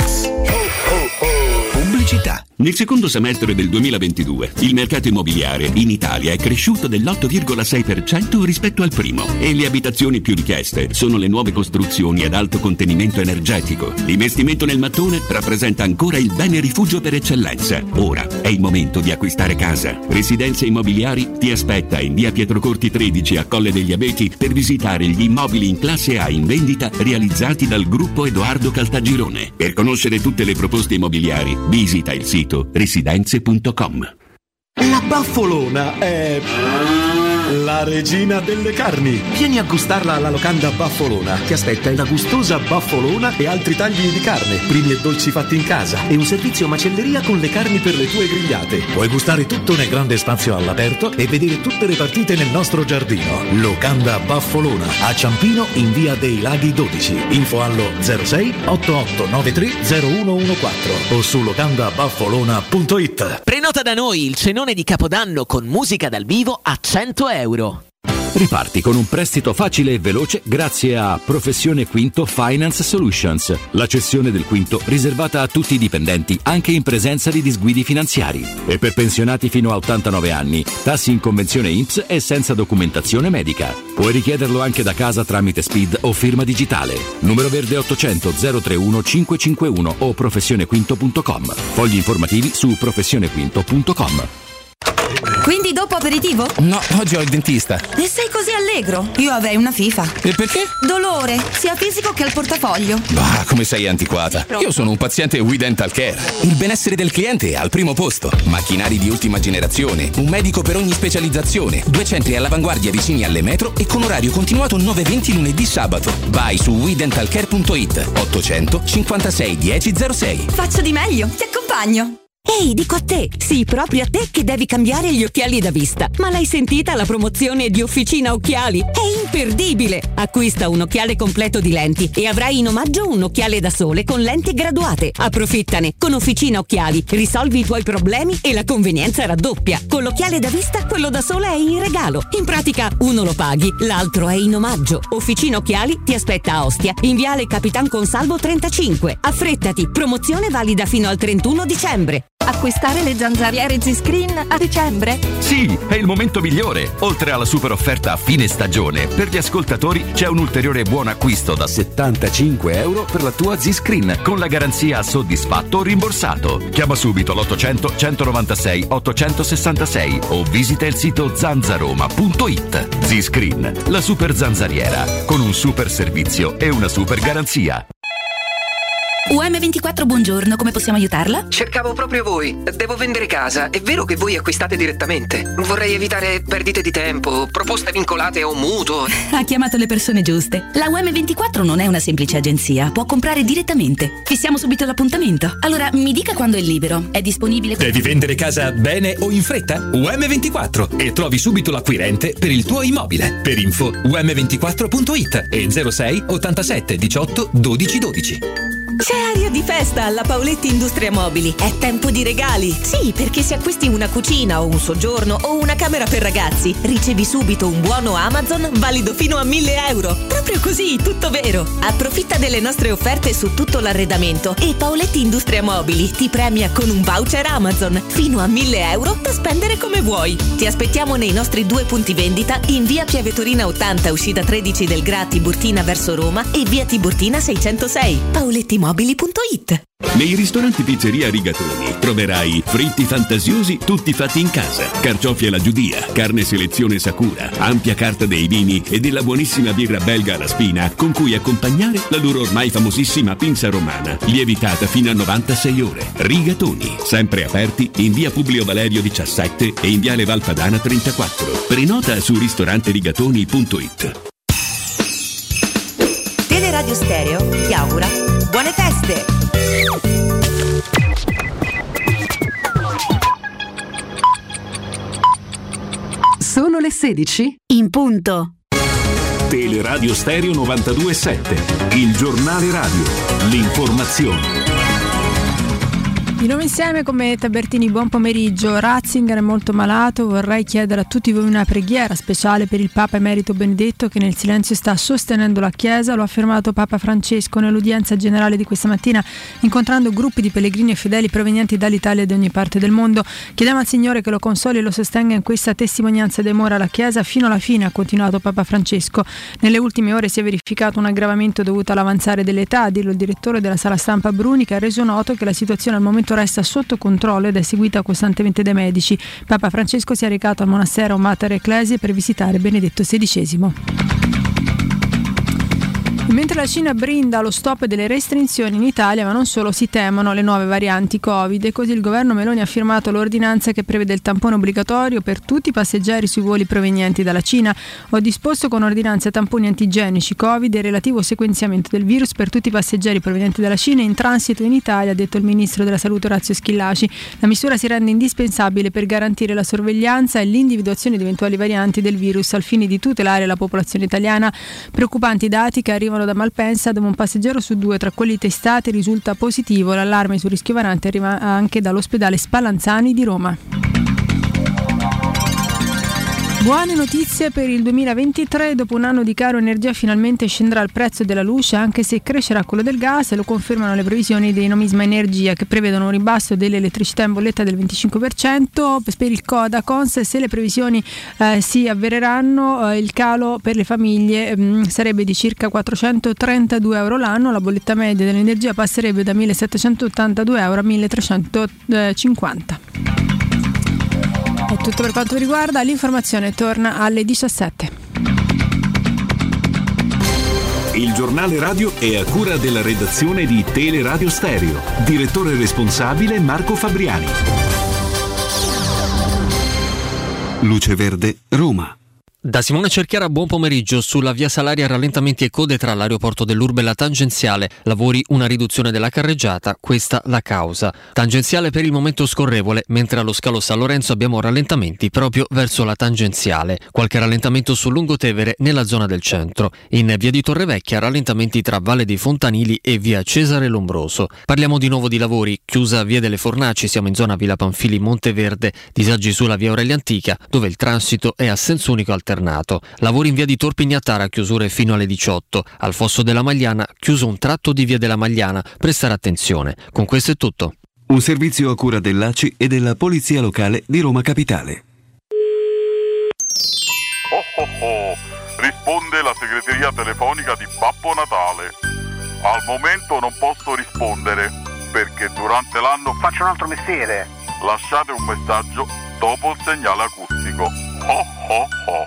Pubblicità. Nel secondo semestre del duemilaventidue il mercato immobiliare in Italia è cresciuto dell'otto virgola sei per cento rispetto al primo e le abitazioni più richieste sono le nuove costruzioni ad alto contenimento energetico. L'investimento nel mattone rappresenta ancora il bene rifugio per eccellenza. Ora è il momento di acquistare casa. Residenze Immobiliari ti aspetta in via Pietrocorti tredici a Colle degli Abeti per visitare gli immobili in classe A in vendita realizzati dal gruppo Edoardo Caltagirone. Per conoscere tutte le proposte immobiliari visita il sito residenze punto com.
La Baffolona è la regina delle carni. Vieni a gustarla alla locanda Baffolona. Ti aspetta una gustosa baffolona e altri tagli di carne, primi e dolci fatti in casa e un servizio macelleria con le carni per le tue grigliate. Puoi gustare tutto nel grande spazio all'aperto e vedere tutte le partite nel nostro giardino. Locanda Baffolona a Ciampino in via dei Laghi dodici. Info allo zero sei otto otto nove tre zero uno uno quattro o su locanda baffolona punto it.
Prenota da noi il cenone di Capodanno con musica dal vivo a cento euro.
Riparti con un prestito facile e veloce grazie a Professione Quinto Finance Solutions, la cessione del quinto riservata a tutti i dipendenti anche in presenza di disguidi finanziari. E per pensionati fino a ottantanove anni, tassi in convenzione I N P S e senza documentazione medica. Puoi richiederlo anche da casa tramite S P I D o firma digitale. Numero verde ottocento zero trentuno cinquecentocinquantuno o professionequinto punto com. Fogli informativi su professionequinto punto com.
Quindi dopo aperitivo?
No, oggi ho il dentista.
E sei così allegro? Io avrei una FIFA.
E perché?
Dolore, sia fisico che al portafoglio.
Bah, come sei antiquata. Io sono un paziente We Dental Care. Il benessere del cliente è al primo posto. Macchinari di ultima generazione, un medico per ogni specializzazione, due centri all'avanguardia vicini alle metro e con orario continuato nove venti lunedì sabato. Vai su we dental care punto it ottocento cinquantasei dieci zero sei.
Faccio di meglio, ti accompagno.
Ehi, dico a te, sì, proprio a te che devi cambiare gli occhiali da vista. Ma l'hai sentita la promozione di Officina Occhiali? È imperdibile! Acquista un occhiale completo di lenti e avrai in omaggio un occhiale da sole con lenti graduate. Approfittane! Con Officina Occhiali risolvi i tuoi problemi e la convenienza raddoppia. Con l'occhiale da vista, quello da sole è in regalo. In pratica, uno lo paghi, l'altro è in omaggio. Officina Occhiali ti aspetta a Ostia, in viale Capitan Consalvo trentacinque. Affrettati, promozione valida fino al trentuno dicembre.
Acquistare le zanzariere Z-Screen a dicembre?
Sì, è il momento migliore. Oltre alla super offerta a fine stagione, per gli ascoltatori c'è un ulteriore buon acquisto da settantacinque euro per la tua Z-Screen con la garanzia soddisfatto o rimborsato. Chiama subito l'ottocento centonovantasei ottocentosessantasei o visita il sito zanzaroma punto it. Z-Screen, la super zanzariera con un super servizio e una super garanzia.
U M ventiquattro, buongiorno, come possiamo aiutarla?
Cercavo proprio voi. Devo vendere casa. È vero che voi acquistate direttamente? Vorrei evitare perdite di tempo, proposte vincolate a un mutuo.
Ha chiamato le persone giuste. La U M ventiquattro non è una semplice agenzia, può comprare direttamente. Fissiamo subito l'appuntamento. Allora, mi dica quando è libero. È disponibile?
Devi vendere casa bene o in fretta? U M ventiquattro e trovi subito l'acquirente per il tuo immobile. Per info u m ventiquattro punto it e zero sei ottantasette diciotto dodici dodici.
C'è aria di festa alla Paoletti Industria Mobili. È tempo di regali. Sì, perché se acquisti una cucina o un soggiorno o una camera per ragazzi, ricevi subito un buono Amazon valido fino a mille euro. Proprio così, tutto vero. Approfitta delle nostre offerte su tutto l'arredamento e Paoletti Industria Mobili ti premia con un voucher Amazon fino a mille euro da spendere come vuoi. Ti aspettiamo nei nostri due punti vendita in via Pieve Torina ottanta, uscita tredici del Gra Tiburtina verso Roma e via Tiburtina seicentosei. Paoletti Mobili punto it.
Nei ristoranti Pizzeria Rigatoni troverai fritti fantasiosi tutti fatti in casa, carciofi alla giudia, carne selezione Sakura, ampia carta dei vini e della buonissima birra belga alla spina con cui accompagnare la loro ormai famosissima pinza romana, lievitata fino a novantasei ore. Rigatoni, sempre aperti in via Publio Valerio diciassette e in viale Valpadana trentaquattro. Prenota su ristoranterigatoni punto it.
Teleradio Stereo ti augura buone feste!
Sono le sedici in punto.
Teleradio Stereo novantadue sette, il giornale radio, l'informazione.
Di nuovo insieme con me Tabertini, buon pomeriggio. Ratzinger è molto malato, vorrei chiedere a tutti voi una preghiera speciale per il Papa Emerito Benedetto che nel silenzio sta sostenendo la Chiesa, lo ha affermato Papa Francesco nell'udienza generale di questa mattina incontrando gruppi di pellegrini e fedeli provenienti dall'Italia e da ogni parte del mondo. Chiediamo al Signore che lo consoli e lo sostenga in questa testimonianza d'amore alla Chiesa fino alla fine, ha continuato Papa Francesco. Nelle ultime ore si è verificato un aggravamento dovuto all'avanzare dell'età, a dirlo il direttore della sala stampa Bruni, che ha reso noto che la situazione al momento resta sotto controllo ed è seguita costantemente dai medici. Papa Francesco si è recato al monastero Mater Ecclesiae per visitare Benedetto sedicesimo. Mentre la Cina brinda allo stop delle restrizioni in Italia, ma non solo, si temono le nuove varianti Covid e così il governo Meloni ha firmato l'ordinanza che prevede il tampone obbligatorio per tutti i passeggeri sui voli provenienti dalla Cina. Ho disposto con ordinanza tamponi antigenici Covid e relativo sequenziamento del virus per tutti i passeggeri provenienti dalla Cina in transito in Italia, ha detto il ministro della Salute Orazio Schillaci. La misura si rende indispensabile per garantire la sorveglianza e l'individuazione di eventuali varianti del virus al fine di tutelare la popolazione italiana. Preoccupanti dati che arrivano da Malpensa, dove un passeggero su due tra quelli testati risulta positivo. L'allarme sul rischio variante arriva anche dall'ospedale Spallanzani di Roma. Buone notizie per il duemilaventitré, dopo un anno di caro energia finalmente scenderà il prezzo della luce, anche se crescerà quello del gas, lo confermano le previsioni dei Nomisma Energia che prevedono un ribasso dell'elettricità in bolletta del venticinque per cento. Per il Codacons, se le previsioni eh, si avvereranno, eh, il calo per le famiglie mh, sarebbe di circa quattrocentotrentadue euro l'anno, la bolletta media dell'energia passerebbe da millesettecentottantadue euro a milletrecentocinquanta. È tutto per quanto riguarda l'informazione, torna alle diciassette.
Il giornale radio è a cura della redazione di Teleradio Stereo. Direttore responsabile Marco Fabriani.
Luce Verde, Roma.
Da Simone Cerchiara, buon pomeriggio. Sulla via Salaria rallentamenti e code tra l'aeroporto dell'Urbe e la tangenziale. Lavori, una riduzione della carreggiata, questa la causa. Tangenziale per il momento scorrevole, mentre allo scalo San Lorenzo abbiamo rallentamenti proprio verso la tangenziale. Qualche rallentamento sul Lungotevere nella zona del centro. In via di Torrevecchia rallentamenti tra Valle dei Fontanili e via Cesare Lombroso. Parliamo di nuovo di lavori. Chiusa via delle Fornaci, siamo in zona Villa Panfili Monteverde. Disagi sulla via Aurelia Antica, dove il transito è a senso unico alternato. Lavori in via di Torpignattara, chiusure fino alle diciotto. Al Fosso della Magliana, chiuso un tratto di via della Magliana. Prestare attenzione. Con questo è tutto.
Un servizio a cura dell'A C I e della Polizia Locale di Roma Capitale.
Oh oh oh, risponde la segreteria telefonica di Babbo Natale. Al momento non posso rispondere perché durante l'anno faccio un altro mestiere. Lasciate un messaggio dopo il segnale acustico. Oh oh oh.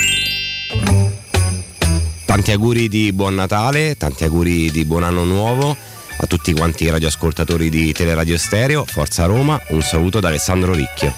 Tanti auguri di buon Natale, tanti auguri di buon anno nuovo a tutti quanti i radioascoltatori di Teleradio Stereo. Forza Roma, un saluto da Alessandro Ricchio.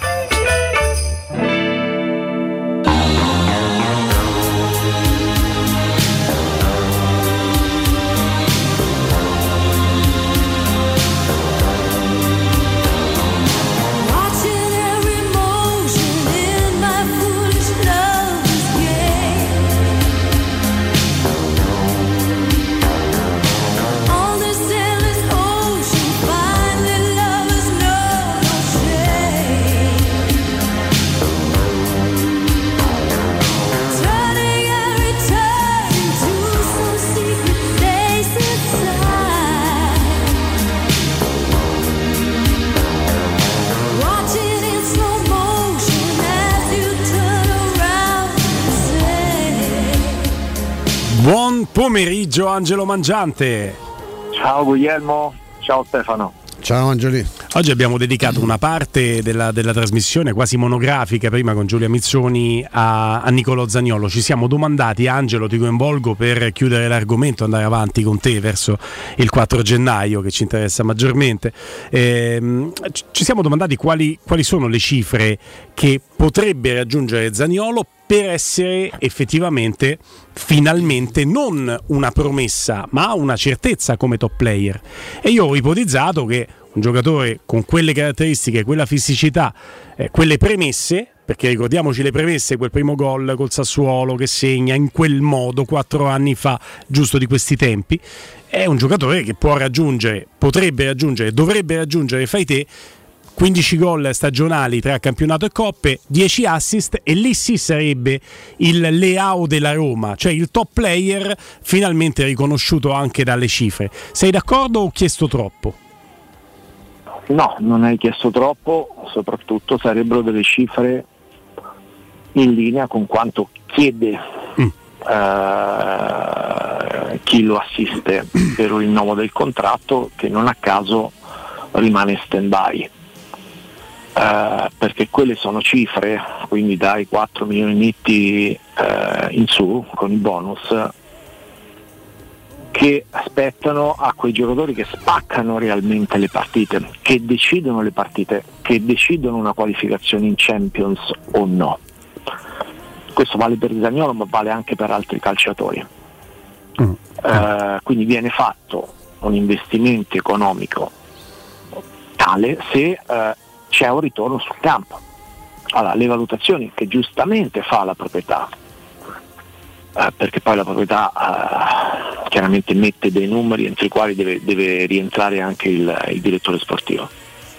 Buon pomeriggio Angelo Mangiante.
Ciao Guglielmo, ciao Stefano.
Ciao Angeli.
Oggi abbiamo dedicato una parte della, della trasmissione quasi monografica, prima con Giulia Mizzoni, a, a Nicolò Zaniolo. Ci siamo domandati, Angelo ti coinvolgo per chiudere l'argomento, andare avanti con te verso il quattro gennaio che ci interessa maggiormente. Eh, ci siamo domandati quali, quali sono le cifre che potrebbe raggiungere Zaniolo per essere effettivamente, finalmente, non una promessa ma una certezza come top player. E io ho ipotizzato che un giocatore con quelle caratteristiche, quella fisicità, eh, quelle premesse, perché ricordiamoci le premesse, quel primo gol col Sassuolo che segna in quel modo quattro anni fa, giusto di questi tempi, è un giocatore che può raggiungere, potrebbe raggiungere, dovrebbe raggiungere, fai te, quindici gol stagionali tra campionato e coppe, dieci assist, e lì sì sarebbe il Leao della Roma, cioè il top player finalmente riconosciuto anche dalle cifre. Sei d'accordo o ho chiesto troppo?
No, non hai chiesto troppo, soprattutto sarebbero delle cifre in linea con quanto chiede mm. uh, chi lo assiste per il rinnovo del contratto, che non a caso rimane stand by. Uh, perché quelle sono cifre, quindi dai quattro milioni netti uh, in su con i bonus, che aspettano a quei giocatori che spaccano realmente le partite, che decidono le partite, che decidono una qualificazione in Champions o no. Questo vale per Zaniolo ma vale anche per altri calciatori. Mm. Uh, quindi viene fatto un investimento economico tale se uh, c'è un ritorno sul campo. Allora, le valutazioni che giustamente fa la proprietà, eh, perché poi la proprietà eh, chiaramente mette dei numeri entro i quali deve, deve rientrare anche il, il direttore sportivo,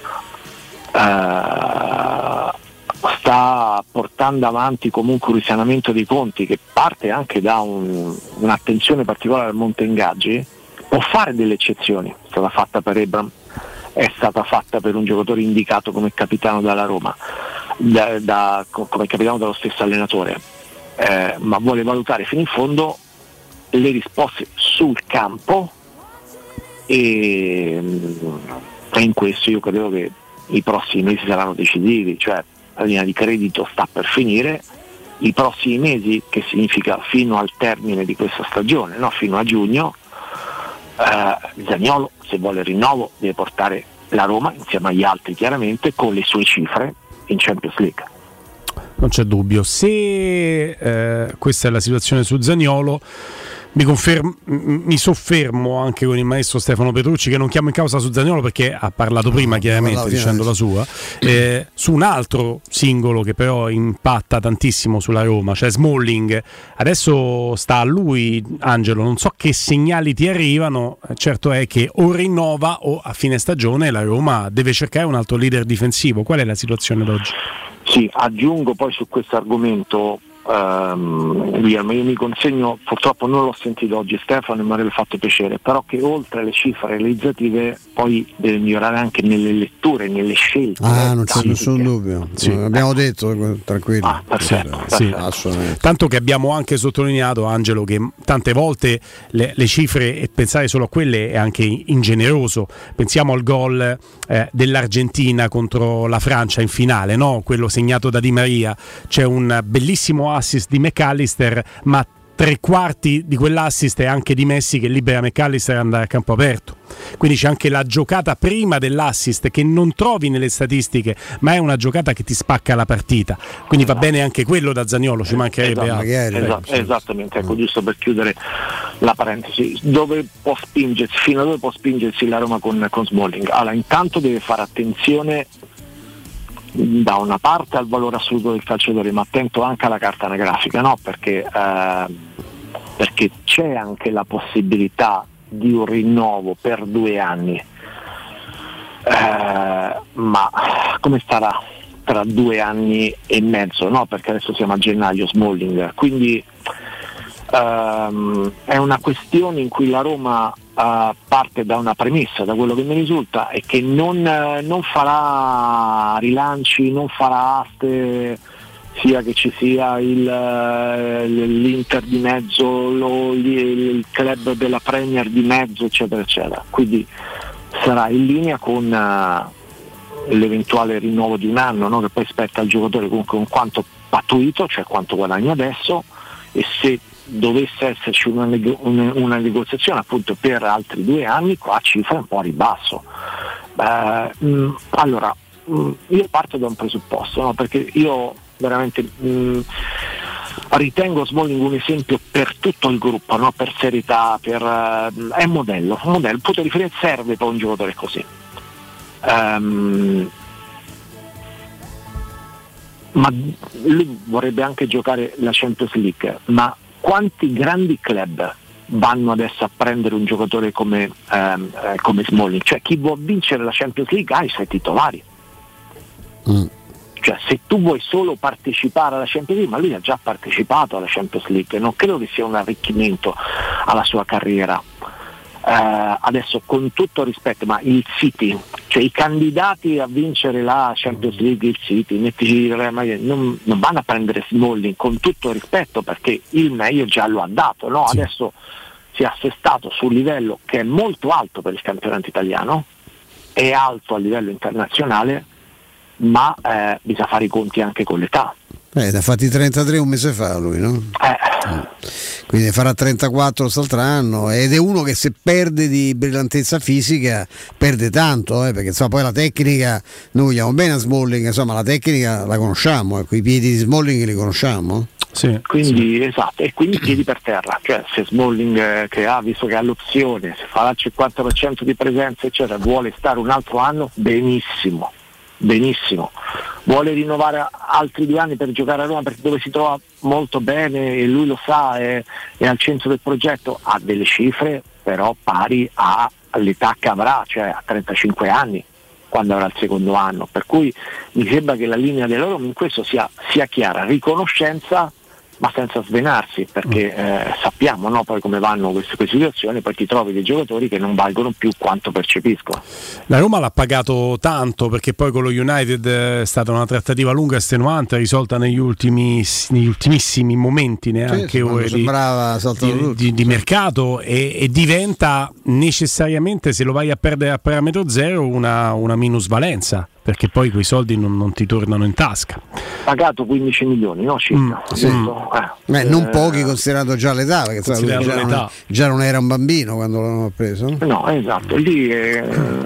eh, sta portando avanti comunque un risanamento dei conti che parte anche da un, un'attenzione particolare al monte ingaggi. Può fare delle eccezioni, è stata fatta per Ebram, è stata fatta per un giocatore indicato come capitano dalla Roma, da, da, come capitano dallo stesso allenatore, eh, ma vuole valutare fino in fondo le risposte sul campo, e, e in questo io credo che i prossimi mesi saranno decisivi, cioè la linea di credito sta per finire, i prossimi mesi, che significa fino al termine di questa stagione, no? Fino a giugno, eh, Zaniolo, se vuole il rinnovo, deve portare la Roma insieme agli altri chiaramente con le sue cifre in Champions League.
Non c'è dubbio. Se eh, questa è la situazione su Zaniolo, mi, confermo, mi soffermo anche con il maestro Stefano Petrucci, che non chiamo in causa su Zaniolo perché ha parlato prima, chiaramente dicendo la sua, eh, su un altro singolo che però impatta tantissimo sulla Roma, cioè Smalling. Adesso sta a lui, Angelo, non so che segnali ti arrivano, certo è che o rinnova o a fine stagione la Roma deve cercare un altro leader difensivo. Qual è la situazione d'oggi?
Sì, aggiungo poi su questo argomento, Um, Guillermo, io mi consegno, purtroppo non l'ho sentito oggi Stefano e mi avrebbe fatto piacere, però che oltre alle cifre realizzative poi deve migliorare anche nelle letture, nelle scelte.
Ah, non c'è nessun dubbio, sì. Abbiamo detto, tranquillo. Ah,
perfetto,
sì,
perfetto.
Assolutamente. Tanto che abbiamo anche sottolineato, Angelo, che tante volte le, le cifre, e pensare solo a quelle è anche ingeneroso. Pensiamo al gol eh, dell'Argentina contro la Francia in finale, no? Quello segnato da Di Maria, c'è un bellissimo assist di McAllister, ma tre quarti di quell'assist è anche di Messi che libera McAllister ad andare a campo aperto. Quindi c'è anche la giocata prima dell'assist che non trovi nelle statistiche, ma è una giocata che ti spacca la partita. Quindi va bene anche quello da Zaniolo, ci mancherebbe altro.
Esatto, esatto, esattamente, ecco, giusto per chiudere la parentesi, dove può spingersi, fino a dove può spingersi la Roma con, con Smalling? Allora, intanto deve fare attenzione da una parte al valore assoluto del calciatore, ma attento anche alla carta anagrafica, no? Perché, eh, perché c'è anche la possibilità di un rinnovo per due anni, eh, ma come starà tra due anni e mezzo, no? Perché adesso siamo a gennaio, Smalling, quindi ehm, è una questione in cui la Roma Uh, parte da una premessa, da quello che mi risulta, è che non, uh, non farà rilanci, non farà aste, sia che ci sia il, uh, l'Inter di mezzo, lo, il club della Premier di mezzo, eccetera eccetera. Quindi sarà in linea con uh, l'eventuale rinnovo di un anno, no? Che poi spetta al giocatore comunque con quanto pattuito, cioè quanto guadagna adesso, e se dovesse esserci una, nego- una negoziazione appunto per altri due anni, qua cifra un po' a ribasso. Beh, mh, allora mh, io parto da un presupposto, no? Perché io veramente mh, ritengo Smalling un esempio per tutto il gruppo, no? Per serietà, per, uh, è un modello, un modello, punto di differenza serve per un giocatore così. Um, ma lui vorrebbe anche giocare la Champions League, ma quanti grandi club vanno adesso a prendere un giocatore come, ehm, eh, come Smalling? Cioè chi vuol vincere la Champions League ha i suoi titolari. Mm. Cioè se tu vuoi solo partecipare alla Champions League, ma lui ha già partecipato alla Champions League, non credo che sia un arricchimento alla sua carriera. Uh, adesso con tutto rispetto, ma il City, cioè i candidati a vincere la Champions League, il City, mettici non, non vanno a prendere Smalling, con tutto rispetto, perché il meglio già lo ha dato, no? Sì. Adesso si è assestato su un livello che è molto alto per il campionato italiano, è alto a livello internazionale, ma eh, bisogna fare i conti anche con l'età.
Eh, ne ha fatti trentatré un mese fa lui, no?
Eh.
Quindi farà trentaquattro quest'altro anno, ed è uno che se perde di brillantezza fisica perde tanto, eh, perché insomma poi la tecnica, noi vogliamo bene a Smalling, insomma la tecnica la conosciamo, ecco, i piedi di Smalling li conosciamo.
Sì, quindi sì. Esatto, e quindi piedi per terra, cioè se Smalling eh, che ha, visto che ha l'opzione, se farà il cinquanta per cento di presenza eccetera, vuole stare un altro anno, benissimo. Benissimo, vuole rinnovare altri due anni per giocare a Roma, perché dove si trova molto bene e lui lo sa, è, è al centro del progetto, ha delle cifre però pari a, all'età che avrà, cioè a trentacinque anni quando avrà il secondo anno, per cui mi sembra che la linea della Roma in questo sia, sia chiara, riconoscenza ma senza svenarsi, perché eh, sappiamo, no, poi come vanno queste, queste situazioni, poi ti trovi dei giocatori che non valgono più quanto percepiscono.
La Roma l'ha pagato tanto, perché poi con lo United è stata una trattativa lunga e estenuante, risolta negli, ultimi, negli ultimissimi momenti, neanche sì, ore di, di, di, di mercato, e, e diventa necessariamente, se lo vai a perdere a parametro zero, una, una minusvalenza, perché poi quei soldi non, non ti tornano in tasca.
Pagato quindici milioni, no? Circa. Mm,
sì. mm. eh, Beh, non pochi considerato già l'età, perché già, l'età. Non, già non era un bambino quando l'hanno preso. No,
no esatto, lì è,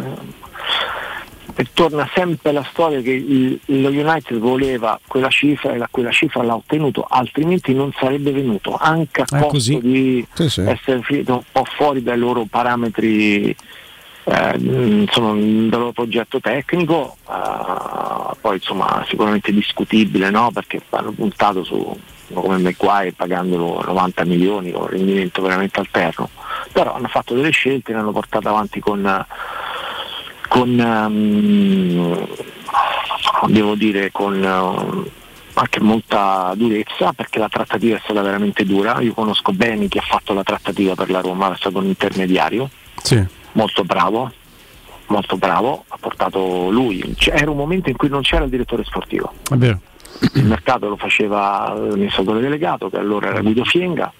e torna sempre la storia che il, lo United voleva quella cifra e la, quella cifra l'ha ottenuto, altrimenti non sarebbe venuto, anche a costo così. di sì, sì. essere finito un po' fuori dai loro parametri. Eh, insomma, dal loro progetto tecnico, eh, poi insomma sicuramente discutibile, no? Perché hanno puntato su come Maguire pagandolo novanta milioni con un rendimento veramente alterno, però hanno fatto delle scelte, le hanno portate avanti con con um, devo dire con um, anche molta durezza, perché la trattativa è stata veramente dura. Io conosco bene chi ha fatto la trattativa per la Roma, è stato un intermediario. Sì. Molto bravo, molto bravo, ha portato lui. Era un momento in cui non c'era il direttore sportivo.
È vero.
Il mercato lo faceva l'amministratore delegato, che allora era Guido Fienga,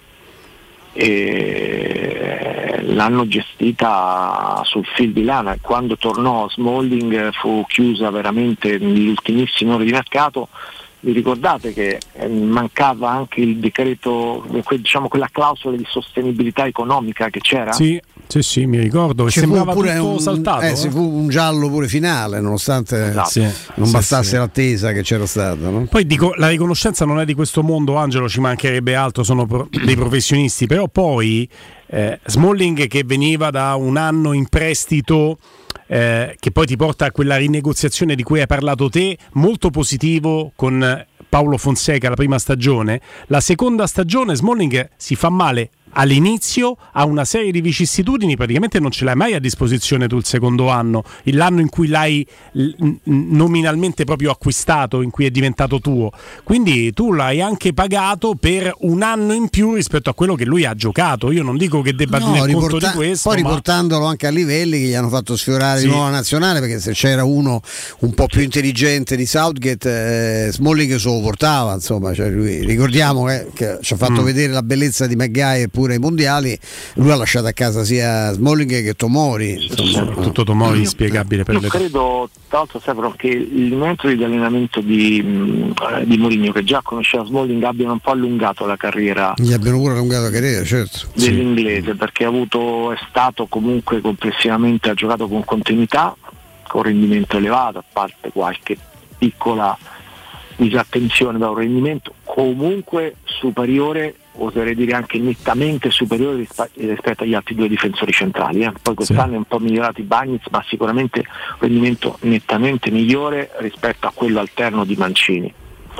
e l'hanno gestita sul fil di lana. Quando tornò Smalling fu chiusa veramente negli ultimissimi ore di mercato. Vi ricordate che mancava anche il decreto, diciamo quella clausola di sostenibilità economica che c'era?
Sì, sì, sì, mi ricordo che
ci
sembrava
pure
tutto
un,
saltato.
Eh, eh? Ci fu un giallo pure finale, nonostante esatto. sì, non sì, bastasse sì. l'attesa che c'era stata. No?
Poi dico, la riconoscenza non è di questo mondo, Angelo, ci mancherebbe altro, sono pro- dei professionisti, però poi eh, Smalling che veniva da un anno in prestito, Eh, che poi ti porta a quella rinegoziazione di cui hai parlato te, molto positivo con Paolo Fonseca la prima stagione. La seconda stagione Smalling si fa male all'inizio, ha una serie di vicissitudini, praticamente non ce l'hai mai a disposizione tu il secondo anno, l'anno in cui l'hai l- nominalmente proprio acquistato, in cui è diventato tuo, quindi tu l'hai anche pagato per un anno in più rispetto a quello che lui ha giocato. Io non dico che debba
no,
tener
riporta-
conto di questo,
poi riportandolo ma... anche a livelli che gli hanno fatto sfiorare sì. di nuovo la nazionale, perché se c'era uno un po' più intelligente di Southgate, eh, Smalling se lo portava, insomma, cioè lui, ricordiamo eh, che ci ha fatto mm. vedere la bellezza di Maguire pure ai mondiali, lui ha lasciato a casa sia Smalling che Tomori.
Tutto Tomori inspiegabile per
io
le
credo, tra l'altro, Stefano, che il metodo di allenamento di, mh, di Mourinho, che già conosceva Smalling, abbiano un po' allungato la carriera.
Gli abbiano pure allungato la carriera, certo.
Dell'inglese, sì. Perché ha avuto, è stato comunque complessivamente, ha giocato con continuità, con rendimento elevato, a parte qualche piccola disattenzione da un rendimento comunque superiore, oserei dire anche nettamente superiore risp- rispetto agli altri due difensori centrali. Eh. Poi quest'anno sì. È un po' migliorato i Bagnez, ma sicuramente un rendimento nettamente migliore rispetto a quello alterno di Mancini.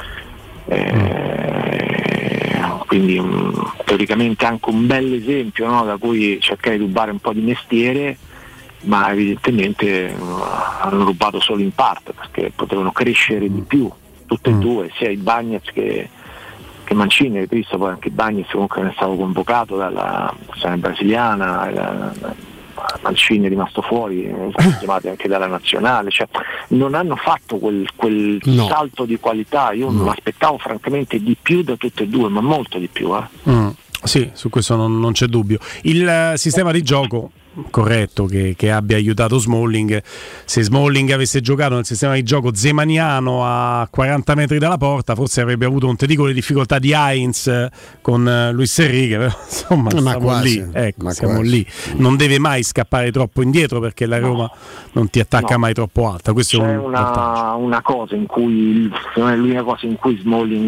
Eh, quindi um, teoricamente anche un bel esempio, no, da cui cercare di rubare un po' di mestiere, ma evidentemente uh, hanno rubato solo in parte, perché potevano crescere di più tutte e due, sia i Bagnez che, che Mancini. Hai visto poi anche Bagnez comunque ne è stato convocato dalla nazione brasiliana, la, la, Mancini è rimasto fuori, sono chiamati anche dalla nazionale, cioè non hanno fatto quel, quel no. salto di qualità. Io no. l'aspettavo francamente di più da tutte e due, ma molto di più. Eh.
Mm. Sì, su questo non, non c'è dubbio. Il uh, sistema di gioco corretto che, che abbia aiutato Smalling, se Smalling avesse giocato nel sistema di gioco zemaniano a quaranta metri dalla porta, forse avrebbe avuto un te dico le difficoltà di Heinz con uh, Luis Enrique, però insomma ma siamo quasi, lì, ecco, ma siamo quasi. lì. Non deve mai scappare troppo indietro, perché la Roma no. non ti attacca no. mai troppo alta. Questo
c'è
è un
una, una cosa in cui non è l'unica cosa in cui Smalling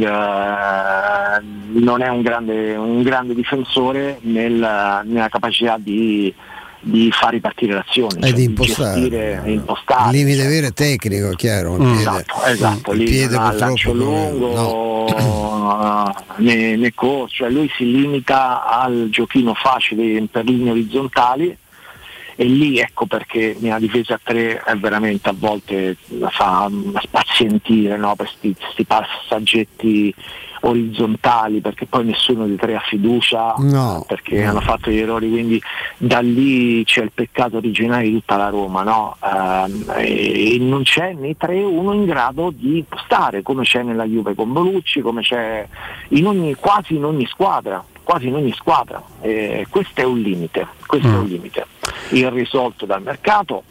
uh, non è un grande, un grande difensore nel, nella capacità di di far ripartire l'azione,
e
cioè
di impostare,
di gestire, e impostare.
Il limite vero è tecnico, chiaro. Il
mm.
piede,
esatto, esatto.
il
Lì
piede
non ha lancio lungo no. né, né corso, cioè lui si limita al giochino facile per linee orizzontali, e lì ecco perché nella difesa a tre è veramente a volte la fa spazientire, no? Per questi passaggetti orizzontali, perché poi nessuno dei tre ha fiducia,
no,
perché
no.
hanno fatto gli errori, quindi da lì c'è il peccato originale di tutta la Roma, no? Eh, e non c'è né tre uno in grado di impostare, come c'è nella Juve con Bonucci, come c'è in ogni, quasi in ogni squadra, quasi in ogni squadra. Eh, questo è un limite, questo mm. è un limite irrisolto dal mercato,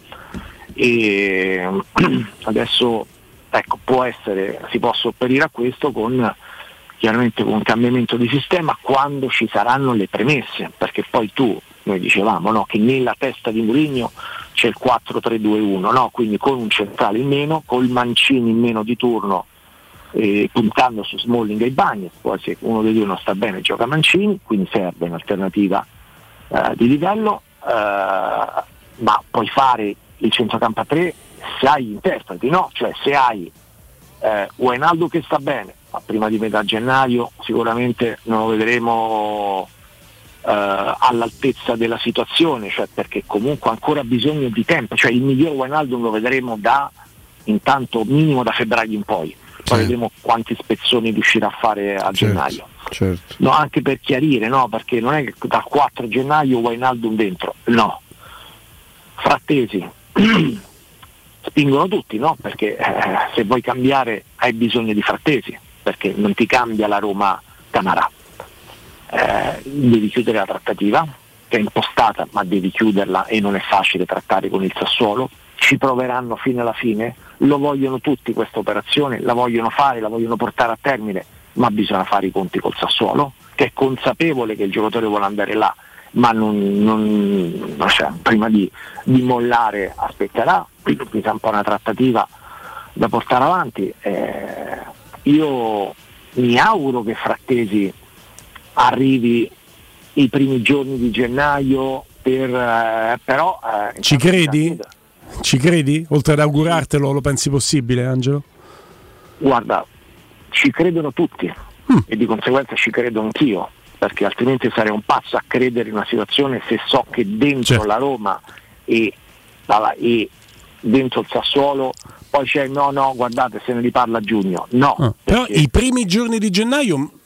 e adesso ecco può essere, si può sopperire a questo con chiaramente con un cambiamento di sistema quando ci saranno le premesse, perché poi tu, noi dicevamo no, che nella testa di Mourinho c'è il quattro tre due uno, no? Quindi con un centrale in meno, col Mancini in meno di turno, eh, puntando su Smalling e Bagnez. Poi se uno dei due non sta bene gioca Mancini, quindi serve un'alternativa eh, di livello, eh, ma puoi fare il centrocampo a tre se hai interpreti, no? Cioè se hai eh, Wijnaldum che sta bene, ma prima di metà gennaio sicuramente non lo vedremo eh, all'altezza della situazione, cioè perché comunque ha ancora bisogno di tempo, cioè il miglior Wijnaldum lo vedremo da intanto minimo da febbraio in poi, poi sì. vedremo quanti spezzoni riuscirà a fare a certo, gennaio.
Certo.
No, anche per chiarire, no? Perché non è che dal quattro gennaio Wijnaldum dentro, no. Frattesi spingono tutti, no? Perché eh, se vuoi cambiare hai bisogno di Frattesi, perché non ti cambia la Roma Camarà. Eh, devi chiudere la trattativa, che è impostata, ma devi chiuderla e non è facile trattare con il Sassuolo. Ci proveranno fino alla fine, lo vogliono tutti questa operazione, la vogliono fare, la vogliono portare a termine, ma bisogna fare i conti col Sassuolo, che è consapevole che il giocatore vuole andare là, ma non, non, non cioè, prima di, di mollare aspetterà, quindi mi sa un po' una trattativa da portare avanti. Eh, io mi auguro che Frattesi arrivi i primi giorni di gennaio, per, eh, però eh,
ci credi? Ci credi? Oltre ad augurartelo, lo pensi possibile, Angelo?
Guarda, ci credono tutti mm. e di conseguenza ci credo anch'io, perché altrimenti sarei un pazzo a credere in una situazione se so che dentro certo. la Roma e, e dentro il Sassuolo poi c'è no no guardate se ne riparla a giugno, no,
ah, però i primi giorni di gennaio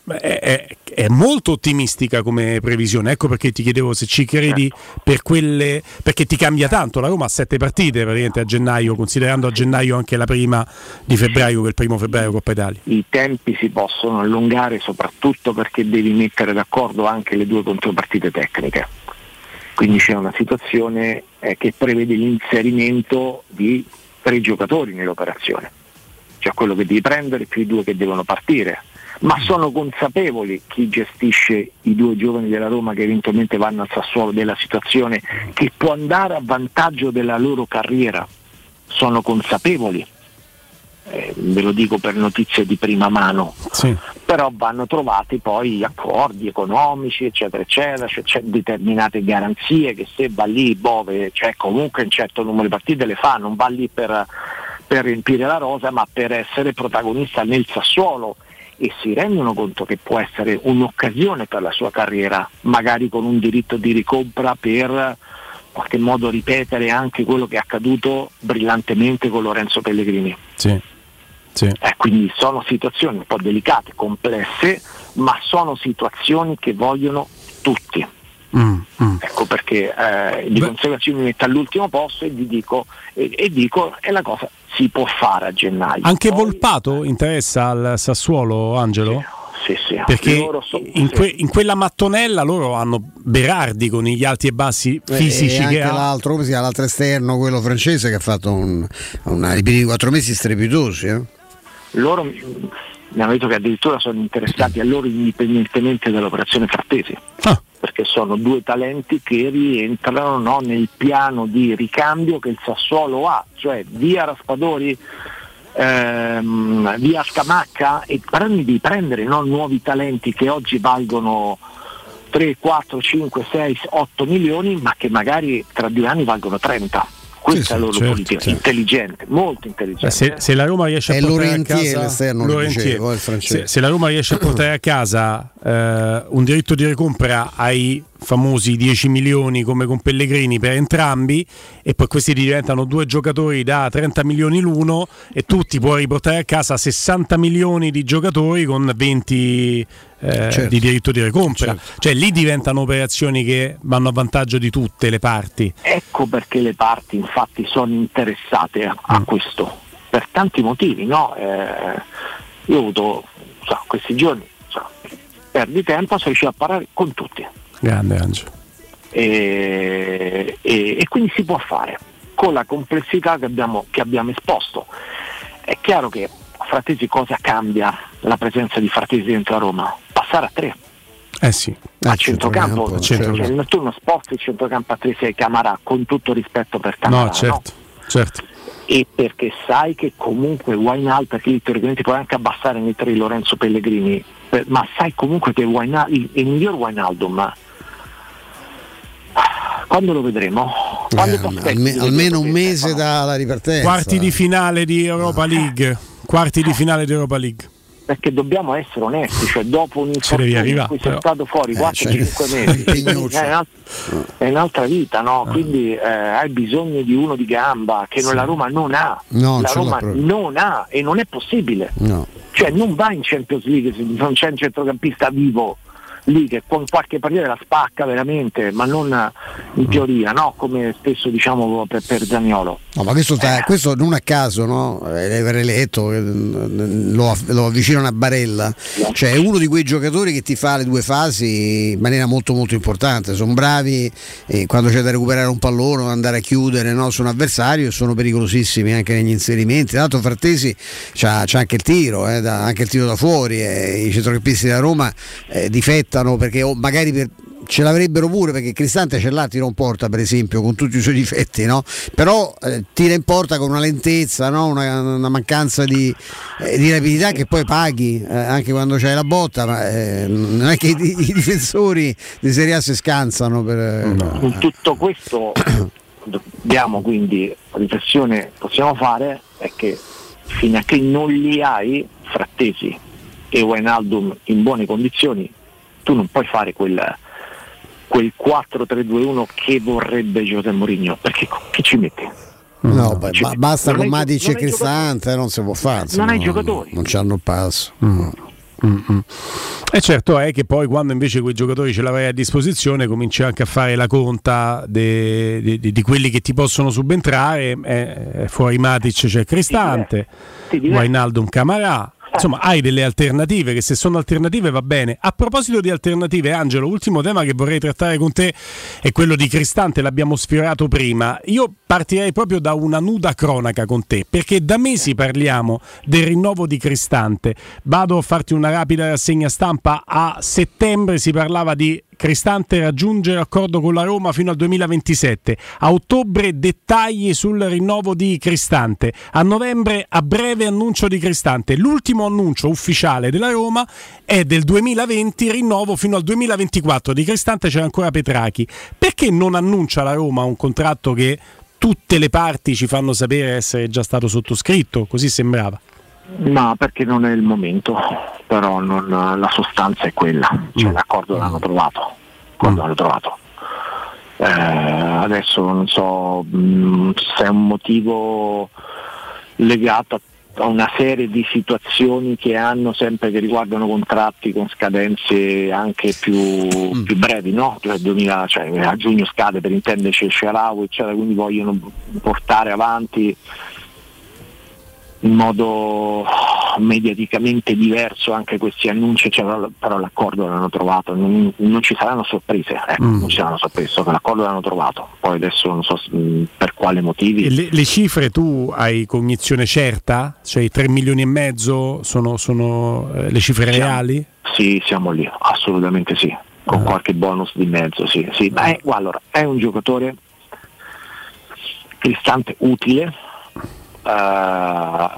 è, è, è molto ottimistica come previsione, ecco perché ti chiedevo se ci credi per quelle, perché ti cambia tanto, la Roma ha sette partite praticamente a gennaio, considerando a gennaio anche la prima di febbraio, che è il primo febbraio Coppa Italia.
I tempi si possono allungare soprattutto perché devi mettere d'accordo anche le due contropartite tecniche, quindi c'è una situazione eh, che prevede l'inserimento di tre giocatori nell'operazione, cioè quello che devi prendere più i due che devono partire, ma sono consapevoli chi gestisce i due giovani della Roma che eventualmente vanno al Sassuolo della situazione che può andare a vantaggio della loro carriera, sono consapevoli, eh, ve lo dico per notizie di prima mano, sì. Però vanno trovati poi accordi economici eccetera eccetera, cioè, c'è determinate garanzie che se va lì Bove, cioè comunque un certo numero di partite le fa, non va lì per, per riempire la rosa ma per essere protagonista nel Sassuolo, e si rendono conto che può essere un'occasione per la sua carriera, magari con un diritto di ricompra per in qualche modo ripetere anche quello che è accaduto brillantemente con Lorenzo Pellegrini.
Sì. Sì.
Eh, quindi sono situazioni un po' delicate, complesse, ma sono situazioni che vogliono tutti. Mm, mm. Ecco perché eh, di conseguenza mi metto all'ultimo posto e vi dico, e, e dico e la cosa si può fare a gennaio.
Anche Poi, Volpato interessa al Sassuolo, Angelo?
Sì, sì,
perché
loro so,
in,
sì.
que, in quella mattonella loro hanno Berardi con gli alti e bassi fisici
e anche
che ha.
l'altro, come si chiama, l'altro esterno, quello francese, che ha fatto un, una, i primi quattro mesi strepitosi. Eh?
Loro mi hanno detto che addirittura sono interessati a loro indipendentemente dall'operazione Frattesi, ah. perché sono due talenti che rientrano no, nel piano di ricambio che il Sassuolo ha, cioè via Raspadori, ehm, via Scamacca, e prendi di prendere no, nuovi talenti che oggi valgono tre, quattro, cinque, sei, otto milioni, ma che magari tra due anni valgono trenta. Questa sì, è la loro certo, politica, certo. Intelligente, molto intelligente.
Se, se la Roma riesce a
è
portare a casa
dicevo, il
se, se la Roma riesce a portare a casa eh, un diritto di recompra ai famosi dieci milioni come con Pellegrini per entrambi, e poi questi diventano due giocatori da trenta milioni l'uno, e tu ti puoi riportare a casa sessanta milioni di giocatori con venti eh, certo. di diritto di recompra, certo. Cioè lì diventano operazioni che vanno a vantaggio di tutte le parti.
Ecco perché le parti infatti sono interessate a, a mm. questo, per tanti motivi, no? Eh, io ho avuto so, questi giorni so, perdi tempo, sono riuscito a parlare con tutti.
Grande Angelo.
E, e, e quindi si può fare con la complessità che abbiamo, che abbiamo esposto. È chiaro che Frattesi, cosa cambia la presenza di Frattesi dentro a Roma? Passare a tre.
Eh sì,
a centrocampo, a centrocampo. Cioè, tu non sposti il centrocampo a tre sei Camarà, con tutto rispetto per Camarà.
No, certo,
no?
certo.
E perché sai che comunque Wijnaldum, perché lì teoricamente puoi anche abbassare nei tre Lorenzo Pellegrini, per, ma sai comunque che Wijnaldum, il, il miglior Wijnaldum, quando lo vedremo? Quando
eh, alme, almeno un mese dalla ripartenza.
Quarti di finale di Europa League. Quarti di finale di Europa League.
Perché dobbiamo essere onesti, cioè dopo un infortunio in cui sei stato fuori eh, quattro cinque mesi è, un'altra, è un'altra vita, no? Ah. Quindi eh, hai bisogno di uno di gamba che sì. la Roma non ha,
no,
la Roma non ha, e non è possibile,
no.
Cioè non va in Champions League se non c'è un centrocampista vivo lì che con qualche partita la spacca veramente, ma non in teoria, no? Come spesso diciamo per, per Zaniolo.
No, ma questo, sta, questo non a caso, no? Avrei letto, lo, lo avvicina una barella, cioè è uno di quei giocatori che ti fa le due fasi in maniera molto molto importante, sono bravi e quando c'è da recuperare un pallone, andare a chiudere, no? Su un avversario, sono pericolosissimi anche negli inserimenti. Tra l'altro Frattesi c'ha, c'ha anche il tiro, eh, da, anche il tiro da fuori, eh, i centrocampisti della Roma eh, difettano perché oh, magari per ce l'avrebbero pure, perché Cristante ce l'ha, tira in porta per esempio con tutti i suoi difetti, no? Però eh, tira in porta con una lentezza, no? una, una mancanza di, eh, di rapidità che poi paghi eh, anche quando c'hai la botta, ma eh, non è che i, i difensori di Serie A si scansano per,
no. In tutto questo dobbiamo, quindi la riflessione possiamo fare è che fino a che non li hai Frattesi e Wijnaldum in buone condizioni, tu non puoi fare quel quel quattro tre due uno che vorrebbe José Mourinho, perché chi ci mette?
No, beh, ba- basta con Matic e Cristante, non si può fare,
non
no,
hai giocatori,
non c'hanno il passo. Mm.
Mm-hmm. E certo è che poi quando invece quei giocatori ce l'avrai a disposizione cominci anche a fare la conta de, de, de, di quelli che ti possono subentrare, è, è fuori Matic c'è Cristante, Wijnaldum, Camarà, insomma hai delle alternative che se sono alternative va bene. A proposito di alternative, Angelo, ultimo tema che vorrei trattare con te è quello di Cristante, l'abbiamo sfiorato prima. Io partirei proprio da una nuda cronaca con te, perché da mesi parliamo del rinnovo di Cristante. Vado a farti una rapida rassegna stampa. A settembre si parlava di Cristante raggiungere accordo con la Roma fino al duemilaventisette, a ottobre dettagli sul rinnovo di Cristante, a novembre a breve annuncio di Cristante. L'ultimo annuncio ufficiale della Roma è del duemilaventi, rinnovo fino al duemilaventiquattro. Di Cristante c'era ancora Petrachi. Perché non annuncia la Roma un contratto che tutte le parti ci fanno sapere essere già stato sottoscritto? Così sembrava.
Ma perché non è il momento, però non, la sostanza è quella, cioè l'accordo l'hanno trovato, l'accordo l'hanno trovato. Eh, adesso non so mh, se è un motivo legato a una serie di situazioni che hanno sempre che riguardano contratti con scadenze anche più, mm. più brevi, no? Cioè, duemila, cioè a giugno scade, per intenderci il Sharawi, eccetera, quindi vogliono portare avanti in modo mediaticamente diverso anche questi annunci, cioè, però l'accordo l'hanno trovato, non, non ci saranno sorprese, ecco, mm. non ci saranno sorprese, l'accordo l'hanno trovato, poi adesso non so mh, per quale motivi.
Le, le cifre tu hai cognizione certa? Cioè i tre milioni e mezzo sono, sono eh, le cifre
siamo,
reali?
Sì, siamo lì, assolutamente sì, con ah. qualche bonus di mezzo, sì, sì. Ma è, allora, è un giocatore Cristante utile. Uh,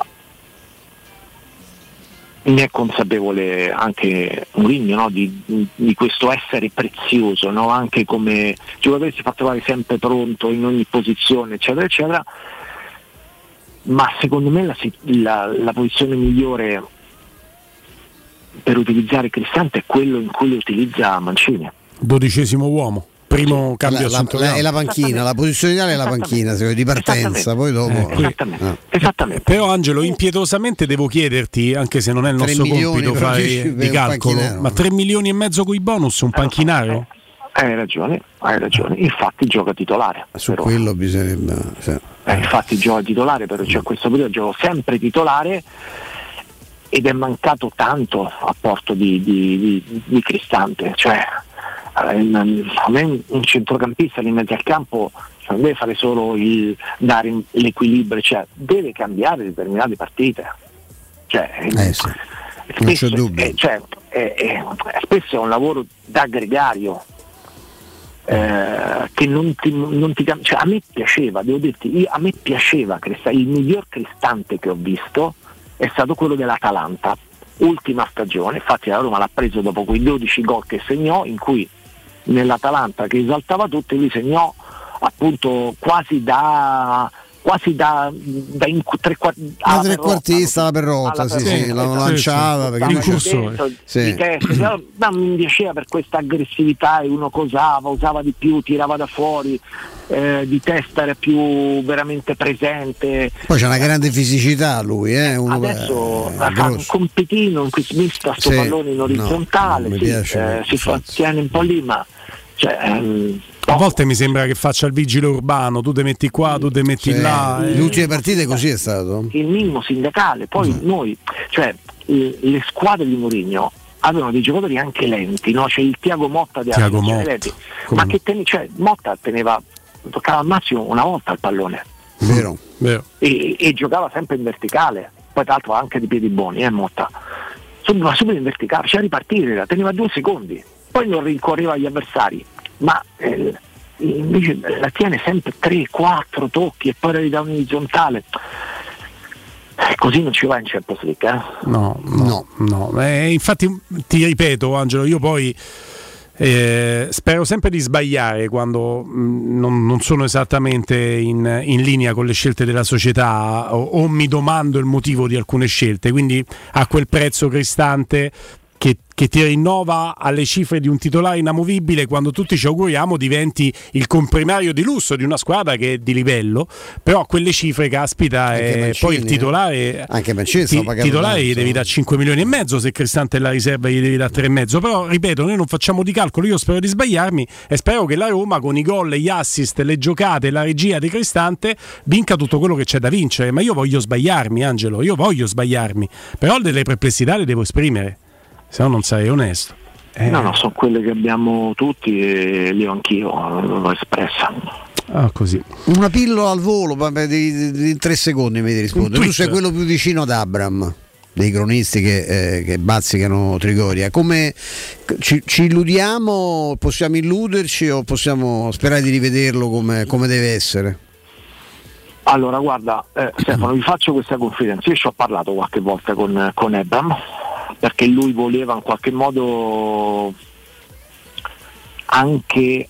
ne è consapevole anche Mourinho, no? di, di questo essere prezioso, no? Anche come giocatore si fa trovare sempre pronto in ogni posizione, eccetera eccetera, ma secondo me la, la, la posizione migliore per utilizzare Cristante è quello in cui lo utilizza Mancini,
dodicesimo uomo. Primo cambio
la, la, la, è la panchina, la posizione ideale è la panchina di partenza, poi dopo
eh, esattamente. No. esattamente. Però Angelo, impietosamente devo chiederti, anche se non è il nostro compito fare di calcolo, ma tre milioni e mezzo con i bonus, un panchinario?
Eh, hai ragione, hai ragione, infatti gioca titolare.
Su però. quello bisognerebbe. Sì.
Eh, infatti gioca titolare, però cioè, questo periodo gioco sempre titolare ed è mancato tanto a porto di, di, di, di Cristante, cioè a me un centrocampista in mezzo al campo non deve fare solo il dare l'equilibrio, cioè deve cambiare determinate partite, cioè
eh sì, non c'è dubbio.
È, cioè, è, è, spesso è un lavoro da gregario eh, che non ti, non ti cioè, a me piaceva, devo dirti, io, a me piaceva Cristante, il miglior Cristante che ho visto è stato quello dell'Atalanta, ultima stagione, infatti la Roma l'ha preso dopo quei dodici gol che segnò, in cui nell'Atalanta che esaltava tutti lui segnò appunto quasi da quasi da, da in, tre,
da trequartista alla perrotta, sì, sì, la lanciava perché
dentro, sì. di testa, ma mi piaceva per questa aggressività, e uno cosava, usava di più, tirava da fuori, eh, di testa era più veramente presente.
Poi c'è una grande fisicità lui, eh, uno
adesso è, fa un compitino in cui smista sto sì, pallone in orizzontale, no, sì, piace, eh, si fa, tiene un po' lì, ma cioè, ehm,
a volte mi sembra che faccia il vigile urbano, tu te metti qua, tu te metti sì, là.
Le ultime partite così è stato.
Il minimo sindacale, poi mm. noi, cioè le, le squadre di Mourinho avevano dei giocatori anche lenti, no? C'è il Tiago Motta di
Tiago Motta.
Lenti, ma che ten- cioè, Motta teneva, toccava al massimo una volta il pallone.
Vero, vero.
E, e giocava sempre in verticale, poi tra l'altro anche di piedi buoni, eh Motta. Va subito in verticale, c'era ripartire, teneva due secondi, poi non rincorreva gli avversari. Ma eh, invece la tiene sempre tre quattro tocchi e poi da un orizzontale, eh, così non ci va in Champions League, eh?
no no no, no. Eh, infatti ti ripeto Angelo, io poi eh, spero sempre di sbagliare quando mh, non, non sono esattamente in, in linea con le scelte della società o, o mi domando il motivo di alcune scelte, quindi a quel prezzo Cristante che, che ti rinnova alle cifre di un titolare inamovibile, quando tutti ci auguriamo diventi il comprimario di lusso di una squadra che è di livello, però a quelle cifre caspita e
Mancini,
poi il titolare
anche Mancini
ti, titolare gli devi dare cinque milioni e mezzo, se Cristante è la riserva gli devi dare tre e mezzo, però ripeto, noi non facciamo di calcolo, io spero di sbagliarmi e spero che la Roma con i gol, gli assist, le giocate, la regia di Cristante vinca tutto quello che c'è da vincere, ma io voglio sbagliarmi, Angelo, io voglio sbagliarmi, però delle perplessità le devo esprimere, se no non sarei onesto. Eh.
No, no, sono quelle che abbiamo tutti e le ho anch'io, l'ho espressa.
Ah, così.
Una pillola al volo, vabbè, di, di, di tre secondi mi rispondi. Tu sei quello più vicino ad Abram dei cronisti che, eh, che bazzicano Trigoria. Come ci, ci illudiamo? Possiamo illuderci o possiamo sperare di rivederlo come, come deve essere?
Allora guarda, eh, Stefano, vi faccio questa confidenza. Io ci ho parlato qualche volta con, con Abram, perché lui voleva in qualche modo anche eh,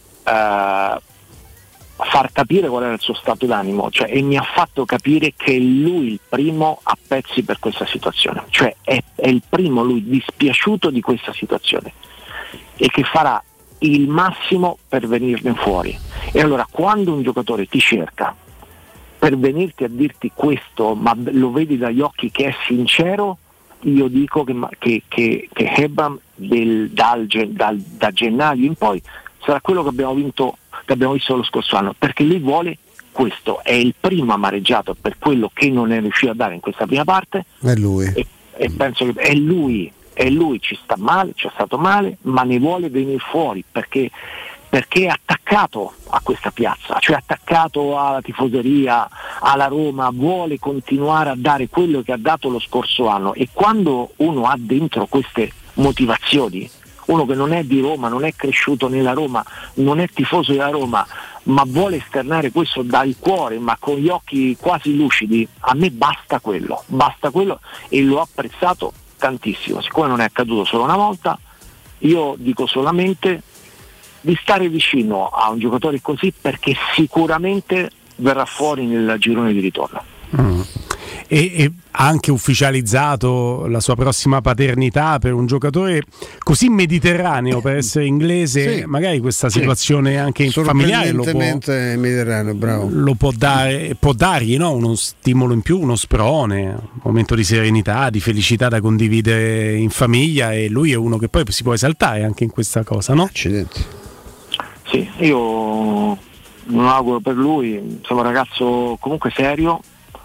far capire qual era il suo stato d'animo, cioè, e mi ha fatto capire che è lui il primo a pezzi per questa situazione, cioè è, è il primo lui dispiaciuto di questa situazione e che farà il massimo per venirne fuori. E allora quando un giocatore ti cerca per venirti a dirti questo, ma lo vedi dagli occhi che è sincero, io dico che, che, che, che Hebram del, dal, dal, da gennaio in poi sarà quello che abbiamo vinto, che abbiamo visto lo scorso anno, perché lui vuole questo, è il primo amareggiato per quello che non è riuscito a dare in questa prima parte,
è lui
e, e penso che è lui, è lui, ci sta male, ci è stato male, ma ne vuole venire fuori perché perché è attaccato a questa piazza, cioè attaccato alla tifoseria, alla Roma, vuole continuare a dare quello che ha dato lo scorso anno, e quando uno ha dentro queste motivazioni, uno che non è di Roma, non è cresciuto nella Roma, non è tifoso della Roma, ma vuole esternare questo dal cuore, ma con gli occhi quasi lucidi, a me basta quello, basta quello e l'ho apprezzato tantissimo. Siccome non è accaduto solo una volta, io dico solamente di stare vicino a un giocatore così, perché sicuramente verrà fuori nel girone di ritorno.
Mm. E, e ha anche ufficializzato la sua prossima paternità per un giocatore così mediterraneo per essere inglese, sì. Magari questa situazione sì. anche familiare lo può,
mediterraneo, bravo.
lo può dare, può dargli, no? Uno stimolo in più, uno sprone, un momento di serenità, di felicità da condividere in famiglia, e lui è uno che poi si può esaltare anche in questa cosa, no?
Accidenti.
Sì, io non auguro per lui, sono un ragazzo comunque serio,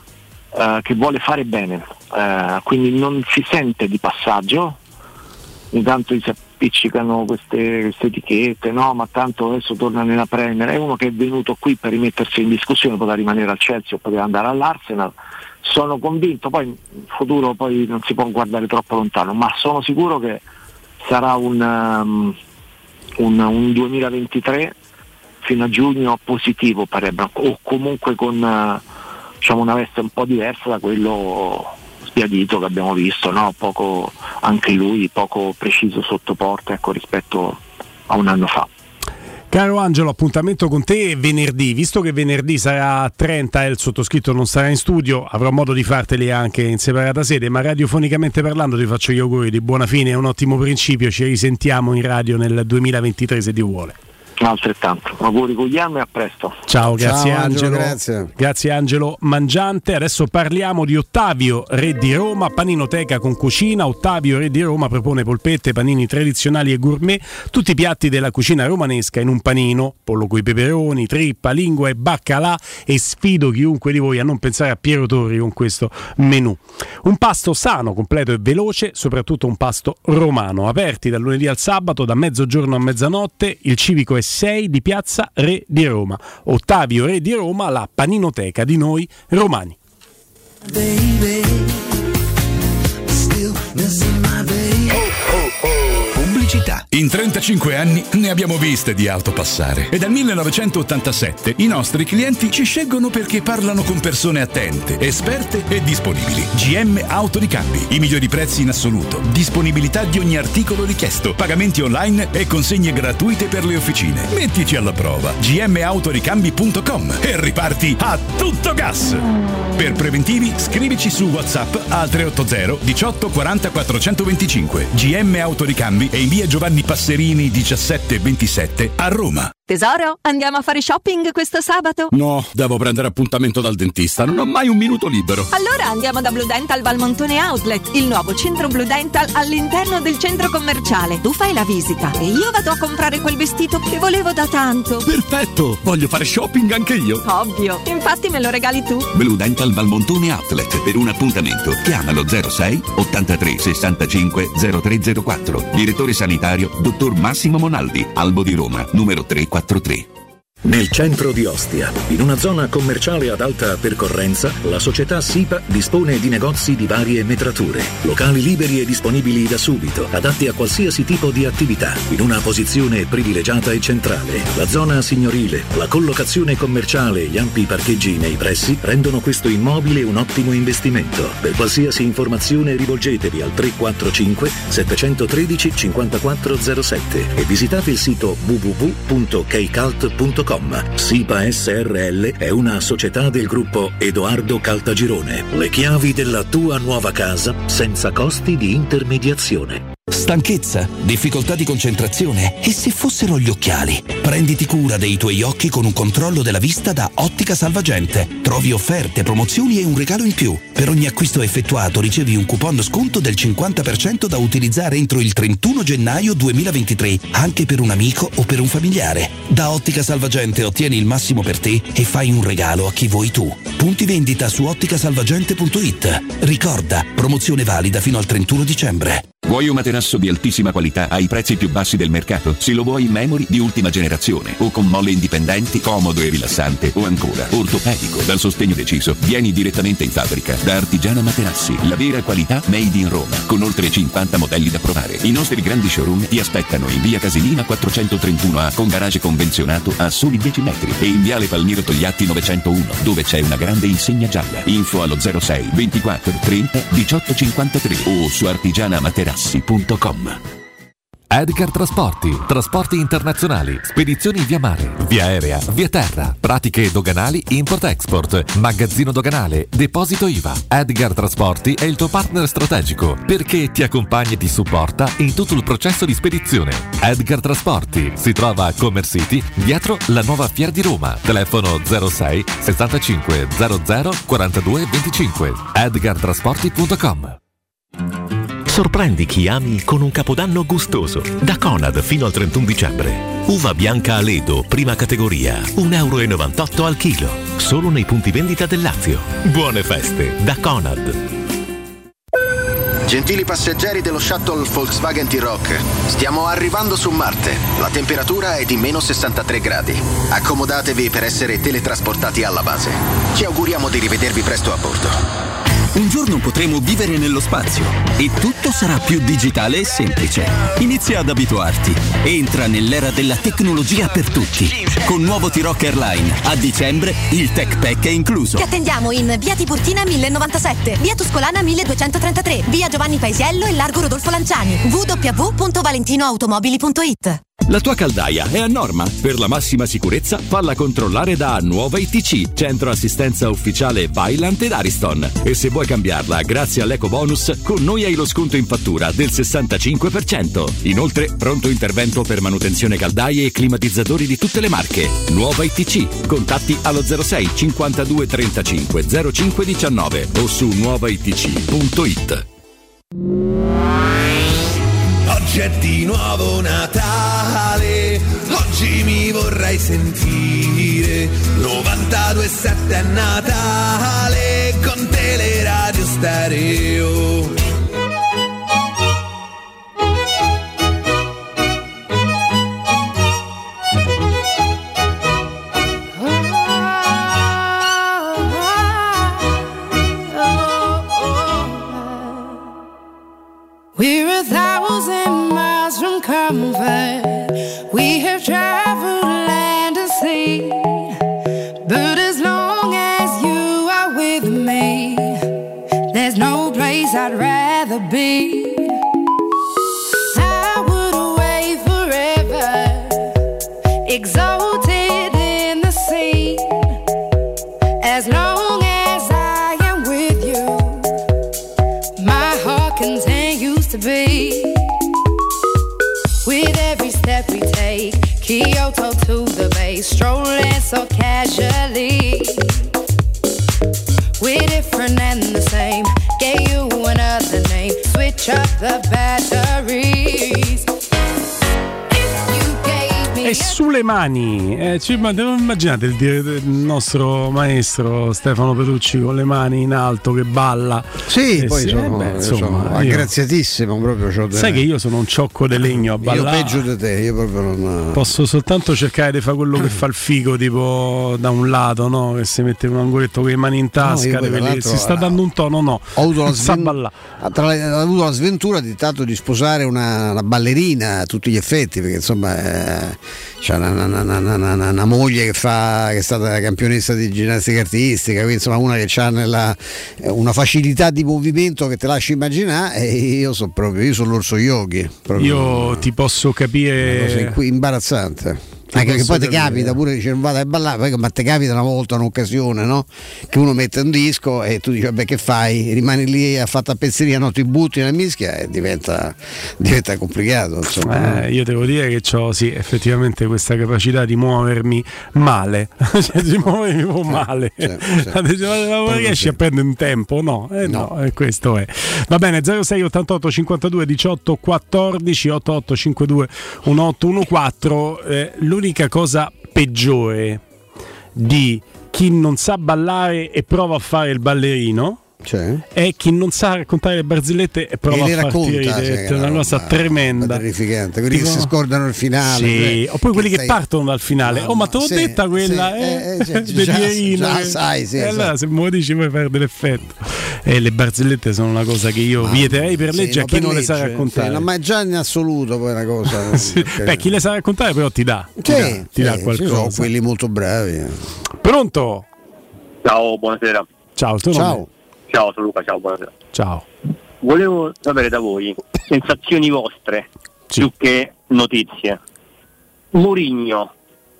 eh, che vuole fare bene, eh, quindi non si sente di passaggio, intanto gli si appiccicano queste, queste etichette, no, ma tanto adesso torna nella Premier, è uno che è venuto qui per rimettersi in discussione, poteva rimanere al Chelsea o poteva andare all'Arsenal, sono convinto, poi in futuro poi non si può guardare troppo lontano, ma sono sicuro che sarà un... Um, Un, un duemilaventitré fino a giugno positivo per Ebram, o comunque con uh, diciamo una veste un po' diversa da quello sbiadito che abbiamo visto, no? Poco, anche lui poco preciso sotto porta, ecco, rispetto a un anno fa.
Caro Angelo, appuntamento con te venerdì, visto che venerdì sarà trenta e il sottoscritto non sarà in studio, avrò modo di farteli anche in separata sede, ma radiofonicamente parlando ti faccio gli auguri di buona fine e un ottimo principio, ci risentiamo in radio nel duemilaventitré se Dio vuole.
Altrettanto, auguri Guglielmo e a presto.
Ciao, grazie
Ciao,
Angelo,
Angelo grazie.
grazie Angelo Mangiante. Adesso parliamo di Ottavio, re di Roma, paninoteca con cucina. Ottavio, re di Roma, propone polpette, panini tradizionali e gourmet, tutti i piatti della cucina romanesca in un panino, pollo coi peperoni, trippa, lingua e baccalà, e sfido chiunque di voi a non pensare a Piero Torri con questo menù. Un pasto sano, completo e veloce, soprattutto un pasto romano, aperti dal lunedì al sabato da mezzogiorno a mezzanotte. Il civico è sei di Piazza Re di Roma. Ottavio, re di Roma, la paninoteca di noi romani.
Baby, still missing my baby. Oh, oh, oh. pubblicità. In trentacinque anni ne abbiamo viste di auto passare e dal millenovecentottantasette i nostri clienti ci scelgono perché parlano con persone attente, esperte e disponibili. G M Autoricambi, i migliori prezzi in assoluto, disponibilità di ogni articolo richiesto, pagamenti online e consegne gratuite per le officine. Mettici alla prova g m autoricambi punto com e riparti a tutto gas. Per preventivi scrivici su WhatsApp al tre otto zero diciotto quaranta quattrocentoventicinque. G M Autoricambi e in via Giovanni Passerini diciassette ventisette a Roma.
Tesoro, andiamo a fare shopping questo sabato?
No, devo prendere appuntamento dal dentista, non ho mai un minuto libero.
Allora andiamo da Blue Dental Valmontone Outlet, il nuovo centro Blue Dental all'interno del centro commerciale. Tu fai la visita e io vado a comprare quel vestito che volevo da tanto.
Perfetto, voglio fare shopping anche io.
Ovvio, infatti me lo regali tu.
Blue Dental Valmontone Outlet. Per un appuntamento chiamalo zero sei ottantatré sessantacinque zero tre zero quattro. Direttore sanitario dottor Massimo Monaldi, Albo di Roma, numero tre quattro tre.
Nel centro di Ostia, in una zona commerciale ad alta percorrenza, la società SIPA dispone di negozi di varie metrature, locali liberi e disponibili da subito, adatti a qualsiasi tipo di attività, in una posizione privilegiata e centrale. La zona signorile, la collocazione commerciale e gli ampi parcheggi nei pressi rendono questo immobile un ottimo investimento. Per qualsiasi informazione rivolgetevi al tre quattro cinque sette uno tre cinque zero sette e visitate il sito w w w punto keicalt punto com. SIPA S R L è una società del gruppo Edoardo Caltagirone. Le chiavi della tua nuova casa senza costi di intermediazione.
Stanchezza, difficoltà di concentrazione e se fossero gli occhiali? Prenditi cura dei tuoi occhi con un controllo della vista da Ottica Salvagente. Trovi offerte, promozioni e un regalo in più. Per ogni acquisto effettuato ricevi un coupon sconto del cinquanta per cento da utilizzare entro il trentuno gennaio duemilaventitré, anche per un amico o per un familiare. Da Ottica Salvagente ottieni il massimo per te e fai un regalo a chi vuoi tu. Punti vendita su ottica salvagente punto it. Ricorda, promozione valida fino al trentuno dicembre.
Vuoi un materasso di altissima qualità ai prezzi più bassi del mercato? Se lo vuoi in memory di ultima generazione o con molle indipendenti, comodo e rilassante o ancora ortopedico dal sostegno deciso, vieni direttamente in fabbrica da Artigiana Materassi, la vera qualità made in Roma, con oltre cinquanta modelli da provare. I nostri grandi showroom ti aspettano in via Casilina quattrocentotrentuno A con garage convenzionato a soli dieci metri e in viale Palmiro Togliatti novecentouno dove c'è una grande insegna gialla. Info allo zero sei ventiquattro trenta diciotto cinquantatré o su artigiana materassi punto com.
Edgar Trasporti, trasporti internazionali, spedizioni via mare, via aerea, via terra, pratiche doganali, import-export, magazzino doganale, deposito I V A. Edgar Trasporti è il tuo partner strategico perché ti accompagna e ti supporta in tutto il processo di spedizione. Edgar Trasporti si trova a Commerce City, dietro la nuova Fiera di Roma. Telefono zero sei sessantacinque zero zero quarantadue venticinque. edgar trasporti punto com.
Sorprendi chi ami con un capodanno gustoso. Da Conad fino al trentuno dicembre. Uva bianca Aledo, prima categoria, un euro e novantotto al chilo. Solo nei punti vendita del Lazio. Buone feste da Conad.
Gentili passeggeri dello shuttle Volkswagen T-Roc, stiamo arrivando su Marte. La temperatura è di meno sessantatré gradi. Accomodatevi per essere teletrasportati alla base. Ci auguriamo di rivedervi presto a bordo.
Un giorno potremo vivere nello spazio e tutto sarà più digitale e semplice. Inizia ad abituarti. Entra nell'era della tecnologia per tutti. Con nuovo T-Roc Airline. A dicembre il Tech Pack è incluso.
Ti attendiamo in via Tiburtina mille novantasette, via Tuscolana milleduecentotrentatré, via Giovanni Paisiello e largo Rodolfo Lanciani. w w w punto valentinoautomobili punto it.
La tua caldaia è a norma. Per la massima sicurezza, falla controllare da Nuova I T C, centro assistenza ufficiale Vaillant ed Ariston. E se vuoi cambiarla grazie all'eco bonus, con noi hai lo sconto in fattura del sessantacinque per cento. Inoltre, pronto intervento per manutenzione caldaie e climatizzatori di tutte le marche. Nuova I T C. Contatti allo zero sei cinquantadue trentacinque zero cinque diciannove o su nuova i t c punto it.
Oggi è di nuovo Natale, oggi mi vorrei sentire novantadue virgola sette è Natale, con Teleradio Stereo.
We're a thousand miles from Car-
be. I would away forever, exalted in the sea, as long as I am with you, my heart continues to beat. With every step we take, Kyoto to the bay, strolling so casually. We're different and the same, gave you another name, switch up the batteries.
E sulle mani, eh, ci, ma devo immaginate il, il nostro maestro Stefano Petrucci con le mani in alto che balla.
Sì,
eh
poi
sì,
sono,
eh beh, insomma,
sono
io,
aggraziatissimo proprio. C'ho
sai
delle...
che io sono un ciocco di legno a ballare.
Io peggio di te, io proprio non.
Posso soltanto cercare di fare quello che fa il figo, tipo da un lato, no? Che si mette un angoletto con le mani in tasca,
no,
deve, si sta dando un tono, no?
Ho avuto la,
sven...
tra le, ho avuto la sventura di tanto di sposare una, una ballerina a tutti gli effetti, perché insomma eh, c'è una, una Una, una, una, una moglie che fa che è stata campionessa di ginnastica artistica, quindi insomma una che ha nella, una facilità di movimento che te lasci immaginare, e io sono proprio io sono l'orso yogi proprio.
Io ti posso capire,
una imbarazzante. Anche che poi ti capita pure, dice non vado a ballare, poi, ma ti capita una volta, un'occasione, no? Che uno mette un disco e tu dici vabbè che fai? Rimani lì a fatta pezzeria, no? Ti butti nella mischia e diventa, diventa complicato.
Eh, io devo dire che ho sì, effettivamente questa capacità di muovermi male, cioè di muovermi un po' male.
Certo, certo, certo.
Ma riesci sì. a prendere un tempo? No, eh, no. no eh, questo è. Va bene, zero sei ottantotto cinquantadue diciotto quattordici ottantotto cinquantadue diciotto quattordici eh, l'unica cosa peggiore di chi non sa ballare e prova a fare il ballerino
C'è?
è chi non sa raccontare le barzellette e prova
e
a farti ridere. È una cosa tremenda,
terrificante. Quelli tipo, che si scordano il finale,
sì.
Cioè,
oppure quelli che,
che sei...
partono dal finale.
Mamma,
oh, ma te l'ho
sì,
detta quella,
sì,
eh?
eh, cioè,
del
già,
Pierino,
già
che...
sai, sì,
e
esatto.
allora se me lo dici poi perde l'effetto. E le barzellette sono una cosa che io Mamma, vieterei per legge sì, a chi non legge, le sa raccontare.
Sì, no, ma già in assoluto poi è una cosa.
sì. Beh, chi le sa raccontare però ti dà,
sì,
ti dà, ti
sì,
dà qualcosa.
Ci sono quelli molto bravi.
Pronto?
Ciao, buonasera.
Ciao, tu
ciao.
Nome? Ciao, sono Luca, ciao, buonasera.
Ciao.
Volevo sapere da voi sensazioni vostre,
sì.
più che notizie. Mourinho,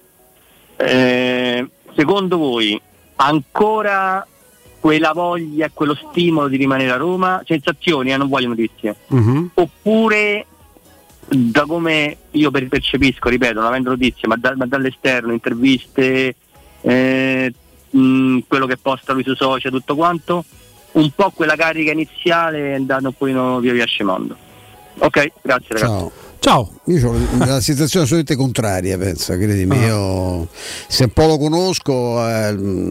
eh, secondo voi ancora quella voglia e quello stimolo di rimanere a Roma? Sensazioni, eh, non voglio notizie.
Uh-huh.
Oppure, da come io percepisco, ripeto, non avendo notizie, ma, da, ma dall'esterno, interviste, eh, mh, quello che posta lui sui social, tutto quanto, un po' quella carica iniziale è andata un pochino via via scemando. Ok, grazie ragazzi.
Ciao.
Ciao.
Io ho una situazione assolutamente contraria, penso, credimi. Ah. Io se un po' lo conosco, eh,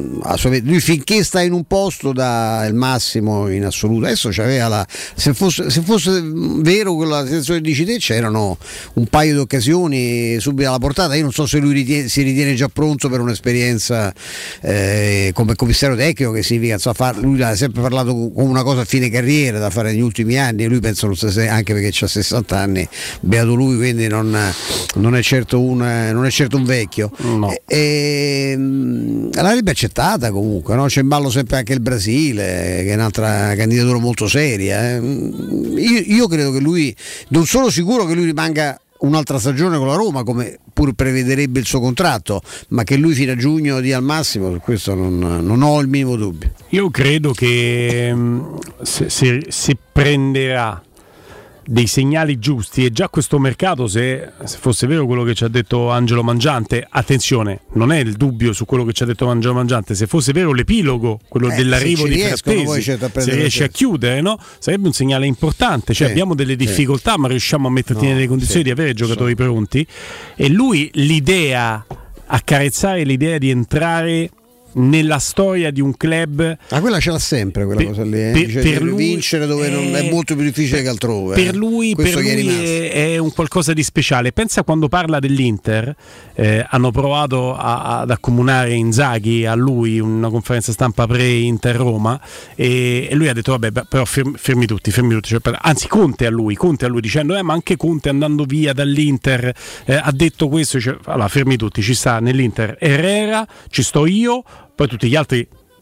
lui finché sta in un posto dà il massimo in assoluto. Adesso c'aveva la. Se fosse, se fosse vero quella situazione che dici te, c'erano un paio di occasioni subito alla portata. Io non so se lui ritiene, si ritiene già pronto per un'esperienza eh, come commissario tecnico, che significa insomma, far, lui ha sempre parlato come una cosa a fine carriera da fare negli ultimi anni, e lui penso anche perché ha sessanta anni. Beato lui, quindi non, non, è certo un, non è certo un vecchio.
No.
E, e, l'avrebbe accettata comunque, no? C'è in ballo sempre anche il Brasile, che è un'altra candidatura molto seria. Eh. Io, io credo che lui, non sono sicuro che lui rimanga un'altra stagione con la Roma, come pur prevederebbe il suo contratto, ma che lui fino a giugno dia al massimo, su questo non, non ho il minimo dubbio.
Io credo che se, se, se prenderà dei segnali giusti, e già questo mercato, se, se fosse vero quello che ci ha detto Angelo Mangiante, attenzione, non è il dubbio su quello che ci ha detto Angelo Mangiante, se fosse vero l'epilogo, quello eh, dell'arrivo di Frattesi, se riesce a chiudere, no? Sarebbe un segnale importante, cioè sì, abbiamo delle difficoltà sì. ma riusciamo a metterti no, nelle condizioni sì, di avere giocatori so. pronti, e lui l'idea, accarezzare l'idea di entrare nella storia di un club,
ah, quella ce l'ha sempre quella per, cosa lì, eh?
per,
cioè,
per
lui vincere dove è, non è molto più difficile che altrove.
Per lui,
eh. per
lui è, è un qualcosa di speciale. Pensa quando parla dell'Inter, eh, hanno provato a, ad accomunare Inzaghi a lui una conferenza stampa pre-Inter Roma, e, e lui ha detto vabbè, però fermi, fermi tutti, fermi tutti. Cioè, anzi Conte a lui, Conte a lui dicendo eh, ma anche Conte andando via dall'Inter eh, ha detto questo, cioè, allora fermi tutti, ci sta nell'Inter Herrera, ci sto io, poi tutti gli altri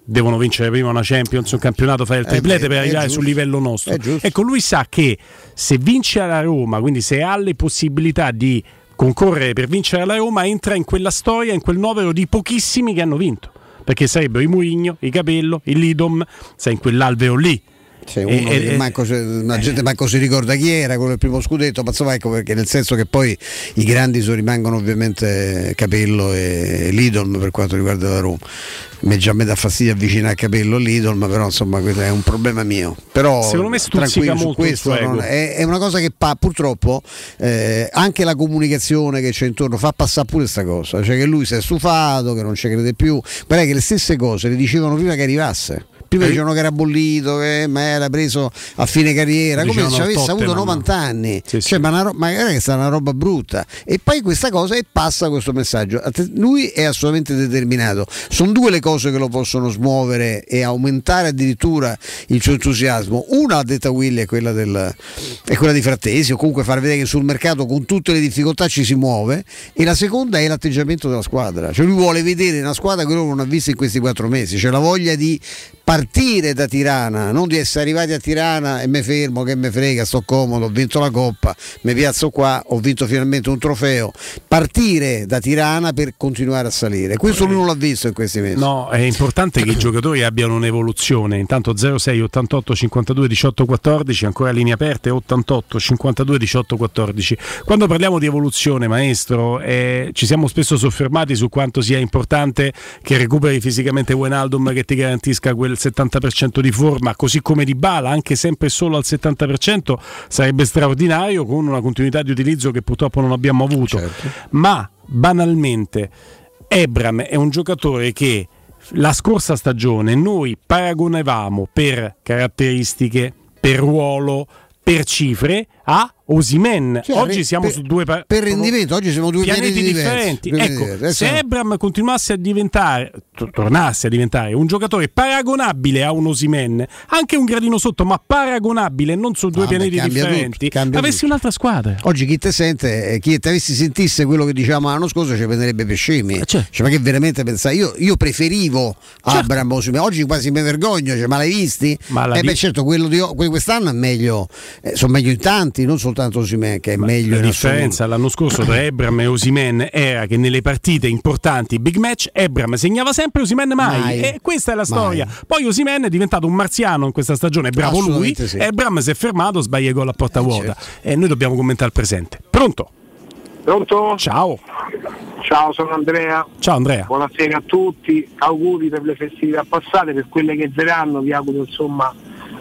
devono vincere prima una Champions, un campionato, fare il triplete
Eh,
per
è
arrivare
giusto.
sul livello nostro.
È giusto.
Ecco, lui sa che se vince alla Roma, quindi se ha le possibilità di concorrere per vincere alla Roma, entra in quella storia, in quel novero di pochissimi che hanno vinto, perché sarebbero i Mourinho, i Capello, il Lidom, sei in quell'alveo lì.
C'è uno
E-
che
e-
manco se- la gente manco si ricorda chi era quello del primo scudetto, ma insomma, ecco, perché nel senso che poi i grandi sono, rimangono ovviamente Capello e Lidl per quanto riguarda la Roma. Me già mi dà fastidio avvicinare a Capello Lidl, ma però insomma questo è un problema mio. Però
Secondo me stuzzica
tranquillo su
molto il
questo,
suo ego.
non- è, è una cosa che pa- purtroppo eh, anche la comunicazione che c'è intorno fa passare pure questa cosa, cioè che lui si è stufato, che non ci crede più. Guarda che le stesse cose le dicevano prima che arrivasse. Prima dicevano che era bollito, che ma era preso a fine carriera, come
Dicevano
se
al
avesse avuto
Tottenham.
novanta anni.
Sì,
Cioè,
sì.
ma, una ro- ma guarda che sta una roba brutta. E poi questa cosa e passa questo messaggio. Att- Lui è assolutamente determinato. Sono due le cose che lo possono smuovere e aumentare addirittura il suo entusiasmo. Una, l'ha detta Willy, è quella, del, è quella di Frattesi, o comunque far vedere che sul mercato con tutte le difficoltà ci si muove. E la seconda è l'atteggiamento della squadra. Cioè lui vuole vedere una squadra che lui non ha visto in questi quattro mesi. C'è la voglia di partire da Tirana, non di essere arrivati a Tirana e me fermo, che me frega, sto comodo, ho vinto la coppa, mi piazzo qua, ho vinto finalmente un trofeo. Partire da Tirana per continuare a salire. Questo lui non l'ha visto in questi mesi.
No, è importante che i giocatori abbiano un'evoluzione. Intanto zero sei ottantotto cinquantadue diciotto quattordici, ancora linee aperte ottantotto cinquantadue diciotto quattordici. Quando parliamo di evoluzione, maestro, eh, ci siamo spesso soffermati su quanto sia importante che recuperi fisicamente Wijnaldum, che ti garantisca quel settanta per cento di forma, così come Dybala, anche sempre solo al settanta per cento sarebbe straordinario, con una continuità di utilizzo che purtroppo non abbiamo avuto.
Certo.
Ma banalmente Ebram è un giocatore che la scorsa stagione noi paragonavamo per caratteristiche, per ruolo, per cifre a Osimhen.
Cioè,
Oggi siamo
per-
su due pa-
per rendimento, oggi siamo due
pianeti,
pianeti
differenti.
diversi,
Ecco,
pianeti diversi.
se
Adesso-
Ebram continuasse a diventare, to- tornasse a diventare un giocatore paragonabile a un Osimhen, anche un gradino sotto, ma paragonabile, non su due
Ah, beh,
pianeti
cambia
differenti,
tutto, cambia
avessi
tutto.
un'altra squadra.
Oggi chi te sente, eh, chi te avessi sentisse quello che dicevamo l'anno scorso ci prenderebbe per scemi. Cioè, ma che veramente pensai? Io, io preferivo Abram Osimhen. Oggi quasi mi vergogno, cioè, ma l'hai visti?
Ma la
eh
di-
beh, certo, quello di quello di quest'anno è meglio, eh, sono meglio in tanti, non soltanto Osimhen, che è meglio
La
in
differenza l'anno scorso tra Ebram e Osimhen era che nelle partite importanti, big match, Ebram segnava sempre, Osimhen mai.
Mai.
E questa è la
Mai.
storia. Poi Osimhen è diventato un marziano in questa stagione, bravo lui.
Assolutamente sì.
Ebram si è fermato, sbaglia i gol a porta
Eh,
vuota.
certo.
E noi dobbiamo commentare il presente. Pronto?
Pronto?
Ciao.
Ciao, sono Andrea.
Ciao Andrea.
Buonasera a tutti, auguri per le festività passate, per quelle che verranno vi auguro insomma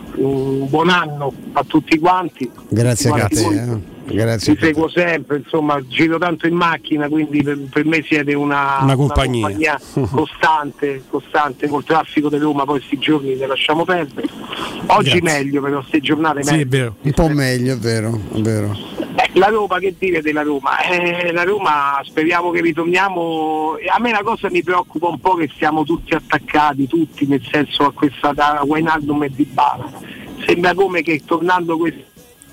un buon anno a tutti quanti.
Grazie a
Guarda,
te.
voi-
eh. Grazie.
Vi seguo sempre, insomma, giro tanto in macchina, quindi per, per me siete una,
Una compagnia.
compagnia costante, costante, col traffico di Roma, poi questi giorni le lasciamo perdere. Oggi
Grazie.
meglio, però queste giornate
Sì,
meglio.
è vero.
Un po' meglio, è vero, è vero.
Eh, la Roma, che dire della Roma? Eh, la Roma speriamo che ritorniamo. A me una cosa mi preoccupa un po' che siamo tutti attaccati, tutti, nel senso a questa da Wijnaldum e Dybala. Sembra come che tornando questo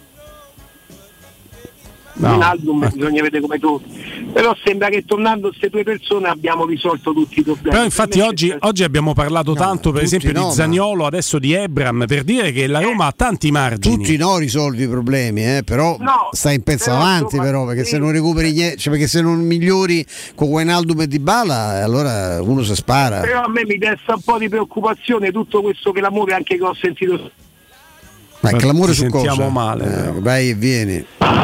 No.
Wijnaldum
Ecco.
bisogna vedere come torna. Però sembra che tornando queste due persone abbiamo risolto tutti i problemi.
Però infatti
Per me
oggi,
c'è-
oggi abbiamo parlato tanto per
tutti
esempio
no,
di
ma-
Zaniolo, adesso di Ebram, per dire che la Roma ha tanti margini.
Tutti no risolvi i problemi, eh, però
No,
stai in pezzo
però,
avanti,
insomma,
però, perché
sì.
se non recuperi niente, cioè perché se non migliori con Wijnaldum e Dybala, allora uno si spara.
Però a me mi desta un po' di preoccupazione tutto questo clamore anche che ho sentito.
Ma il clamore
Ti
su cosa?
sentiamo male,
Eh,
però.
vai e vieni.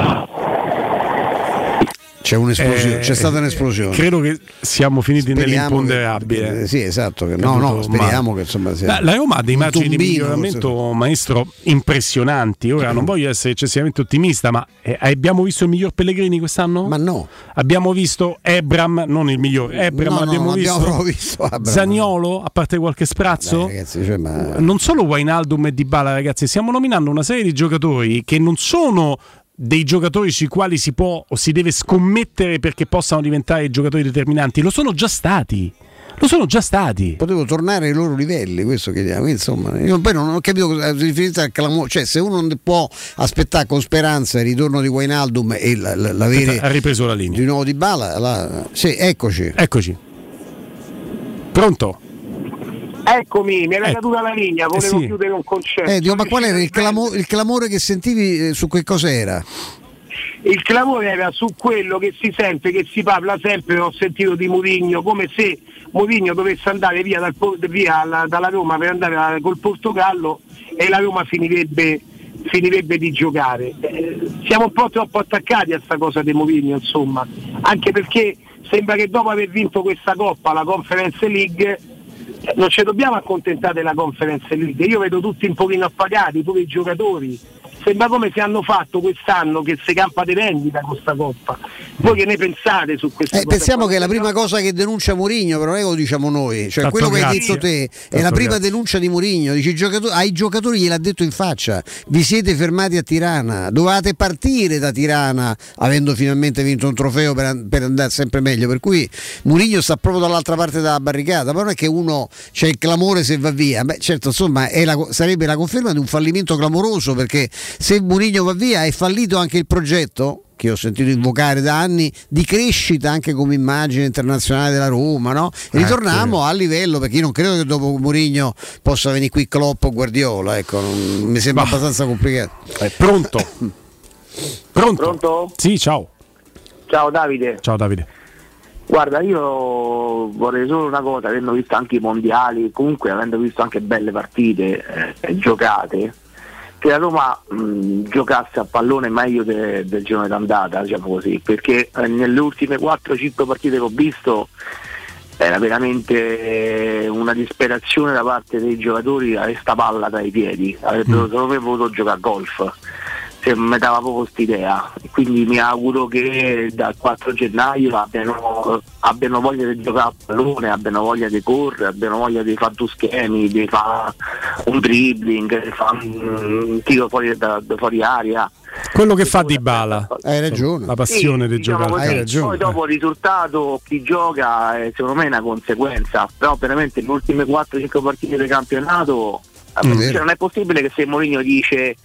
C'è un'esplosione,
Eh,
c'è stata un'esplosione.
Credo che siamo finiti
Speriamo
nell'imponderabile.
che- eh, sì, esatto. Che, no, no,
Caduto
speriamo
male.
che insomma sia
La, la Roma ha dei
un
margini di
tombino,
miglioramento,
forse.
maestro, impressionanti. Ora non voglio essere eccessivamente ottimista, ma eh, abbiamo visto il miglior Pellegrini quest'anno?
Ma no.
Abbiamo visto Ebram, non il migliore. Ebram,
No, no,
abbiamo
non
visto,
abbiamo proprio visto Abram.
Zaniolo, a parte qualche sprazzo.
Dai, ragazzi, cioè, ma-
Non solo Wijnaldum e Dybala, ragazzi, stiamo nominando una serie di giocatori che non sono dei giocatori sui quali si può o si deve scommettere perché possano diventare giocatori determinanti, lo sono già stati. Lo sono già stati.
Potevo tornare ai loro livelli, questo chiediamo. Quindi, insomma, io poi non ho capito cosa si riferisce al clamore. Cioè, se uno non può aspettare con speranza il ritorno di Wijnaldum e la- la- l'avere
Aspetta, ha ripreso la linea.
di nuovo Dybala, la... sì, eccoci.
Eccoci. Pronto?
Eccomi, mi era
Eh.
caduta la linea, volevo
Eh sì.
chiudere un concetto.
Eh, dico, ma qual era il, clamo- il clamore che sentivi eh, su che cos'era?
Il clamore era su quello che si sente, che si parla sempre, ho sentito di Mourinho, come se Mourinho dovesse andare via, dal, via alla, dalla Roma per andare a, col Portogallo e la Roma finirebbe, finirebbe di giocare. Eh, siamo un po' troppo attaccati a sta cosa di Mourinho, insomma, anche perché sembra che dopo aver vinto questa Coppa, la Conference League, eh, non ci dobbiamo accontentare della Conference League. Io vedo tutti un pochino appagati, pure i giocatori. Sembra come se hanno fatto quest'anno che si campa di vendita con sta Coppa. Voi che ne pensate su questa
Eh,
cosa?
pensiamo
qua?
che è la prima cosa che denuncia Mourinho, però non è che lo diciamo noi, cioè
Tanto
quello che
grazie.
hai detto te è
Tanto
la prima
grazie.
denuncia di Mourinho. Dice, i giocatori, ai giocatori gliel'ha detto in faccia: vi siete fermati a Tirana, dovevate partire da Tirana avendo finalmente vinto un trofeo per, an- per andare sempre meglio, per cui Mourinho sta proprio dall'altra parte della barricata. Ma non è che uno c'è il clamore se va via, beh certo, insomma è la, sarebbe la conferma di un fallimento clamoroso, perché se Mourinho va via è fallito anche il progetto che ho sentito invocare da anni di crescita anche come immagine internazionale della Roma, no? E ritorniamo a livello, perché io non credo che dopo Mourinho possa venire qui Klopp o Guardiola, ecco, non- mi sembra
Bah.
abbastanza complicato.
È pronto? Pronto?
Pronto?
Sì, ciao.
Ciao Davide.
Ciao Davide.
Guarda, io vorrei solo una cosa, avendo visto anche i mondiali, comunque avendo visto anche belle partite eh, giocate, che la Roma mh, giocasse a pallone meglio de- del giorno d'andata, diciamo così, perché eh, nelle ultime quattro cinque partite che ho visto era veramente una disperazione da parte dei giocatori avere sta palla dai piedi, avrebbero secondo me voluto giocare a golf, se mi dava proprio quest'idea. Quindi mi auguro che dal quattro gennaio abbiano, abbiano voglia di giocare a pallone, abbiano voglia di correre, abbiano voglia di fare due schemi, di fare un dribbling, di fare un tiro fuori, da, da fuori aria.
Quello che fa Dybala.
Hai ragione.
La passione
Sì,
di
diciamo
giocare.
così.
Hai ragione.
Poi dopo il risultato, chi gioca è, secondo me è una conseguenza, però veramente le ultime quattro cinque partite del campionato
Mm.
cioè, non è possibile che se Mourinho dice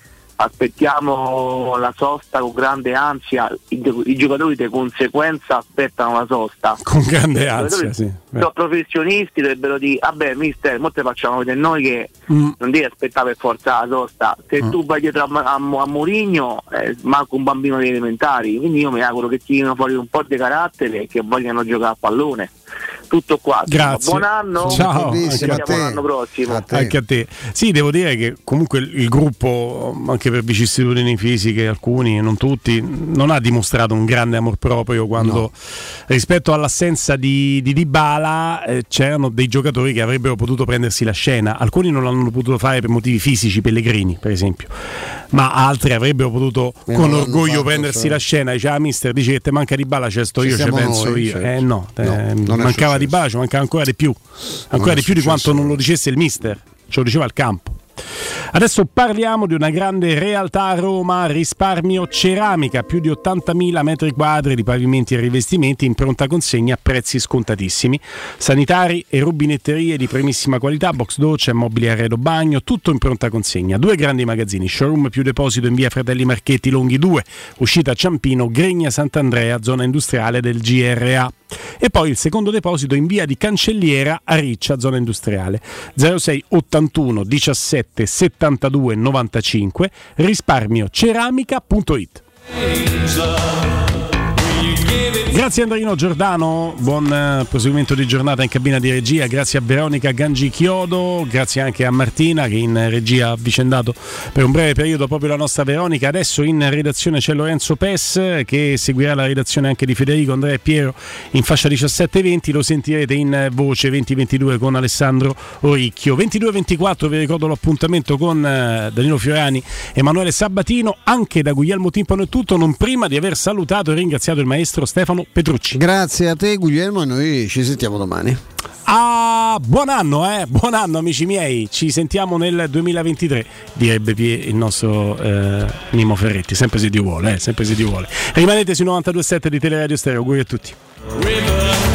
aspettiamo la sosta con grande ansia, i, i giocatori di conseguenza aspettano la sosta.
Con grande
I giocatori
ansia, sì.
sono professionisti, dovrebbero dire vabbè mister, mo te facciamo vedere noi che
Mm.
non devi aspettare per forza la sosta, se
Mm.
tu vai dietro a, a, a Mourinho eh, manca un bambino degli elementari, quindi io mi auguro che tirino fuori un po' di carattere e che vogliano giocare a pallone. Tutto qua.
Grazie.
Buon anno.
Ciao.
Ci
Anche a
vediamo
te.
l'anno prossimo.
Anche a te. Sì, devo dire che comunque il gruppo, anche per vicissitudini fisiche, alcuni, non tutti, non ha dimostrato un grande amor proprio quando
No.
rispetto all'assenza di, di Dybala eh, c'erano dei giocatori che avrebbero potuto prendersi la scena. Alcuni non l'hanno potuto fare per motivi fisici, Pellegrini per esempio, ma altri avrebbero potuto
Eh,
con
non l'hanno
orgoglio
fatto,
prendersi
cioè.
la scena. Dice, ah mister, dice che te manca Dybala, c'è sto
Ci
io, ci
siamo
penso
noi,
io.
certo.
Eh no, eh,
No, non è
mancava
successo.
Dybala, ci mancava ancora di più, ancora
Non
di
è
più di quanto
successo.
non lo dicesse il mister, ce lo diceva al campo. Adesso parliamo di una grande realtà a Roma, Risparmio Ceramica, più di ottantamila metri quadri di pavimenti e rivestimenti in pronta consegna a prezzi scontatissimi, sanitari e rubinetterie di primissima qualità, box doccia, mobili arredo bagno, tutto in pronta consegna. Due grandi magazzini, showroom più deposito in via Fratelli Marchetti Longhi due, uscita Ciampino, Gregna Sant'Andrea, zona industriale del G R A. E poi il secondo deposito in via di Cancelliera a Riccia, zona industriale. zero sei ottantuno diciassette settantadue novantacinque, risparmio ceramica punto it. Grazie Andrino Giordano, buon eh, proseguimento di giornata in cabina di regia, grazie a Veronica Gangi Chiodo, grazie anche a Martina che in regia ha avvicendato per un breve periodo proprio la nostra Veronica. Adesso in redazione c'è Lorenzo Pes che seguirà la redazione anche di Federico, Andrea e Piero in fascia diciassette venti, lo sentirete in voce venti ventidue con Alessandro Oricchio. ventidue ventiquattro vi ricordo l'appuntamento con eh, Danilo Fiorani, Emanuele Sabatino, anche da Guglielmo Timpano è tutto, non prima di aver salutato e ringraziato il maestro Stefano Petrucci.
Grazie a te Guglielmo e noi ci sentiamo domani.
Ah, buon anno, eh? Buon anno amici miei, ci sentiamo nel duemilaventitré, direbbe il nostro eh, Mimo Ferretti, sempre se Dio vuole, eh? sempre se Dio vuole. Rimanete sui novantadue virgola sette di Teleradio Stereo, auguri a tutti.
River.